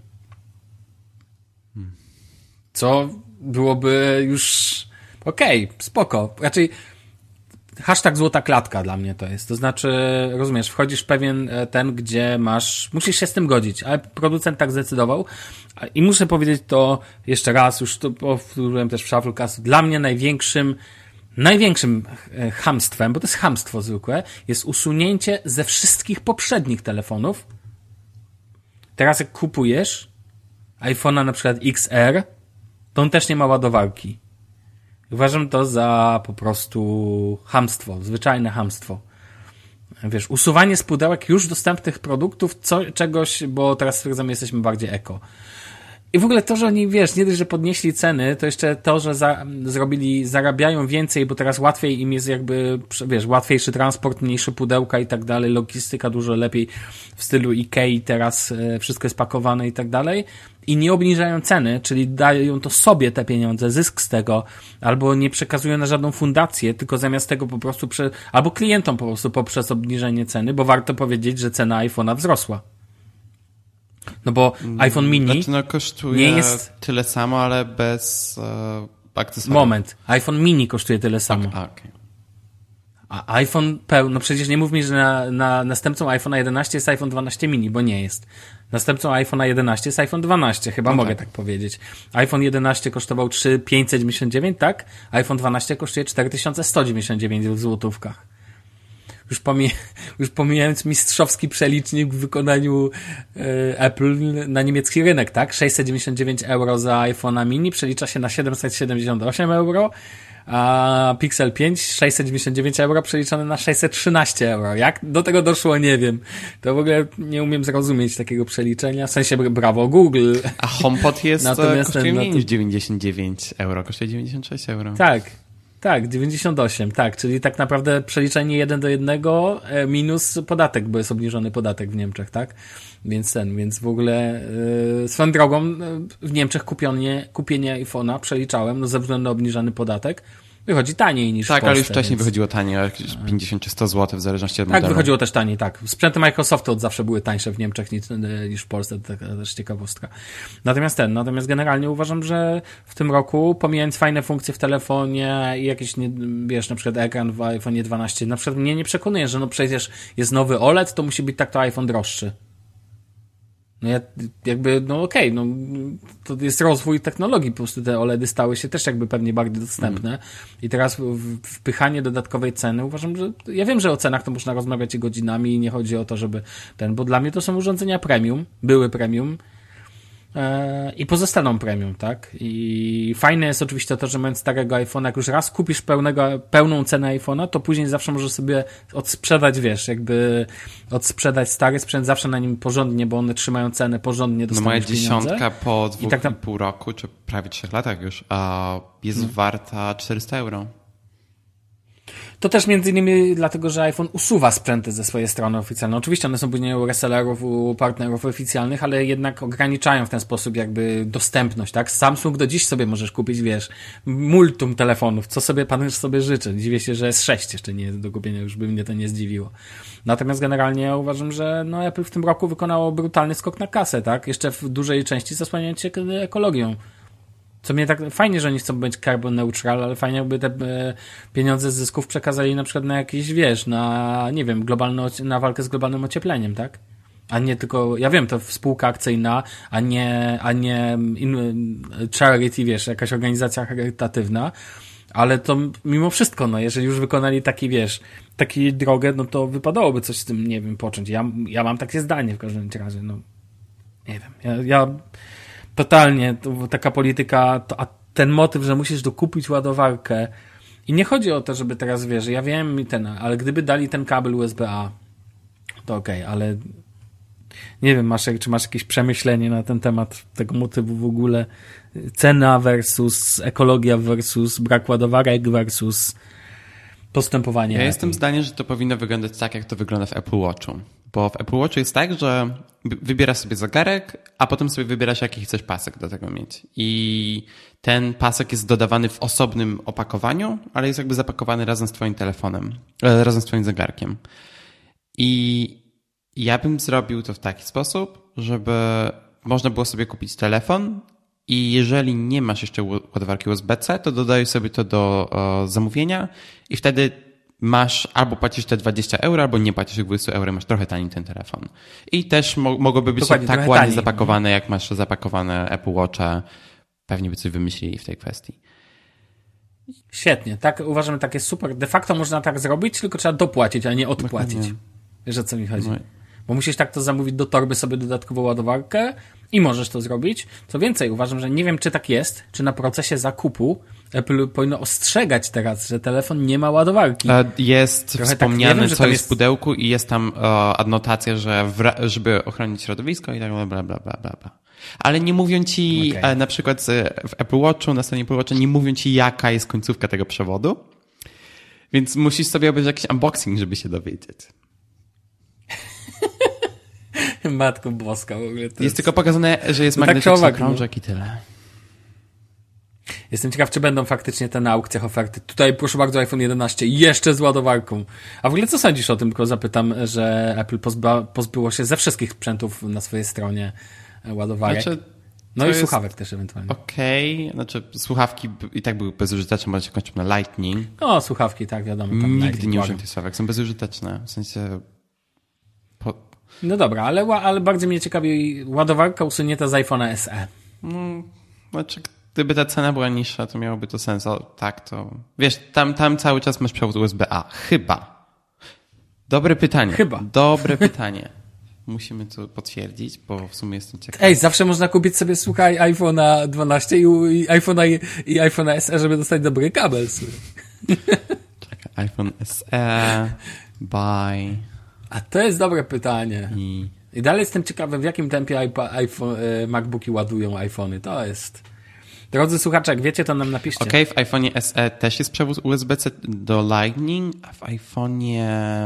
Co byłoby już okej, spoko. Raczej hashtag złota klatka dla mnie to jest. To znaczy, rozumiesz, wchodzisz pewien ten, gdzie musisz się z tym godzić, ale producent tak zdecydował. I muszę powiedzieć to jeszcze raz, już to powtórzyłem też w Shufflecast, dla mnie największym chamstwem, bo to jest chamstwo zwykłe, jest usunięcie ze wszystkich poprzednich telefonów. Teraz jak kupujesz iPhone'a na przykład XR, to on też nie ma ładowarki. Uważam to za po prostu chamstwo, zwyczajne chamstwo. Wiesz, usuwanie z pudełek już dostępnych produktów, czegoś, bo teraz stwierdzam, jesteśmy bardziej eko. I w ogóle to, że oni, wiesz, nie dość, że podnieśli ceny, to jeszcze to, że zarabiają więcej, bo teraz łatwiej im jest jakby, wiesz, łatwiejszy transport, mniejsze pudełka i tak dalej, logistyka dużo lepiej w stylu Ikei, teraz wszystko jest pakowane i tak dalej. I nie obniżają ceny, czyli dają to sobie te pieniądze, zysk z tego, albo nie przekazują na żadną fundację, tylko zamiast tego po prostu, albo klientom po prostu poprzez obniżenie ceny, bo warto powiedzieć, że cena iPhone'a wzrosła. No bo iPhone mini kosztuje nie jest... tyle samo, ale bez akcesoriów. Moment. iPhone mini kosztuje tyle samo. Okay. A iPhone no przecież nie mów mi, że na następcą iPhone'a 11 jest iPhone 12 mini, bo nie jest. Następcą iPhone'a 11 jest iPhone 12, chyba mogę tak powiedzieć. iPhone 11 kosztował 3,599, tak? iPhone 12 kosztuje 4199 w złotówkach. Już pomijając mistrzowski przelicznik w wykonaniu Apple na niemiecki rynek, tak? 699 euro za iPhone'a mini przelicza się na 778 euro, a Pixel 5 699 euro przeliczone na 613 euro. Jak do tego doszło, nie wiem. To w ogóle nie umiem zrozumieć takiego przeliczenia. W sensie brawo Google. A HomePod kosztuje mniej niż 99 euro, kosztuje 96 euro. Tak, 98, tak, czyli tak naprawdę przeliczenie 1 do 1 minus podatek, bo jest obniżony podatek w Niemczech, tak? Więc w ogóle swoją drogą w Niemczech kupienie iPhone'a przeliczałem, no ze względu na obniżany podatek, wychodzi taniej niż w Polsce. Tak, ale już wcześniej wychodziło taniej, jakieś 50 czy 100 zł w zależności od modelu. Tak, wychodziło też taniej, tak. Sprzęty Microsoftu od zawsze były tańsze w Niemczech niż w Polsce, to taka też ciekawostka. Natomiast generalnie uważam, że w tym roku, pomijając fajne funkcje w telefonie i jakieś, wiesz, na przykład ekran w iPhone 12, na przykład mnie nie przekonuje, że no przecież jest nowy OLED, to musi być tak to iPhone droższy. No okej, to jest rozwój technologii, po prostu te OLEDy stały się też jakby pewnie bardziej dostępne i teraz wpychanie dodatkowej ceny, uważam, że ja wiem, że o cenach to można rozmawiać i godzinami i nie chodzi o to, żeby bo dla mnie to są urządzenia premium, były premium i pozostaną premium, tak? I fajne jest oczywiście to, że mając starego iPhone'a, jak już raz kupisz pełną cenę iPhone'a, to później zawsze możesz sobie odsprzedać, wiesz, jakby odsprzedać stary sprzęt zawsze na nim porządnie, bo one trzymają cenę porządnie, dostaniesz pieniądze. Moja dziesiątka po 2,5 roku, czy prawie 3 latach już, jest warta 400 euro. To też między innymi dlatego, że iPhone usuwa sprzęty ze swojej strony oficjalnej. Oczywiście one są później u resellerów, u partnerów oficjalnych, ale jednak ograniczają w ten sposób jakby dostępność, tak? Samsung do dziś sobie możesz kupić, wiesz, multum telefonów, co sobie pan już sobie życzy. Dziwię się, że S6 jeszcze nie jest do kupienia, już by mnie to nie zdziwiło. Natomiast generalnie ja uważam, że Apple w tym roku wykonało brutalny skok na kasę, tak? Jeszcze w dużej części zasłaniając się ekologią. Co mnie tak fajnie, że oni chcą być carbon neutral, ale fajnie jakby te pieniądze z zysków przekazali na przykład na jakieś, wiesz, na, nie wiem, na walkę z globalnym ociepleniem, tak? A nie tylko, ja wiem, to spółka akcyjna, a nie charity, wiesz, jakaś organizacja charytatywna, ale to mimo wszystko, jeżeli już wykonali taki drogę, no to wypadałoby coś z tym, nie wiem, począć. Ja mam takie zdanie w każdym razie, nie wiem, ja totalnie, taka polityka, a ten motyw, że musisz dokupić ładowarkę i nie chodzi o to, żeby teraz, wiesz, ja wiem ale gdyby dali ten kabel USB-A, to okej, ale nie wiem, czy masz jakieś przemyślenie na ten temat tego motywu w ogóle? Cena versus ekologia versus brak ładowarek versus postępowanie. Ja jestem zdania, że to powinno wyglądać tak, jak to wygląda w Apple Watchu. Bo w Apple Watchu jest tak, że wybierasz sobie zegarek, a potem sobie wybierasz, jaki chcesz pasek do tego mieć. I ten pasek jest dodawany w osobnym opakowaniu, ale jest jakby zapakowany razem z twoim telefonem, razem z twoim zegarkiem. I ja bym zrobił to w taki sposób, żeby można było sobie kupić telefon i jeżeli nie masz jeszcze ładowarki USB-C, to dodajesz sobie to do zamówienia i wtedy masz albo płacisz te 20 euro, albo nie płacisz 20 euro, masz trochę taniej ten telefon. I też mogłoby być dokładnie, tak ładnie taniej zapakowane, jak masz zapakowane Apple Watche. Pewnie by coś wymyślili w tej kwestii. Świetnie, tak uważam, tak jest super. De facto można tak zrobić, tylko trzeba dopłacić, a nie odpłacić. Dokładnie. Wiesz, o co mi chodzi? Bo musisz tak to zamówić do torby sobie dodatkową ładowarkę i możesz to zrobić. Co więcej, uważam, że nie wiem, czy tak jest, czy na procesie zakupu Apple powinno ostrzegać teraz, że telefon nie ma ładowarki. Jest trochę wspomniane, tak, wiem, co jest w pudełku i jest tam adnotacja, że żeby ochronić środowisko i tak bla, bla, bla, bla, bla. Ale nie mówią ci, na przykład w Apple Watchu, na stronie Apple Watchu, nie mówią ci, jaka jest końcówka tego przewodu. Więc musisz sobie obejrzeć jakiś unboxing, żeby się dowiedzieć. Matko boska, w ogóle. Jest tylko pokazane, że jest magnetyczny krążek i tyle. Jestem ciekaw, czy będą faktycznie te na aukcjach oferty. Tutaj proszę bardzo iPhone 11 jeszcze z ładowarką. A w ogóle co sądzisz o tym? Tylko zapytam, że Apple pozbyło się ze wszystkich sprzętów na swojej stronie ładowarek. No i słuchawek też ewentualnie. Okej, znaczy słuchawki i tak były bezużyteczne, bo się kończą na Lightning. No, słuchawki, tak, wiadomo. Tam Nigdy nie użyłem tych słuchawek, są bezużyteczne. W sensie... No dobra, ale bardziej mnie ciekawi ładowarka usunięta z iPhone'a SE. Znaczy, gdyby ta cena była niższa, to miałoby to sens. O, tak, to... Wiesz, tam cały czas masz przewód USB-A. Chyba. Dobre pytanie. Dobre pytanie. Musimy to potwierdzić, bo w sumie jestem ciekaw. Ej, zawsze można kupić sobie, słuchaj, iPhone'a 12 i iPhone'a SE, żeby dostać dobry kabel. Czekaj, iPhone SE, buy... A to jest dobre pytanie. I dalej jestem ciekawy, w jakim tempie MacBooki ładują iPhony. To jest... Drodzy słuchacze, jak wiecie, to nam napiszcie. Okej, w iPhone'ie SE też jest przewód USB-C do Lightning, a w iPhone'ie...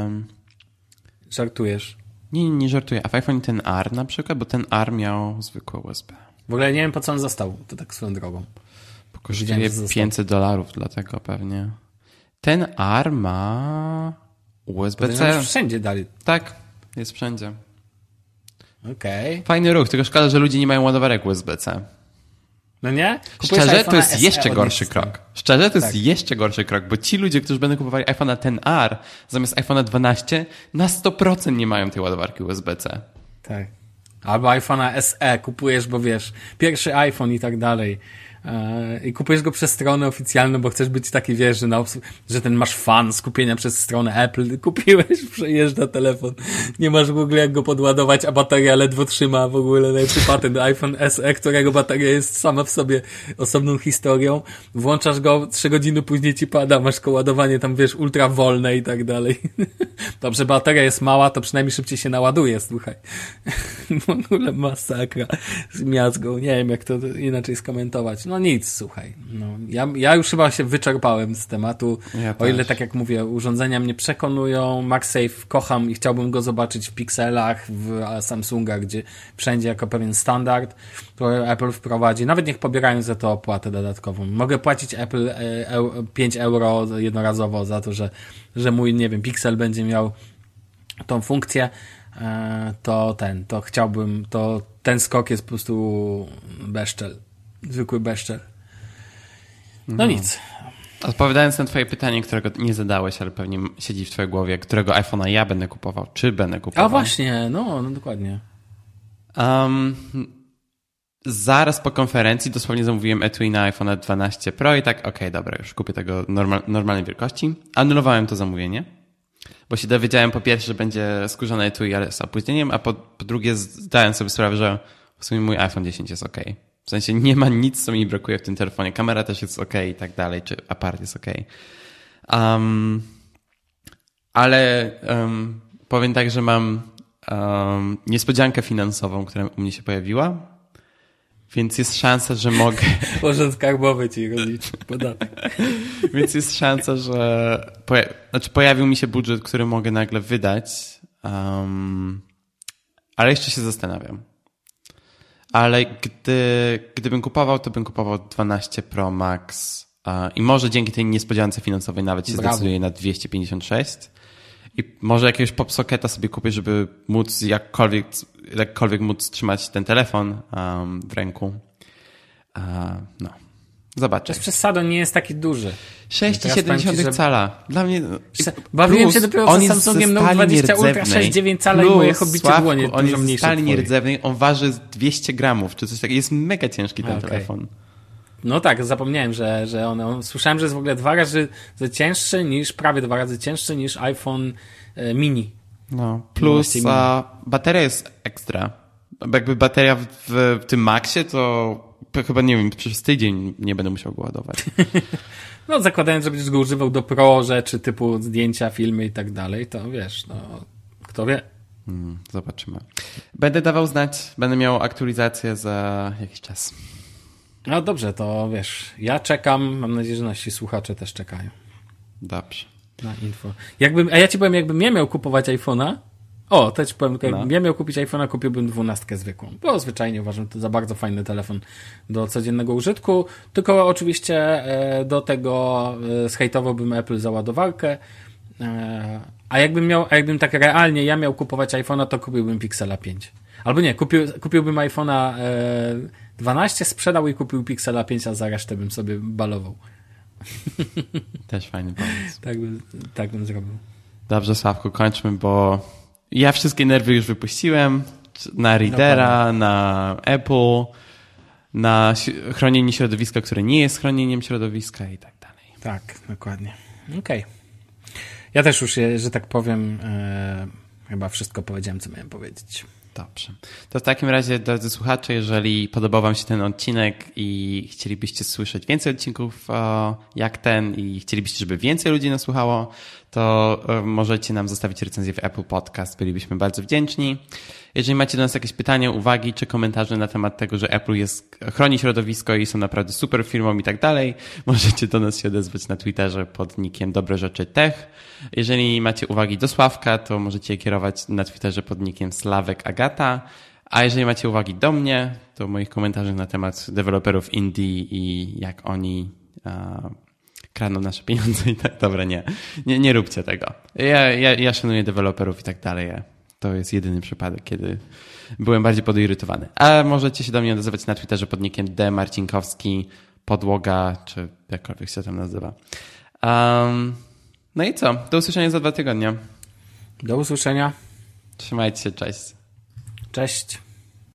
Żartujesz? Nie żartuję. A w iPhone'ie ten R na przykład, bo ten R miał zwykłe USB. W ogóle nie wiem, po co on został. To tak swoją drogą. Bo kosztuje $500, dlatego pewnie. Ten R ma USB-C. Wszędzie dali. Tak, jest wszędzie. Okej. Fajny ruch, tylko szkoda, że ludzie nie mają ładowarek USB-C. No nie? Szczerze, to jest jeszcze gorszy krok. Szczerze, to jest jeszcze gorszy krok, bo ci ludzie, którzy będą kupowali iPhone'a XR zamiast iPhone'a 12, na 100% nie mają tej ładowarki USB-C. Tak. Albo iPhone'a SE kupujesz, bo wiesz, pierwszy iPhone i tak dalej. I kupujesz go przez stronę oficjalną, bo chcesz być taki, wiesz, że ten masz fan skupienia przez stronę Apple. Kupiłeś, przejeżdża telefon. Nie masz w ogóle jak go podładować, a bateria ledwo trzyma w ogóle. Najlepszy patent iPhone SE, którego bateria jest sama w sobie osobną historią. Włączasz go, 3 godziny później ci pada, masz ładowanie tam, wiesz, ultra wolne i tak dalej. Dobrze, bateria jest mała, to przynajmniej szybciej się naładuje, słuchaj. W ogóle masakra z miazgą. Nie wiem, jak to inaczej skomentować. No nic, słuchaj. No, ja już chyba się wyczerpałem z tematu. O ile, tak jak mówię, urządzenia mnie przekonują. MagSafe kocham i chciałbym go zobaczyć w pikselach, w Samsungach, gdzie wszędzie jako pewien standard, który Apple wprowadzi. Nawet niech pobierają za to opłatę dodatkową. Mogę płacić Apple 5 euro jednorazowo za to, że mój, nie wiem, Pixel będzie miał tą funkcję. To chciałbym, ten skok jest po prostu beszczel. Zwykły beszczel. No nic. Odpowiadając na twoje pytanie, którego nie zadałeś, ale pewnie siedzi w twojej głowie, którego iPhone'a ja będę kupował, czy będę kupował. A właśnie, no dokładnie. Zaraz po konferencji dosłownie zamówiłem etui na iPhone'a 12 Pro i tak, okej, dobra, już kupię tego normalnej wielkości. Anulowałem to zamówienie, bo się dowiedziałem po pierwsze, że będzie skórzane etui, ale z opóźnieniem, a po drugie zdałem sobie sprawę, że w sumie mój iPhone 10 jest okej. W sensie nie ma nic, co mi brakuje w tym telefonie. Kamera też jest okej i tak dalej, czy aparat jest okej. Ale powiem tak, że mam niespodziankę finansową, która u mnie się pojawiła, więc jest szansa, że mogę... Urząd skarbowy ci rozliczy podatek. Więc jest szansa, że pojawił mi się budżet, który mogę nagle wydać, ale jeszcze się zastanawiam. Ale gdybym kupował, to bym kupował 12 Pro Max i może dzięki tej niespodziance finansowej nawet się zdecyduję na 256 i może jakiegoś popsocketa sobie kupię, żeby móc jakkolwiek móc trzymać ten telefon w ręku. No, zobaczę. Bez przesady, nie jest taki duży. 6,7 cala. Dla mnie... Bawiłem się dopiero z Samsungiem Note 20 Ultra 6,9 cala i moje hobbicie dłonie on dużo jest mniejsze. stali nierdzewnej, on waży 200 gramów, czy coś takiego. Jest mega ciężki ten telefon. No tak, zapomniałem, że on słyszałem, że jest w ogóle prawie 2 razy cięższy niż iPhone mini. No, plus bateria jest ekstra. Jakby bateria w tym Maxie, to chyba, nie wiem, przez tydzień nie będę musiał go ładować. No, zakładając, że będziesz go używał do pro rzeczy typu zdjęcia, filmy i tak dalej, to wiesz, no, kto wie. Zobaczymy. Będę dawał znać, będę miał aktualizację za jakiś czas. No dobrze, to wiesz, ja czekam, mam nadzieję, że nasi słuchacze też czekają. Dobrze. Na info. A ja ci powiem, jakbym ja miał kupować iPhone'a, to ci powiem, jakbym ja miał kupić iPhone'a, kupiłbym 12 zwykłą, bo zwyczajnie uważam to za bardzo fajny telefon do codziennego użytku, tylko oczywiście do tego zhejtowałbym Apple za ładowarkę, A jakbym tak realnie ja miał kupować iPhone'a, to kupiłbym Pixela 5. Albo nie, kupiłbym iPhone'a 12, sprzedał i kupił Pixela 5, a za resztę bym sobie balował. Też fajny pomysł. Tak bym zrobił. Dobrze, Sławku, kończmy, bo ja wszystkie nerwy już wypuściłem na Readera, na Apple, na chronienie środowiska, które nie jest chronieniem środowiska i tak dalej. Tak, dokładnie. Okej. Ja też już, że tak powiem, chyba wszystko powiedziałem, co miałem powiedzieć. Dobrze. To w takim razie, drodzy słuchacze, jeżeli podobał wam się ten odcinek i chcielibyście słyszeć więcej odcinków jak ten i chcielibyście, żeby więcej ludzi nas słuchało, to możecie nam zostawić recenzję w Apple Podcast. Bylibyśmy bardzo wdzięczni. Jeżeli macie do nas jakieś pytania, uwagi czy komentarze na temat tego, że Apple chroni środowisko i są naprawdę super firmą i tak dalej, możecie do nas się odezwać na Twitterze pod nickiem Dobre Rzeczy Tech. Jeżeli macie uwagi do Sławka, to możecie je kierować na Twitterze pod nickiem Sławek Agata. A jeżeli macie uwagi do mnie, to moich komentarzy na temat deweloperów indie i jak oni kradną nasze pieniądze i tak. Dobra, nie róbcie tego. Ja szanuję deweloperów i tak dalej. To jest jedyny przypadek, kiedy byłem bardziej podirytowany. A możecie się do mnie odezwać na Twitterze pod nickiem dmarcinkowski, podłoga, czy jakkolwiek się tam nazywa. No i co? Do usłyszenia za 2 tygodnie. Do usłyszenia. Trzymajcie się, cześć. Cześć.